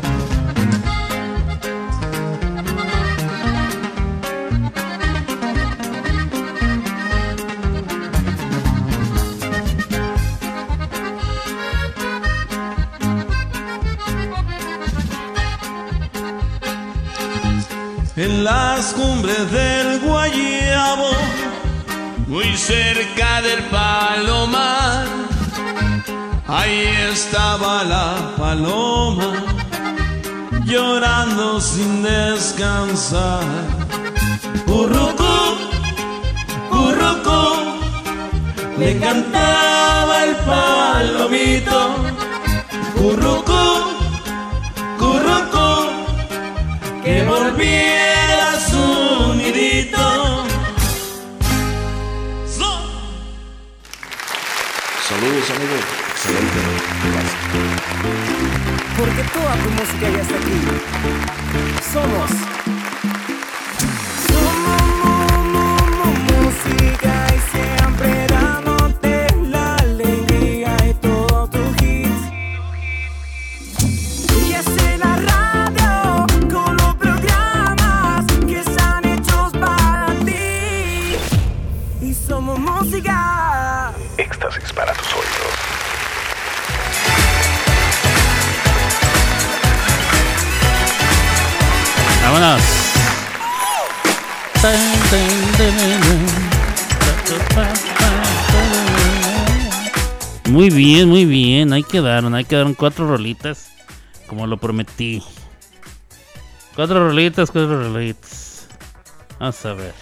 En las cumbres del Guayabo, muy cerca del Palomar, Ahí estaba la paloma, llorando sin descansar. Currucú, currucú, le cantaba el palomito. Currucú, currucú, que volviera a su nidito. Saludos, amigos. Excelente. Porque toda tu música ya está aquí. Somos. Somos música y siempre dándote la alegría y todo tu hits. Y hace la radio con los programas que están hechos para ti. Y somos música. Éxtasis para tus oídos. Vámonos. Muy bien, muy bien. Ahí quedaron, ahí quedaron cuatro rolitas, como lo prometí. Cuatro rolitas, cuatro rolitas. Vamos a ver.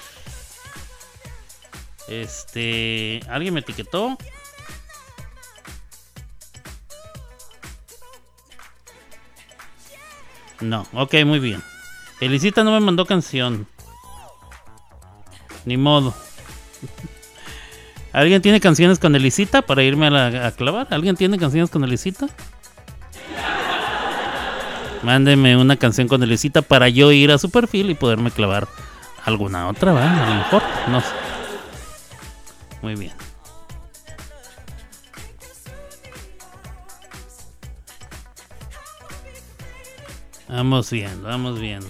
Este, ¿alguien me etiquetó? No, ok, muy bien. Elisita no me mandó canción. Ni modo. ¿Alguien tiene canciones con Elisita para irme a, la, a clavar? ¿Alguien tiene canciones con Elisita? Mándeme una canción con Elisita para yo ir a su perfil y poderme clavar alguna otra, ¿va? A lo mejor, no sé. Muy bien. Vamos viendo, vamos viendo.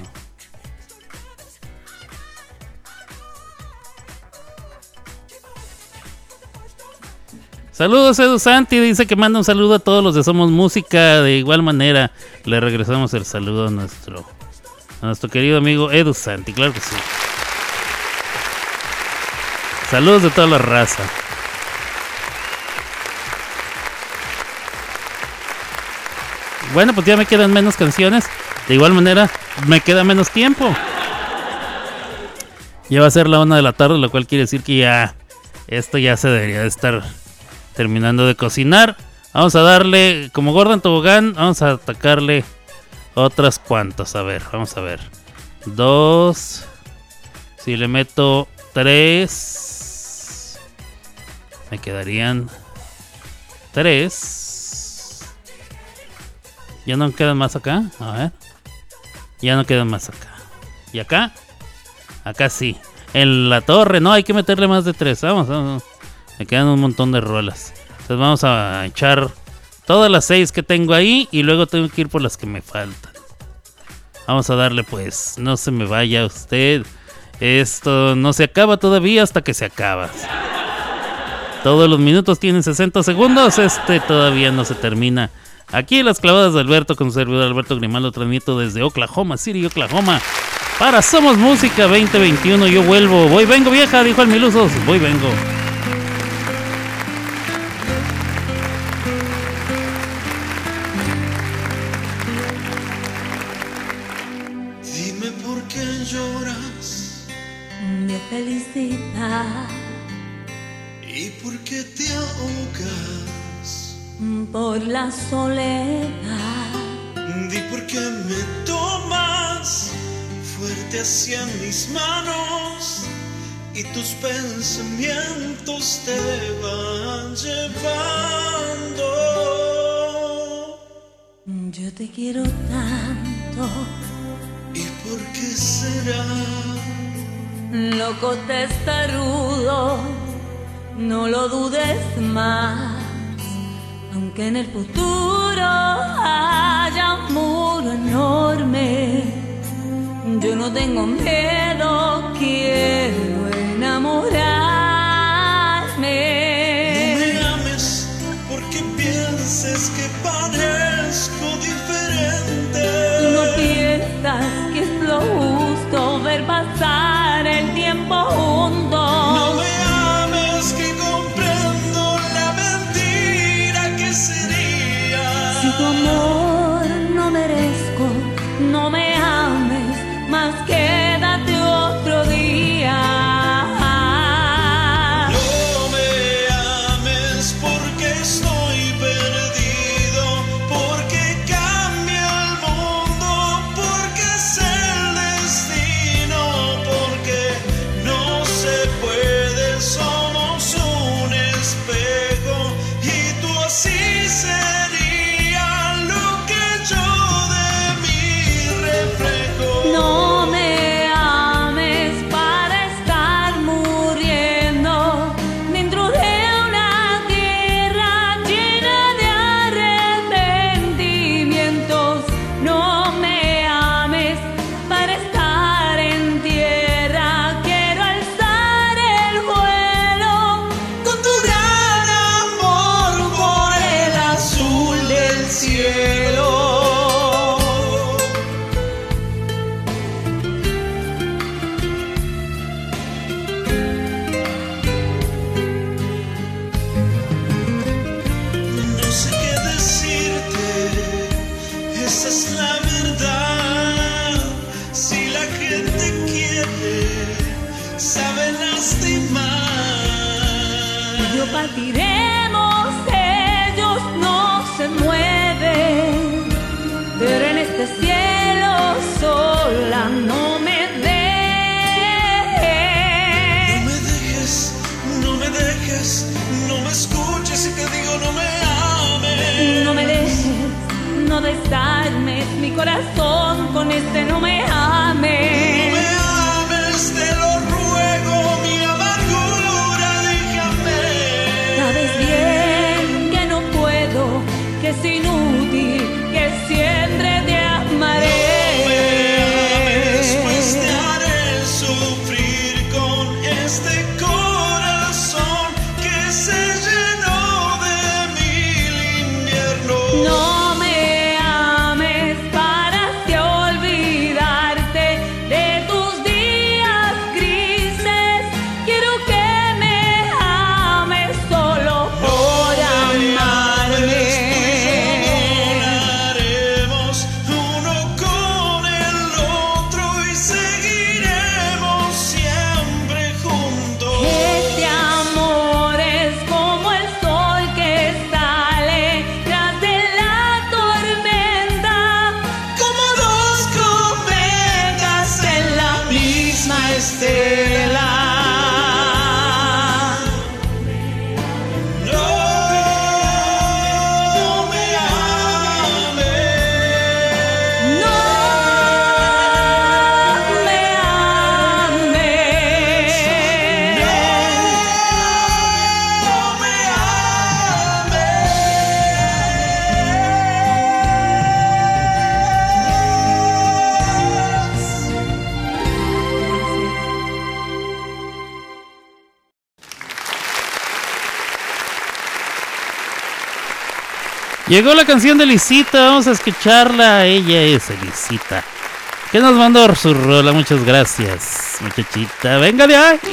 Saludos, Edu Santi. Dice que manda un saludo a todos los de Somos Música. De igual manera, le regresamos el saludo a nuestro, a nuestro querido amigo Edu Santi. Claro que sí. Saludos de toda la raza. Bueno, pues ya me quedan menos canciones. De igual manera, me queda menos tiempo. Ya va a ser la una de la tarde, lo cual quiere decir que ya esto ya se debería de estar terminando de cocinar. Vamos a darle, como Gordon Tobogán, vamos a atacarle otras cuantas. A ver, vamos a ver. Dos. Si le meto tres, me quedarían tres. Ya no quedan más acá. A ver. Ya no quedan más acá. ¿Y acá? Acá sí. En la torre, no, hay que meterle más de tres. Vamos, vamos. Me quedan un montón de rolas. Entonces vamos a echar todas las seis que tengo ahí. Y luego tengo que ir por las que me faltan. Vamos a darle pues. No se me vaya usted. Esto no se acaba todavía hasta que se acaba. Todos los minutos tienen sesenta segundos. Este todavía no se termina. Aquí las clavadas de Alberto con su servidor Alberto Grimaldo, transmito desde Oklahoma City, Oklahoma, para Somos Música veinte veintiuno. Yo vuelvo, voy, vengo vieja, dijo el Milusos, voy, vengo. Dime por qué lloras de felicidad y por qué te ahogas por la soledad. Di por qué me tomas fuerte hacia mis manos y tus pensamientos te van llevando. Yo te quiero tanto. ¿Y por qué será? Loco testarudo, no lo dudes más. Aunque en el futuro haya un muro enorme, yo no tengo miedo, quiero enamorarme. No me ames porque pienses que parezco diferente. Tú no piensas que es lo justo ver pasar el tiempo juntos. No me ames que comprendo la mentira que será. amor no merezco, no me ames, más quédate otro día. No me ames porque estoy perdido, porque cambia el mundo, porque es el destino, porque no se puede, somos un espejo y tú así sería lo que yo de mí reflejo. No me ames para estar muriendo dentro de una tierra llena de arrepentimientos. No me ames para estar en tierra. Quiero alzar el vuelo con tu gran amor por el azul del cielo. No sé qué decirte, esa es la verdad. Si la gente quiere, sabe lastimar. Yo partiremos, ellos no se mueven, pero en este cielo sola no me dejes. No me dejes, no me dejes, no me escuches y te digo no me ames. No me dejes, no desarmes mi corazón, con este no me ames. No me ames, te lo ruego, mi amargura déjame. Sabes bien que no puedo, que es inútil, que siempre te amaré. No me ames, pues te haré sufrir con este corazón que se llenó de mil inviernos. No me ames para así olvidarte de tus días grises. Quiero que me ames solo por amarme. Haremos uno con el otro y seguiremos siempre juntos. Este amor es como el sol que sale tras de la tormenta, Como dos cometas en la misma estela. No me ames. no me ames. No me Llegó la canción de Elisita, vamos a escucharla. Ella es Elisita, que nos mandó su rola. Muchas gracias, muchachita. Venga de ahí.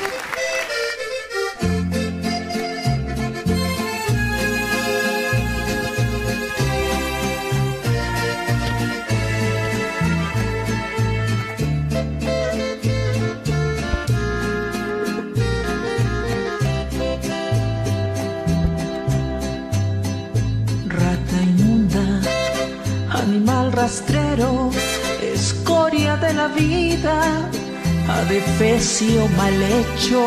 Rata inmunda, animal rastrero, escoria de la vida, adefesio mal hecho.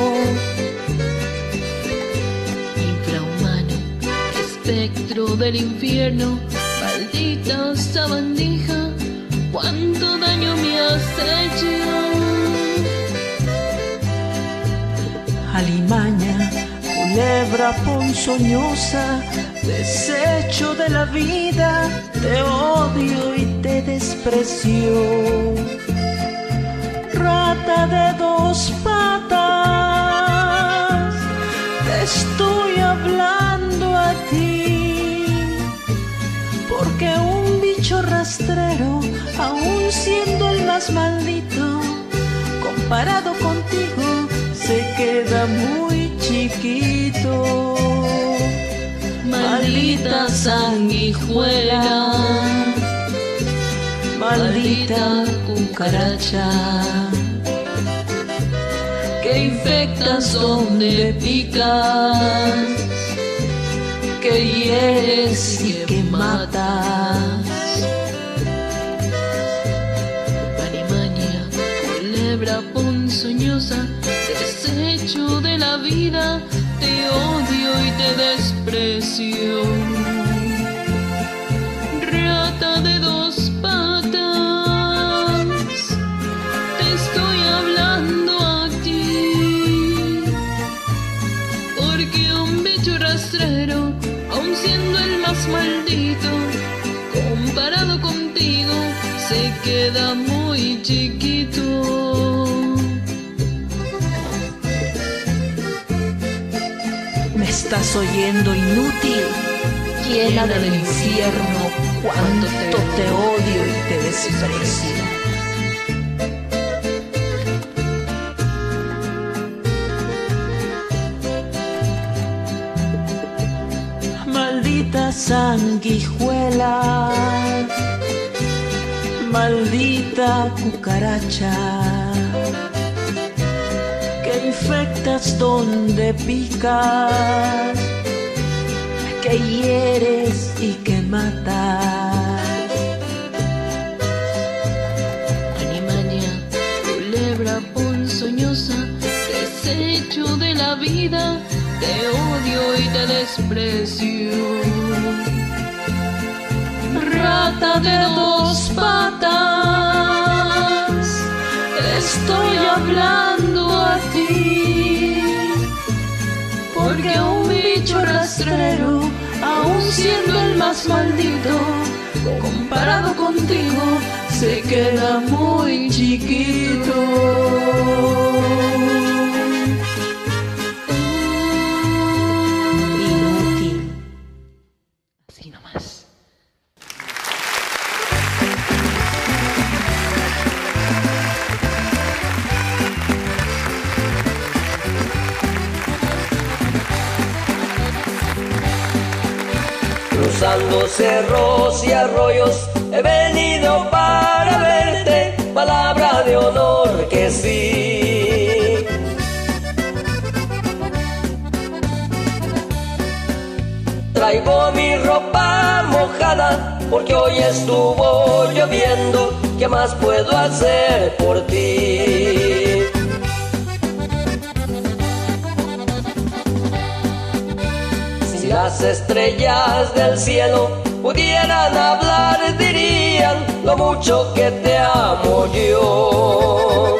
Infrahumano, espectro del infierno, maldita sabandija, cuánto daño me has hecho. Alimaña, culebra ponzoñosa, desecho de la vida, te odio y te desprecio. Rata de dos patas, te estoy hablando a ti, porque un bicho rastrero, aun siendo el más maldito, comparado contigo, se queda muy chiquito. Maldita sanguijuela, maldita cucaracha, que infectas donde picas, que hieres y que matas. Animaña, culebra ponzoñosa, desecho de la vida, te odio y te desprecio. Rata de dos patas, te estoy hablando a ti, porque un bicho rastrero, aun siendo el más maldito, comparado contigo, se queda muy chiquito. ¿Me estás oyendo, inútil? Llena del infierno, cuánto te odio y te desprecio. Maldita sanguijuela, maldita cucaracha, que infectas donde picas, que hieres y que matas. Animaña, culebra ponzoñosa, desecho de la vida, te odio y te desprecio. Rata de dos patas, te estoy hablando a ti, porque un bicho rastrero, aun siendo el más maldito, comparado contigo, se queda muy chiquito. Inútil. Así nomás. Cruzando cerros y arroyos he venido para verte, palabra de honor que sí. Traigo mi ropa mojada porque hoy estuvo lloviendo, ¿qué más puedo hacer por ti? Si las estrellas del cielo pudieran hablar, dirían lo mucho que te amo yo.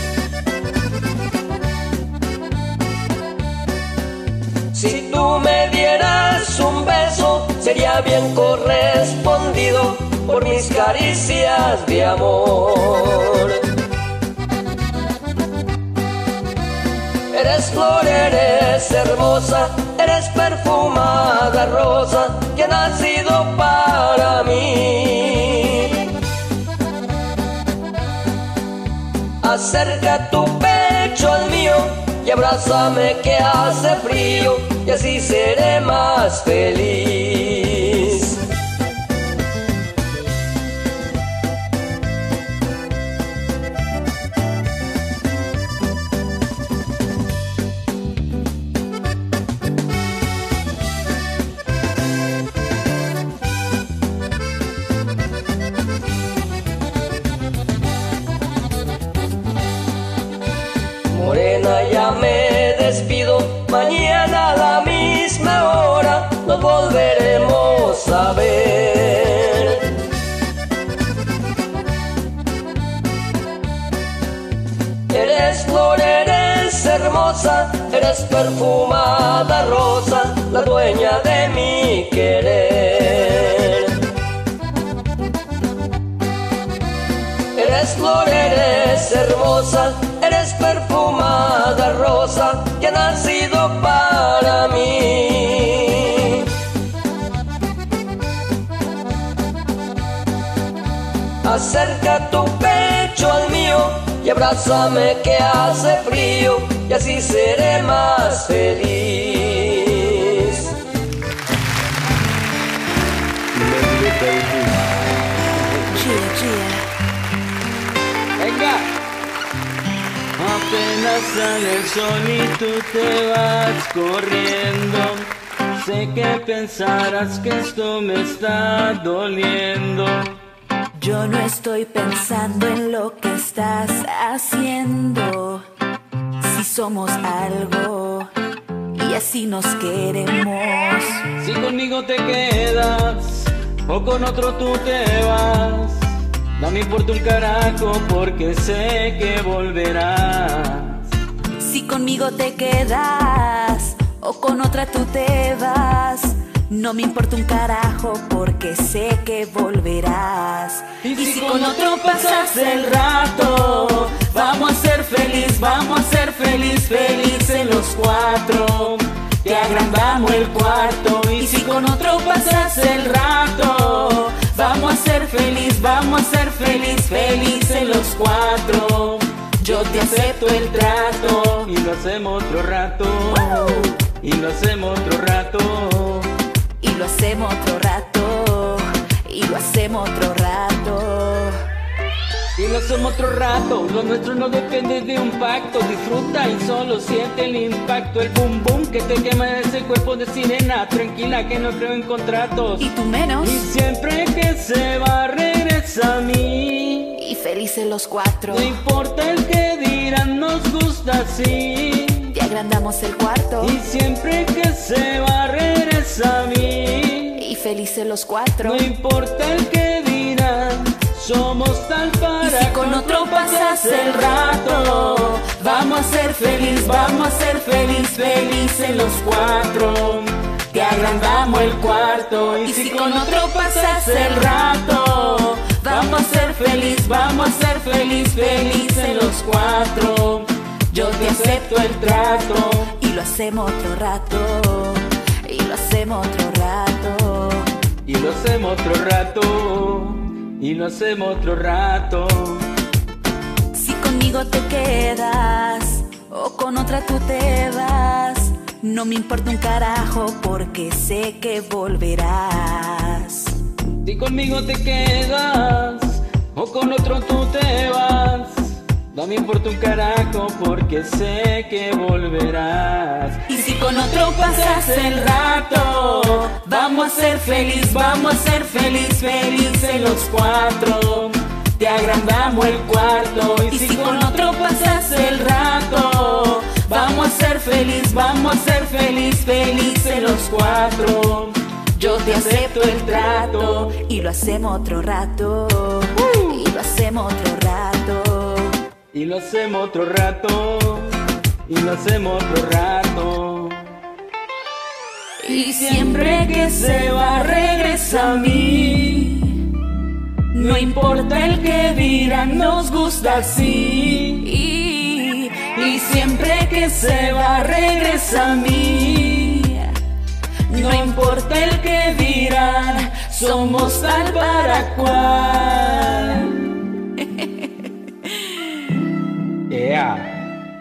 Si tú me dieras un beso, sería bien correspondido por mis caricias de amor. Eres flor, eres hermosa, eres perfumada rosa que ha nacido para mí. Acerca tu pecho al mío y abrázame que hace frío, y así seré más feliz. Morena, ya me despido, mañana a la misma hora nos volveremos a ver. Eres flor, eres hermosa, eres perfumada rosa, la dueña de mi querer. Eres flor, eres hermosa, eres perfumada rosa que ha nacido para mí. Acerca tu pecho al mío y abrázame que hace frío, y así seré más feliz. baby. Chía, chía. Venga. Apenas sale el sol y tú te vas corriendo. Sé que pensarás que esto me está doliendo. Yo no estoy pensando en lo que estás haciendo. Si somos algo y así nos queremos. Si conmigo te quedas o con otro tú te vas, no me importa un carajo porque sé que volverás. Si conmigo te quedas o con otra tú te vas, no me importa un carajo porque sé que volverás. Y, y si con otro pasas el rato, vamos a ser feliz, vamos a ser feliz, felices los cuatro. Te agrandamos el cuarto. Y si con otro pasas el rato, vamos a ser feliz, vamos a ser feliz, felices los cuatro. Yo te acepto el trato y lo hacemos otro rato. Y lo hacemos otro rato. Y lo hacemos otro rato. Y lo hacemos otro rato. Y lo hacemos otro rato. Lo nuestro no depende de un pacto. Disfruta y solo siente el impacto. El boom boom que te quema ese cuerpo de sirena. Tranquila que no creo en contratos. Y tú menos. Y siempre que se va regresa a mí. Y felices los cuatro. No importa el que dirán, nos gusta así. Te agrandamos el cuarto. Y siempre que se va regresa a mí. Y felices los cuatro. No importa el que dirán, somos tal para. Y si con otro pasas el rato, vamos a ser feliz, vamos a ser feliz, felices los cuatro. Te agrandamos el cuarto. Y, y si, si con otro pasas el rato, vamos a ser feliz, vamos a ser feliz, felices los cuatro. Yo te acepto el trato. Y lo hacemos otro rato. Y lo hacemos otro rato. Y lo hacemos otro rato. Y lo hacemos otro rato. Si conmigo te quedas o con otra tú te vas, no me importa un carajo porque sé que volverás. Si conmigo te quedas o con otro tú te vas, no me importa un carajo porque sé que volverás. Y si con otro pasas el rato, vamos a ser feliz, vamos a ser feliz, felices los cuatro. Te agrandamos el cuarto. Y, y si con otro pasas el rato, vamos a ser feliz, vamos a ser feliz, felices los cuatro. Yo te acepto el trato. Y lo hacemos otro rato. Uh. Y lo hacemos otro rato. Y lo hacemos otro rato. Y lo hacemos otro rato. Y siempre que se va regresa a mí. No importa el que dirán, nos gusta así. Y, y siempre que se va regresa a mí. No importa el que dirán, somos tal para cual. Yeah.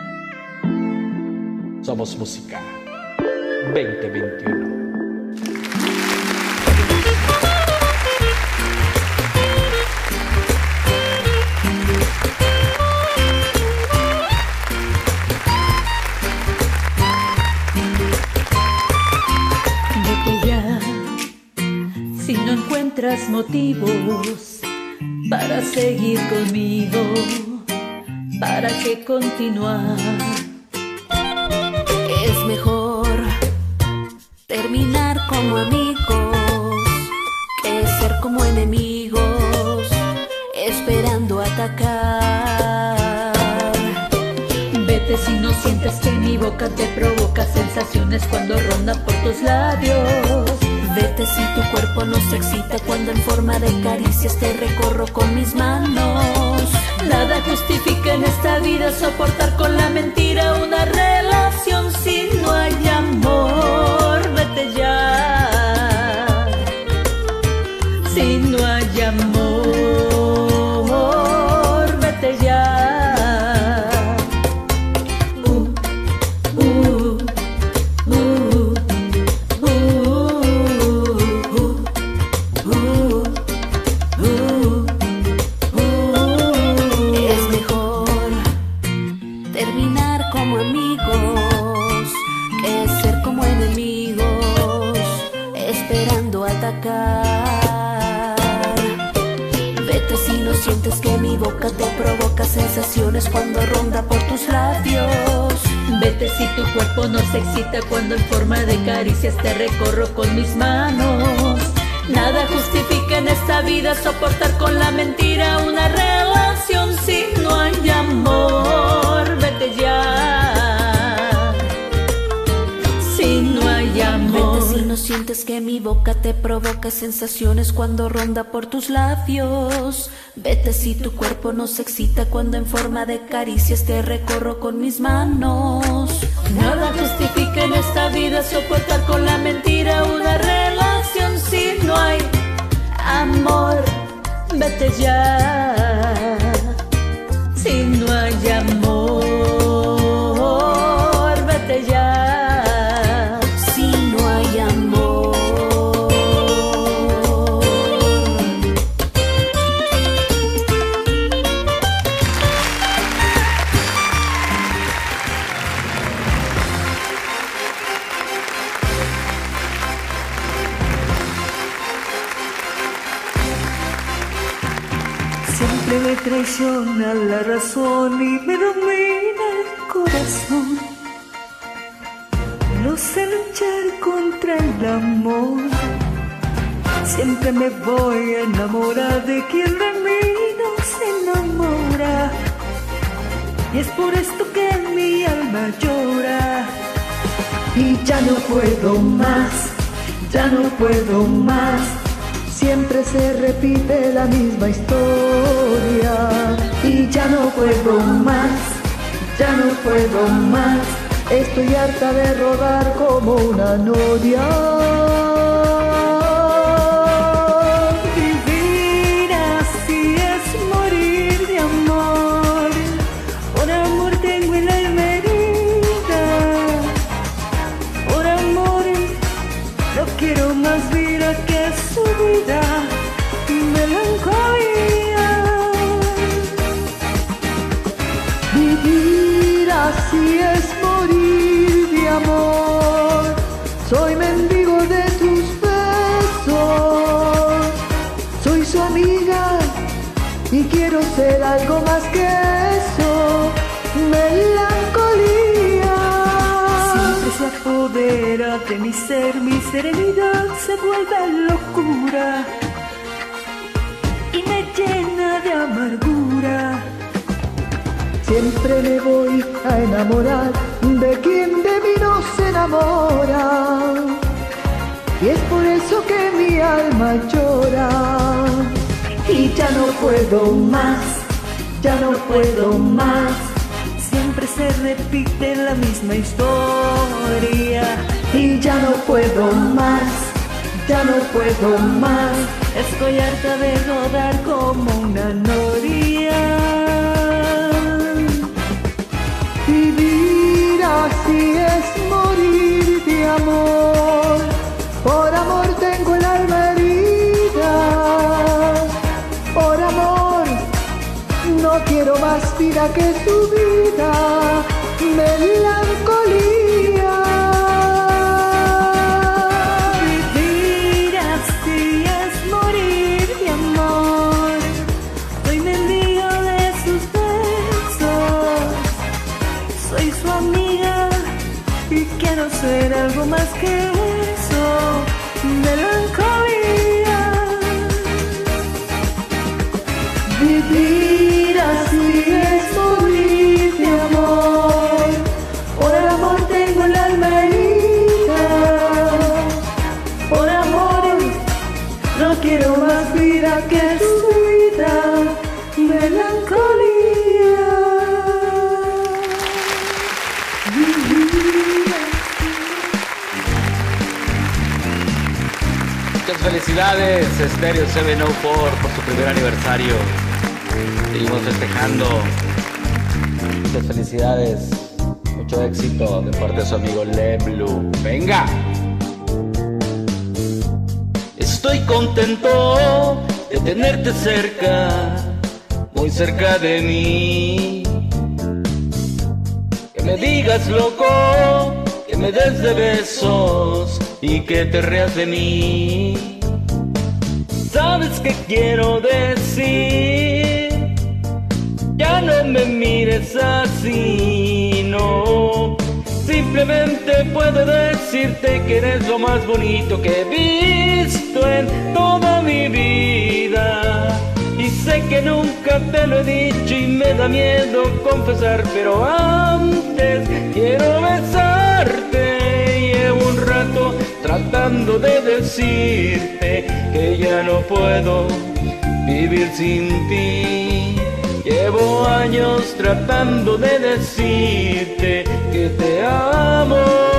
Somos música veinte veintiuno. Vete ya, si no encuentras motivos para seguir conmigo, ¿para qué continuar? Es mejor terminar como amigos que ser como enemigos esperando atacar. Vete si no sientes que mi boca te provoca sensaciones cuando ronda por tus labios. Vete si tu cuerpo no se excita cuando en forma de caricias te recorro con mis manos. Nada justifica en esta vida soportar con la mentira una relación si no hay amor. Vete ya, si no hay amor, vete ya. Uh, uh, uh, uh, uh, uh, uh. atacar. Vete si no sientes que mi boca te provoca sensaciones cuando ronda por tus labios. Vete si tu cuerpo no se excita cuando en forma de caricias te recorro con mis manos. Nada justifica en esta vida soportar con la mentira una relación si no hay amor. Vete ya, si no hay amor. Vete si no sientes que mi boca te provoca sensaciones cuando ronda por tus labios. Vete si tu cuerpo no se excita cuando en forma de caricias te recorro con mis manos. Nada justifica en esta vida soportar con la mentira una relación si no hay amor. Vete ya, si no hay amor. Vete ya, si no hay amor. Siempre me traiciona la razón y me domina el corazón. No sé luchar contra el amor. Siempre me voy a enamorar de quien de mí no se enamora. Y es por esto que mi alma llora. Y ya no puedo más, ya no puedo más. Siempre se repite la misma historia. Y ya no puedo más, ya no puedo más. Estoy harta de rodar como una noria. Vivir así es morir de amor. Por amor tengo el alma herida. Por amor no quiero más vida que su vida y melancolía. Vivir así es morir de amor. Soy mendigo de tus besos. Soy su amiga y quiero ser algo más que eso. Melancolía. Siempre se apodera de mi ser, mi serenidad se vuelve locura y me llena de amargura. Siempre me voy a enamorar de quien de mí no se enamora. Y es por eso que mi alma llora. Y ya no puedo más, ya no puedo más. Siempre se repite la misma historia. Y ya no puedo más, ya no puedo más. Estoy harta de rodar como una noria. Vivir así es morir de amor. Por amor tengo el alma herida. Por amor no quiero más vida que su vida. Melancolía. Vivir así es morir de amor. Soy mendigo de sus besos. Soy su amiga y quiero ser algo más que eso. Melancolía. Vivir así es morir de amor. Por amor tengo el alma herida. Por amor no quiero más vida que su vida. Melancolía. Muchas felicidades, Stereo setecientos cuatro, por su primer aniversario. Seguimos festejando. Muchas felicidades, mucho éxito de parte de su amigo Le Blue. ¡Venga! Estoy contento de tenerte cerca, muy cerca de mí. Que me digas loco, que me des de besos y que te rías de mí. qué quiero decir? Ya no me mires así, no. Simplemente puedo decirte que eres lo más bonito que he visto en toda mi vida. Y sé que nunca te lo he dicho y me da miedo confesar, pero antes quiero besarte. Llevo un rato tratando de decirte que ya no puedo vivir sin ti. Llevo años tratando de decirte que te amo.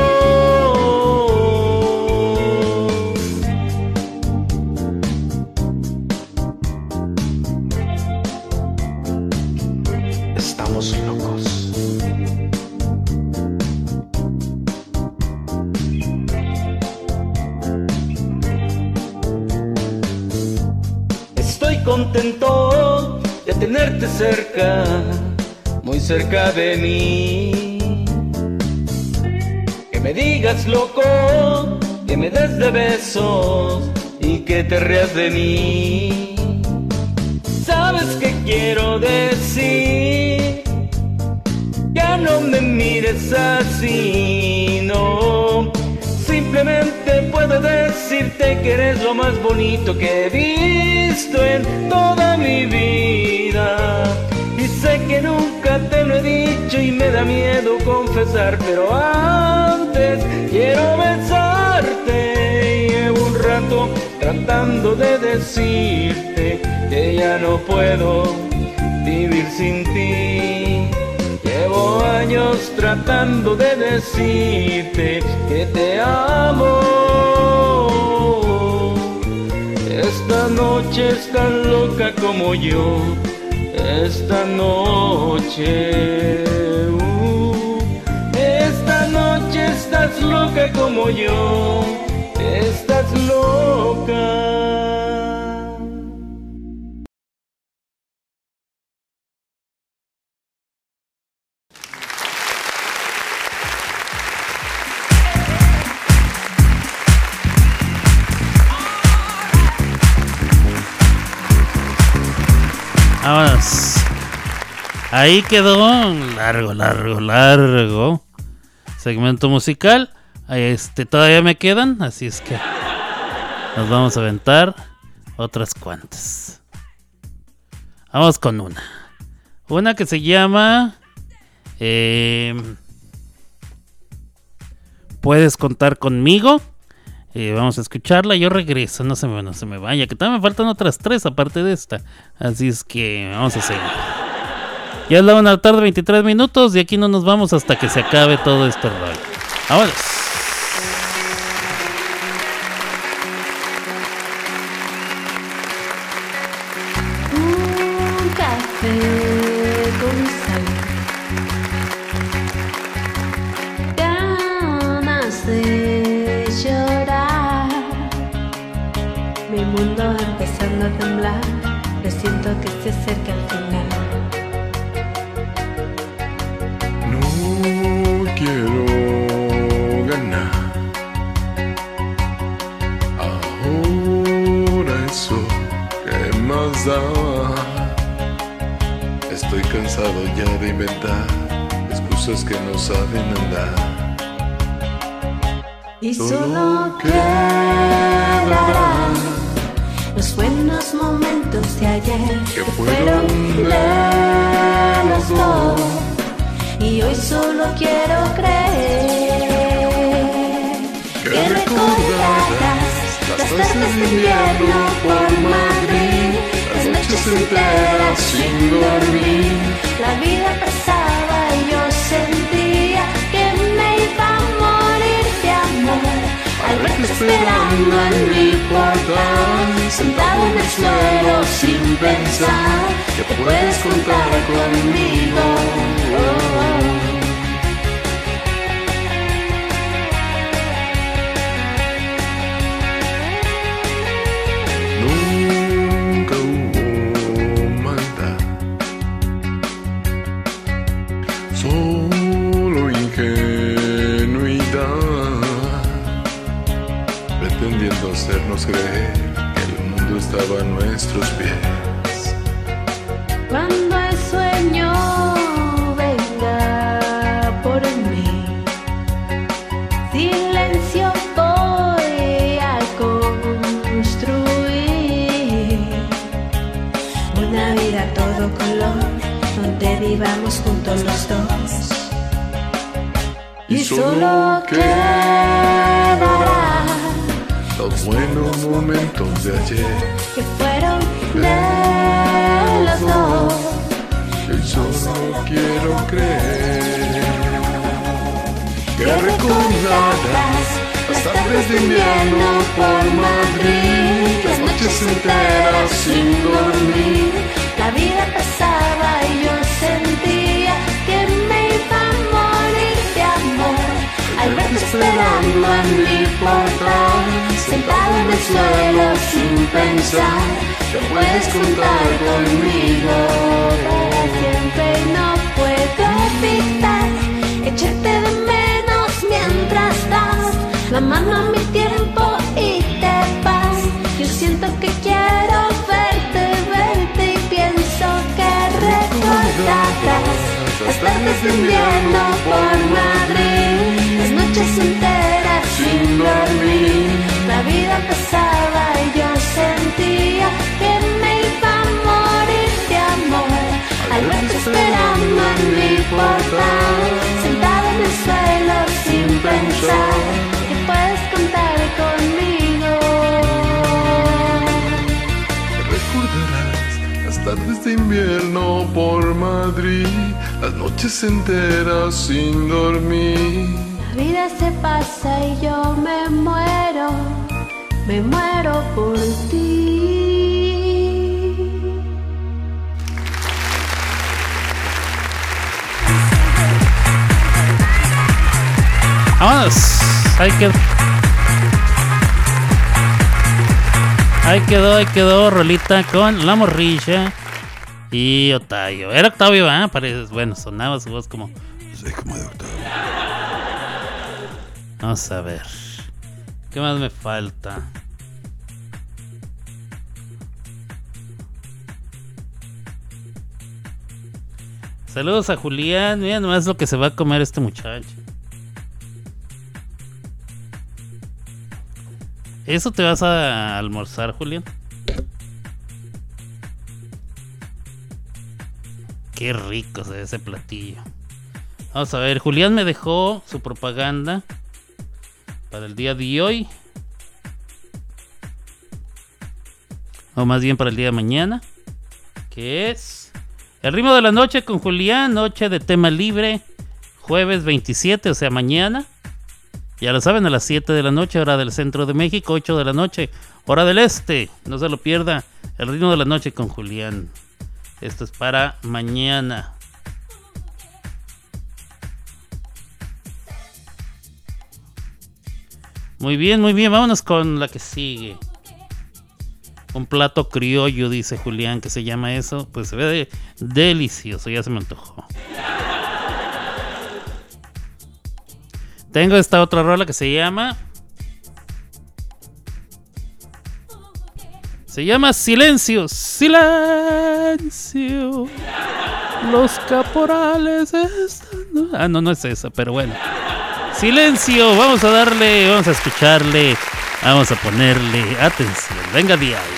Estamos locos. Estoy contento de tenerte cerca, muy cerca de mí. Que me digas loco, que me des de besos y que te rías de mí. ¿Sabes qué quiero decir? Ya no me mires así, no. Simplemente puedo decirte que eres lo más bonito que he visto en toda mi vida. Y sé que nunca te lo he dicho y me da miedo confesar, pero antes quiero besarte. Llevo un rato tratando de decirte que ya no puedo vivir sin ti. Llevo años tratando de decirte que te amo. Esta noche es tan loca como yo. Esta noche, uh, esta noche estás loca como yo. Estás loca. Vámonos. Ahí quedó un largo, largo, largo segmento musical. Este, todavía me quedan, así es que nos vamos a aventar otras cuantas. Vamos con una. Una que se llama eh, Puedes contar conmigo. Eh, vamos a escucharla. Yo regreso, no se me, no se me vaya, que todavía me faltan otras tres aparte de esta. Así es que vamos a seguir. Ya es la una de la tarde, veintitrés minutos. Y aquí no nos vamos hasta que se acabe todo este rollo. Vámonos. Un café con sal, ganas de llorar, mi mundo empezando a temblar, presiento que se acerca el final. No quiero ganar ahora eso. ¿Qué más da? Estoy cansado ya de inventar excusas que no saben andar. Y solo quedarán los buenos momentos de ayer que que fueron fueron de los dos. Y hoy solo quiero creer que recordarás las tardes de invierno por Madrid, las noches enteras sin dormir. La vida pasaba y yo sentía que me iba a morir de amor al verte esperando en mi portal, sentado en el suelo sin pensar que puedes contar conmigo. Oh. Nunca hubo maldad, solo ingenuidad, pretendiendo hacernos creer que el mundo mundo estaba a nuestros pies. Cuando el sueño venga por mí, silencio voy a construir una vida a todo color, donde vivamos juntos los dos. Y solo quedará los buenos momentos de ayer, que fueron de los dos. y solo quiero creer que recordarás las tardes de invierno por Madrid, las noches enteras sin dormir. La vida pasaba y yo sentía que me iba a morir de amor, al verte esperando en mi portal, sentado en el suelo sin pensar que puedes contar conmigo para siempre. Y no puedo evitar echarte de menos mientras das la mano a mi tiempo y te vas. Yo siento que quiero verte, verte y pienso que recordarás las tardes de invierno por Madrid, las noches enteras sin dormir. La vida pasaba y yo sentía que me iba a morir de amor, al verte esperando en mi portal, sentado en el suelo sin pensar que puedes contar conmigo. Recordarás las tardes de invierno por Madrid, las noches enteras sin dormir. La vida se pasa y yo me muero, me muero por ti. Vámonos. Ahí quedó. Ahí quedó, ahí quedó. Rolita con La Morrilla y Octavio. Era Octavio, ¿eh? Parece, bueno, sonaba su voz como. Sí, como de Octavio. Vamos a ver. ¿Qué más me falta? Saludos a Julián. Mira nomás lo que se va a comer este muchacho. ¿Eso te vas a almorzar, Julián? Qué rico se ve ese platillo. Vamos a ver, Julián me dejó su propaganda para el día de hoy, o más bien para el día de mañana, que es El ritmo de la noche con Julián, noche de tema libre, jueves veintisiete, o sea mañana. Ya lo saben, a las siete de la noche, hora del centro de México, ocho de la noche, hora del este. No se lo pierda, El ritmo de la noche con Julián. Esto es para mañana. Muy bien, muy bien, vámonos con la que sigue. Un plato criollo, dice Julián, que se llama eso. Pues se ve de delicioso, ya se me antojó. Tengo esta otra rola que se llama... Se llama Silencio, Silencio. Los caporales están... Ah, no, no es esa, pero bueno. Silencio, vamos a darle, vamos a escucharle, vamos a ponerle atención. Venga de ahí.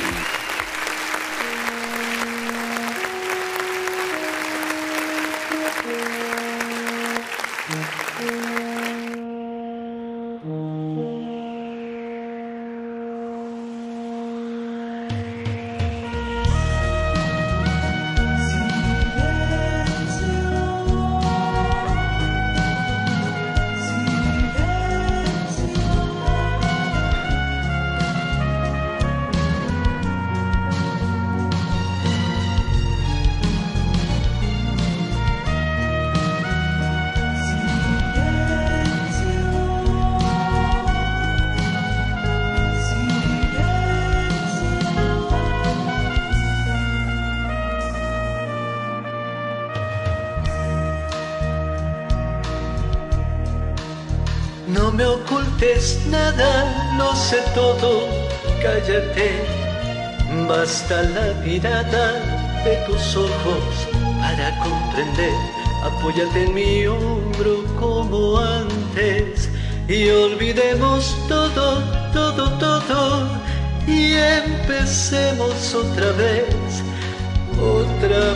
No me ocultes nada, lo sé todo, cállate. Basta la mirada de tus ojos para comprender. Apóyate en mi hombro como antes y olvidemos todo, todo, todo y empecemos otra vez, otra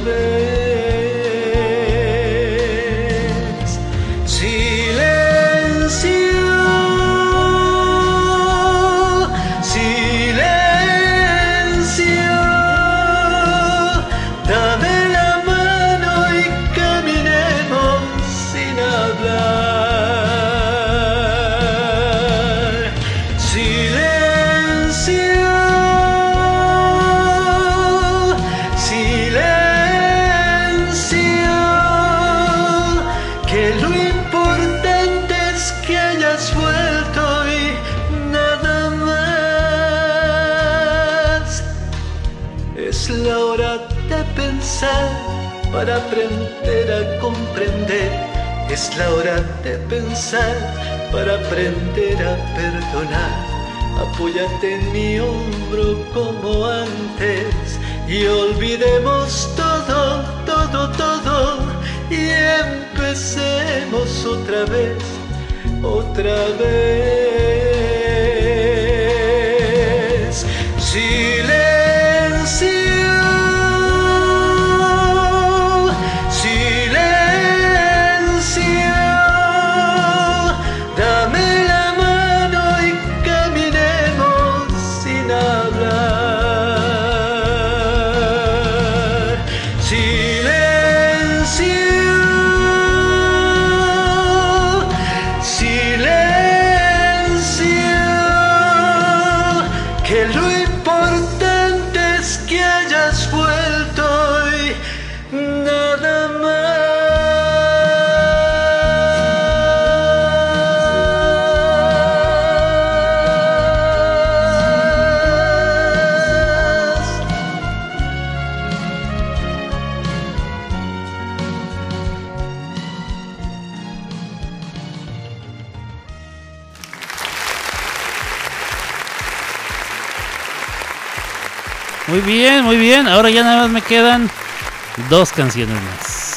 vez. Silencio. Para aprender a comprender, es la hora de pensar, para aprender a perdonar. Apóyate en mi hombro como antes y olvidemos todo, todo, todo y empecemos otra vez, otra vez. Silencio. Muy bien, muy bien. Ahora ya nada más me quedan dos canciones más.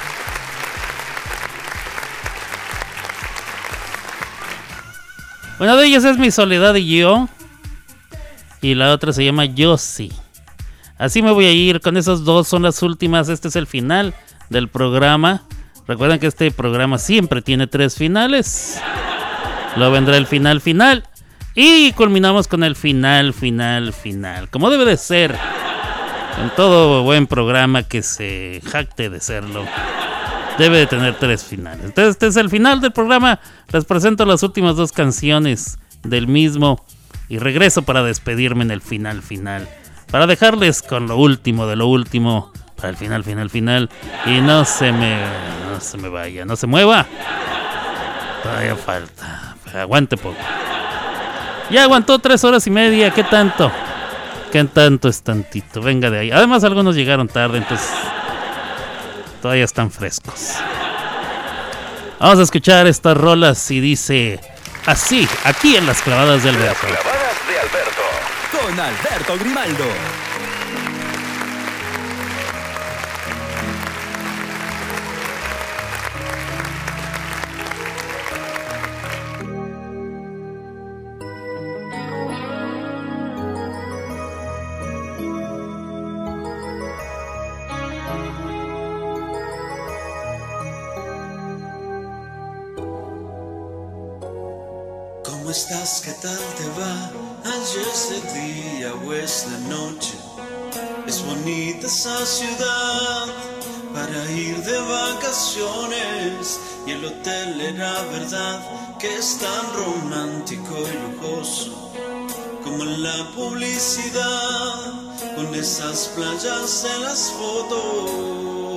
Una de ellas es Mi Soledad y Yo. Y la otra se llama Yo Sí. Así me voy a ir. Con esas dos son las últimas. Este es el final del programa. Recuerden que este programa siempre tiene tres finales. Luego vendrá el final final. Y culminamos con el final, final, final. Como debe de ser. En todo buen programa que se jacte de serlo, debe de tener tres finales. Entonces este es el final del programa. Les presento las últimas dos canciones del mismo. Y regreso para despedirme en el final, final. Para dejarles con lo último de lo último. Para el final, final, final. Y no se me, no se me vaya, no se mueva. Todavía falta. Aguante poco. Ya aguantó tres horas y media, ¿qué tanto? ¿Qué tanto es tantito? Venga de ahí. Además algunos llegaron tarde, entonces todavía están frescos. Vamos a escuchar estas rolas y dice así, aquí en Las Clavadas de Alberto. Las Clavadas de Alberto, con Alberto Grimaldo. ¿Cómo estás? ¿Qué tal te va? Ayer es el día o es la noche. Es bonita esa ciudad para ir de vacaciones. Y el hotel era verdad que es tan romántico y lujoso como en la publicidad, con esas playas en las fotos.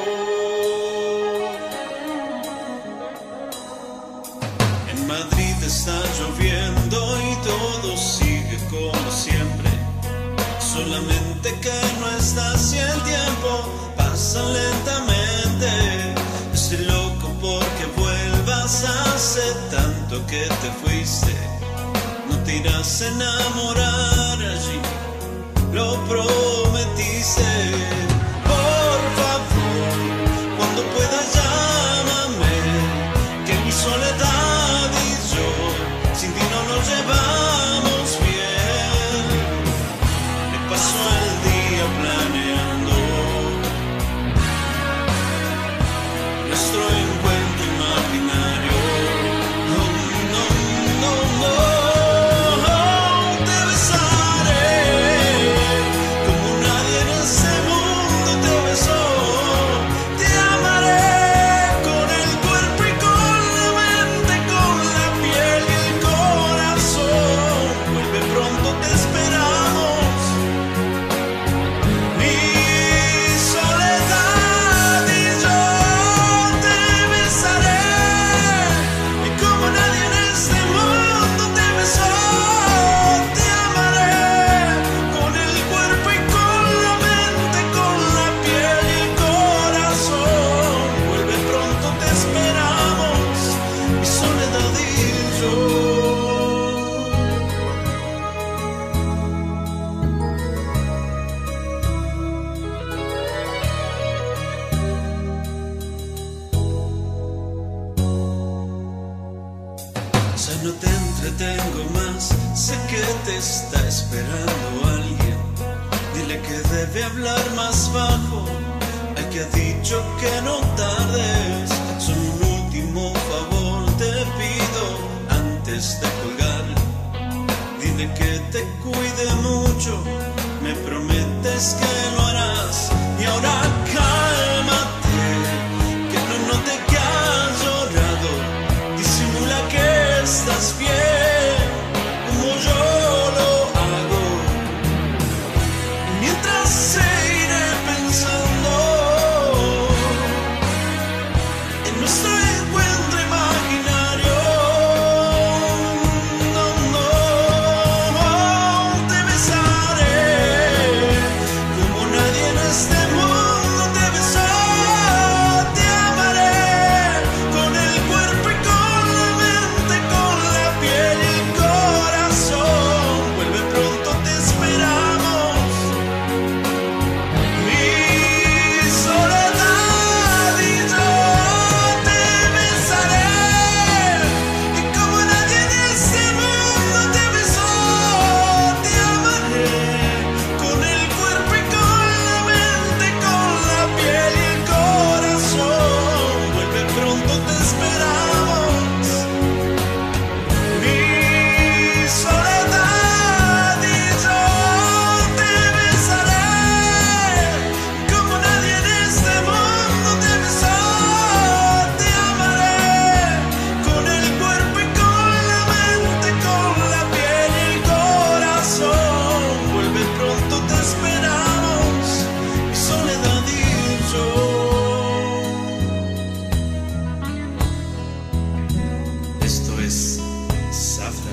En Madrid está lloviendo y todo sigue como siempre, solamente que no está así, el tiempo pasa lentamente. Estoy loco porque vuelvas, hace tanto que te fuiste, no te irás a enamorar allí. lo prometiste. Por favor, cuando puedas llámame, que mi soledad y yo sin ti no nos llevamos bien. Me paso el día planeando nuestro encuentro imaginario. No, no, no, no. Te besaré como nadie en este mundo te besó. Te amaré con el cuerpo y con la mente, con la piel y el corazón. Vuelve pronto, te esperamos. Mi soledad y yo te besaré y como nadie en este mundo te besó. Te amaré con el cuerpo y con la mente, con la piel y el corazón. Vuelve pronto, te esperamos. Mi soledad y yo. Ya no te entretengo más, sé que te está esperando alguien. Dile que debe hablar más bajo, al que ha dicho que no tardes. Solo un último favor te pido antes de colgar. Dile que te cuide mucho, me prometes que lo harás. Y ahora cálmate, que no note que has llorado. Disimula que estás bien, como yo lo hago. Y mientras seguiré pensando en nuestro encuentro imaginario. No, no, no, te besaré como nadie en este mundo te besó. Te amaré con el cuerpo y con la mente, con la piel y el corazón. Vuelve pronto, te esperamos. Mi soledad y yo te besaré y como nadie en este mundo te besó. Te amaré con el cuerpo y con la mente, con la piel y el corazón. Vuelve pronto, te esperamos. Mi soledad y yo te besaré como nadie en este mundo te besó. Te amaré con el cuerpo y con la mente, con la piel y el corazón. Vuelve pronto, te esperamos. Mi soledad y yo. Esto es Zafra.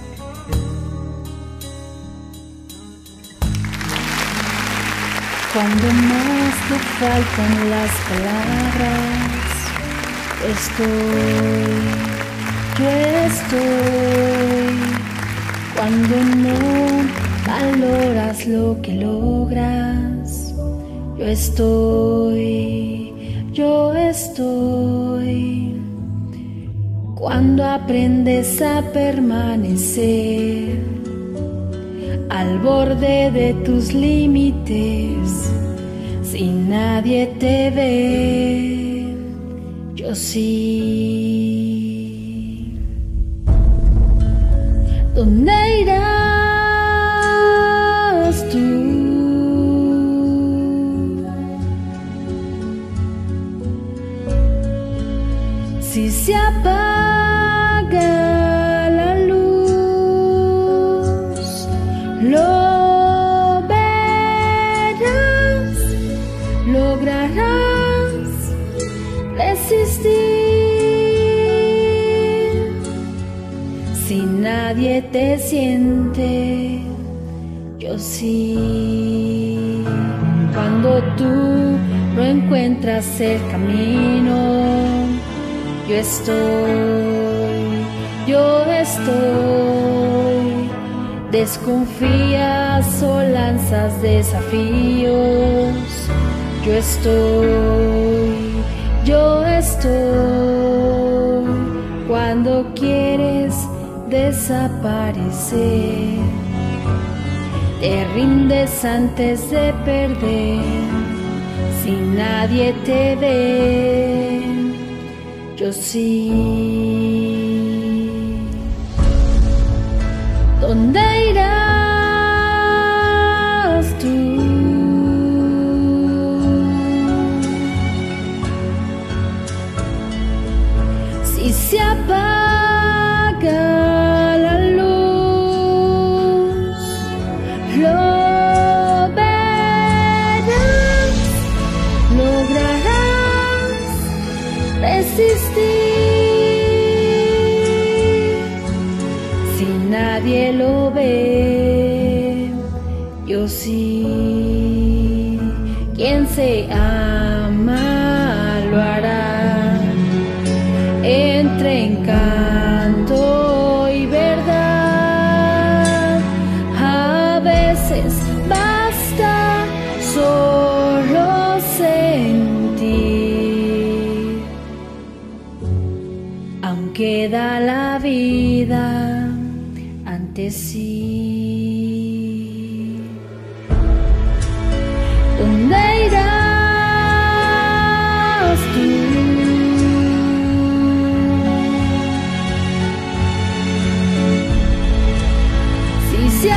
Cuando más te faltan las palabras, estoy, yo estoy. Cuando no valoras lo que logras, yo estoy, yo estoy. Cuando aprendes a permanecer al borde de tus límites, si nadie te ve, yo sí. ¿Dónde irás tú? Si se apaga la luz, lo verás, lograrás resistir. Si nadie te siente, yo sí. Cuando tú no encuentras el camino, yo estoy, yo estoy. Desconfías o lanzas desafíos. Yo estoy, yo estoy. Cuando quieres desaparecer, te rindes antes de perder. Si nadie te ve, yo sí. ¿Dónde irás tú? Si se apaga la luz, lo verás, lograrás resistir. Si nadie lo ve, yo sí. Quien se ama lo hará. Entre encanto y verdad, a veces basta solo sentir. Aunque da la vida ante sí. ¿Dónde irás tú? Se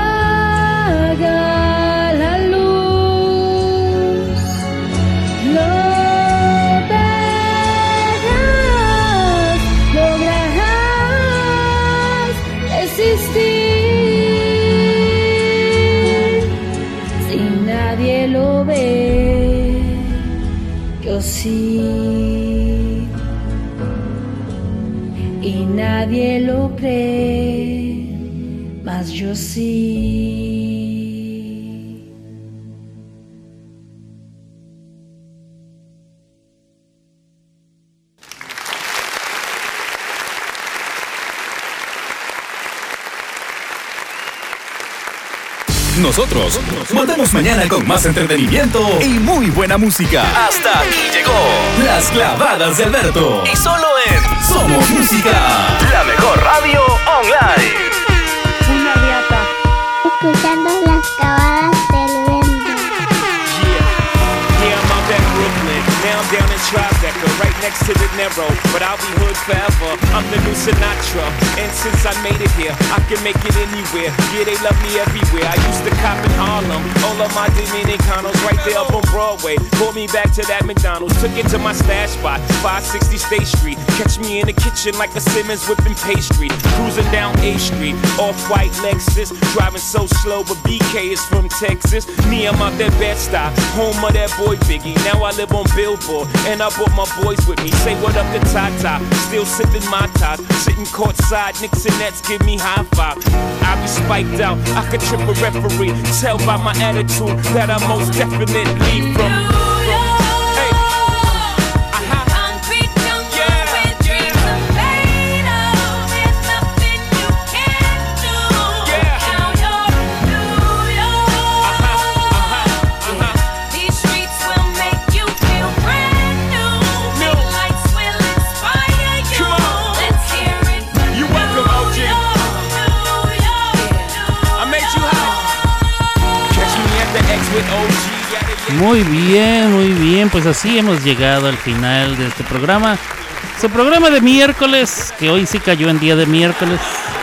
apaga la luz, lo verás, lograrás resistir. Si nadie lo ve, yo sí. Y nadie lo cree, mas yo sí. Nosotros volvemos mañana con más entretenimiento y muy buena música. Hasta aquí llegó Las Clavadas de Alberto. Y solo en Somos Música, la mejor radio online. Una riata. Escuchando las clavadas del viento. Yeah, yeah, I'm out at Brooklyn. Now I'm down in Tribeca, right next to the Narrow. But I'll be hood forever. I'm the new Sinatra. And since I made it here, I can make it anywhere. Yeah, they love me everywhere. I used to cop in Harlem. All of my Dominicanos right there up on Broadway. Pulled me back to that McDonald's. Took it to my stash spot, five sixty State Street. Catch me in the kitchen like a Simmons whipping pastry. Cruising down A Street, off-white Lexus. Driving so slow, but B K is from Texas. Me, I'm out that Bed-Stuy, home of that boy Biggie. Now I live on Billboard, and I brought my boys with me. Say what up to Tata, still sipping my top. Sitting courtside, Knicks and Nets give me high five. I be spiked out, I could trip a referee. Tell by my attitude that I most definitely from. Muy bien, muy bien, pues así hemos llegado al final de este programa. Su programa de miércoles, que hoy sí cayó en día de miércoles.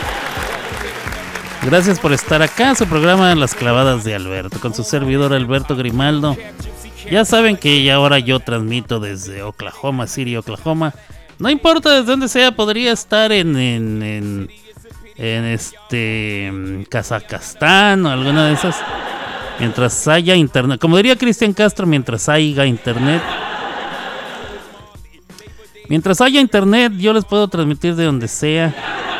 Gracias por estar acá, su programa Las Clavadas de Alberto, con su servidor Alberto Grimaldo. Ya saben que ya ahora yo transmito desde Oklahoma City, Oklahoma. No importa desde dónde sea, podría estar en, en, en, en este Kazajstán o alguna de esas. Mientras haya internet, como diría Cristian Castro, mientras haya internet. Mientras haya internet, yo les puedo transmitir de donde sea.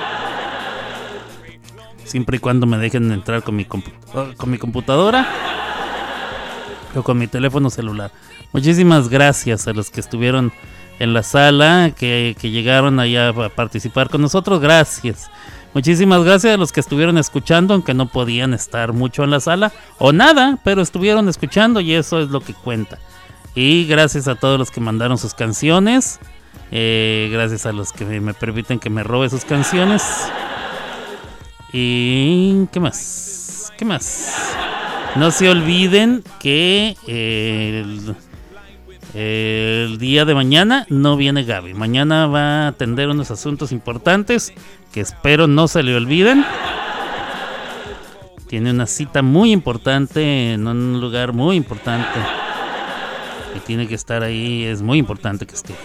Siempre y cuando me dejen entrar con mi, compu- con mi computadora o con mi teléfono celular. Muchísimas gracias a los que estuvieron en la sala, que, que llegaron allá a participar con nosotros. Gracias. Muchísimas gracias a los que estuvieron escuchando, aunque no podían estar mucho en la sala o nada, pero estuvieron escuchando y eso es lo que cuenta. Y gracias a todos los que mandaron sus canciones. Eh, gracias a los que me, me permiten que me robe sus canciones. Y ¿qué más? ¿Qué más? No se olviden que eh, el, el día de mañana no viene Gaby. Mañana va a atender unos asuntos importantes que espero no se le olviden. Tiene una cita muy importante en un lugar muy importante y tiene que estar ahí. Es muy importante que esté.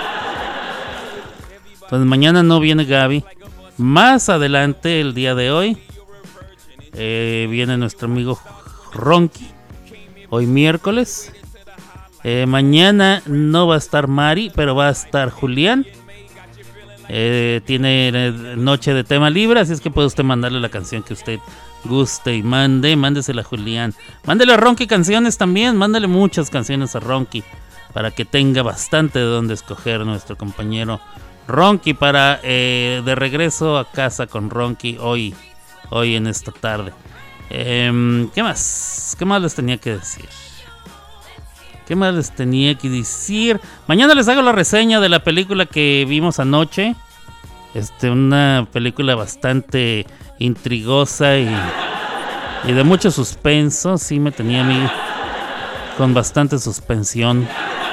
Entonces mañana no viene Gaby. Más adelante, el día de hoy, eh, viene nuestro amigo Ronky. Hoy miércoles. Eh, mañana no va a estar Mari, pero va a estar Julián. Eh, tiene noche de tema libre, así es que puede usted mandarle la canción que usted guste y mande. Mándesela a Julián. Mándele a Ronky canciones también. Mándele muchas canciones a Ronky para que tenga bastante de dónde escoger nuestro compañero Ronky para eh, de regreso a casa con Ronky hoy, hoy en esta tarde. Eh, ¿Qué más? ¿Qué más les tenía que decir? ¿Qué más les tenía que decir? Mañana les hago la reseña de la película que vimos anoche. Este, una película bastante intrigosa y, y de mucho suspenso. Sí, me tenía a mí con bastante suspensión.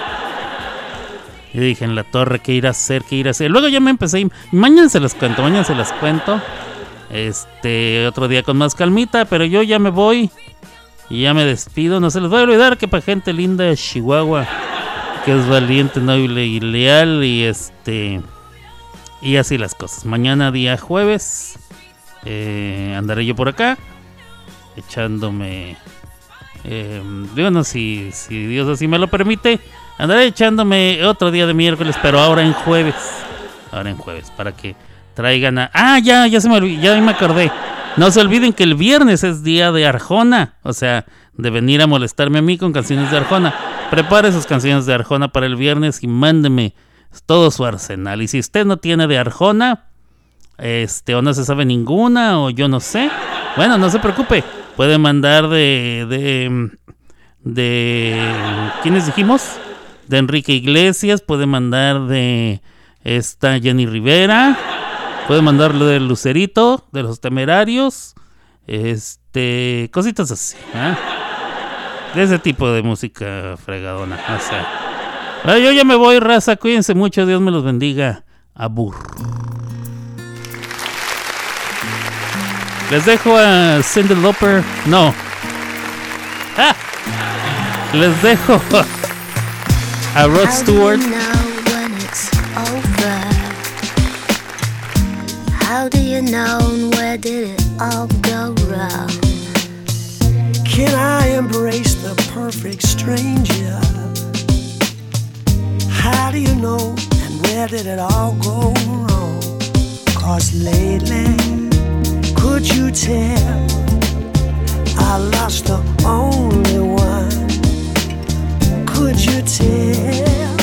Y dije en la torre, ¿qué ir a hacer? ¿Qué ir a hacer? Luego ya me empecé y mañana se las cuento, mañana se las cuento. Este, otro día con más calmita, pero yo ya me voy y ya me despido. No se les voy a olvidar que para gente linda de Chihuahua, que es valiente, noble y leal, y este, y así las cosas. Mañana día jueves eh, andaré yo por acá echándome, eh, digo no si, si Dios así me lo permite. Andaré echándome otro día de miércoles, pero ahora en jueves. Ahora en jueves, para que traigan a... Ah, ya, ya se me olvidó, ya me acordé. No se olviden que el viernes es día de Arjona. O sea, de venir a molestarme a mí con canciones de Arjona. Prepare sus canciones de Arjona para el viernes y mándeme todo su arsenal. Y si usted no tiene de Arjona, este, o no se sabe ninguna, o yo no sé, bueno, no se preocupe. Puede mandar de... de... de... ¿quiénes dijimos? De Enrique Iglesias, puede mandar de esta Jenny Rivera, puede mandarlo de Lucerito, de Los Temerarios, este, cositas así, ¿eh? De ese tipo de música fregadona, o sea. Bueno, yo ya me voy, raza, cuídense mucho, Dios me los bendiga, abur. Les dejo a Cyndi Lauper, no, ah, les dejo a Rod Stewart. How do you know where did it all go wrong? Can I embrace the perfect stranger? How do you know and where did it all go wrong? Cause lately, could you tell I lost the only one? Could you tell?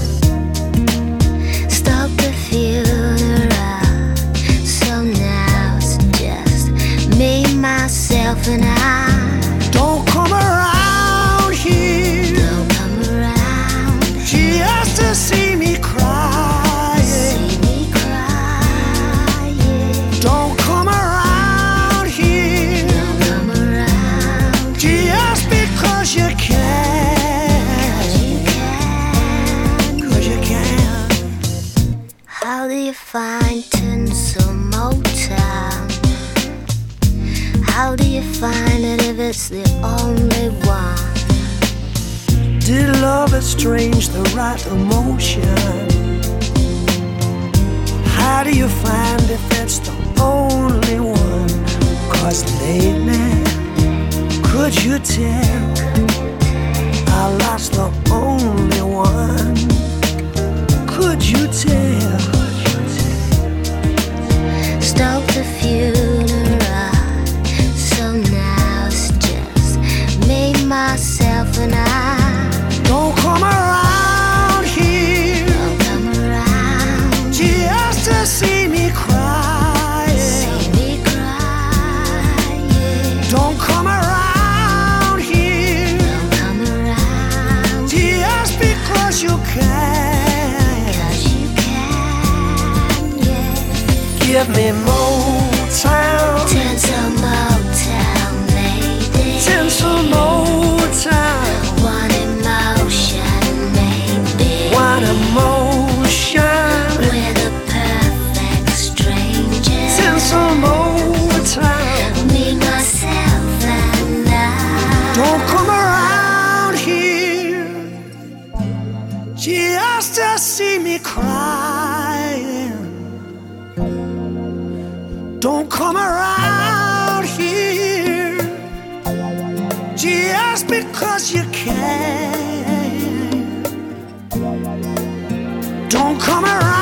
Stop the funeral. So now it's just me, myself, and I. Don't come around here. Don't come around here. Just to see me crying. See me crying. Don't come around here. Don't come around just because you can. How do you find tinsel Motown? How do you find it if it's the only one? Did love exchange the right emotion? How do you find if it's the only one? Cause lately, could you tell I lost the only one? Could you tell? Stop the funeral. So now it's just me, myself, and I. Don't come around here. Don't come around just to see me crying. Give me Motown. Tinsel Motown, lady. Tinsel Motown. One emotion, maybe. One emotion. We're the perfect strangers. Tinsel Motown. Me, myself, and I. Don't come around here just to see me crying. Don't come around here just because you can. Don't come around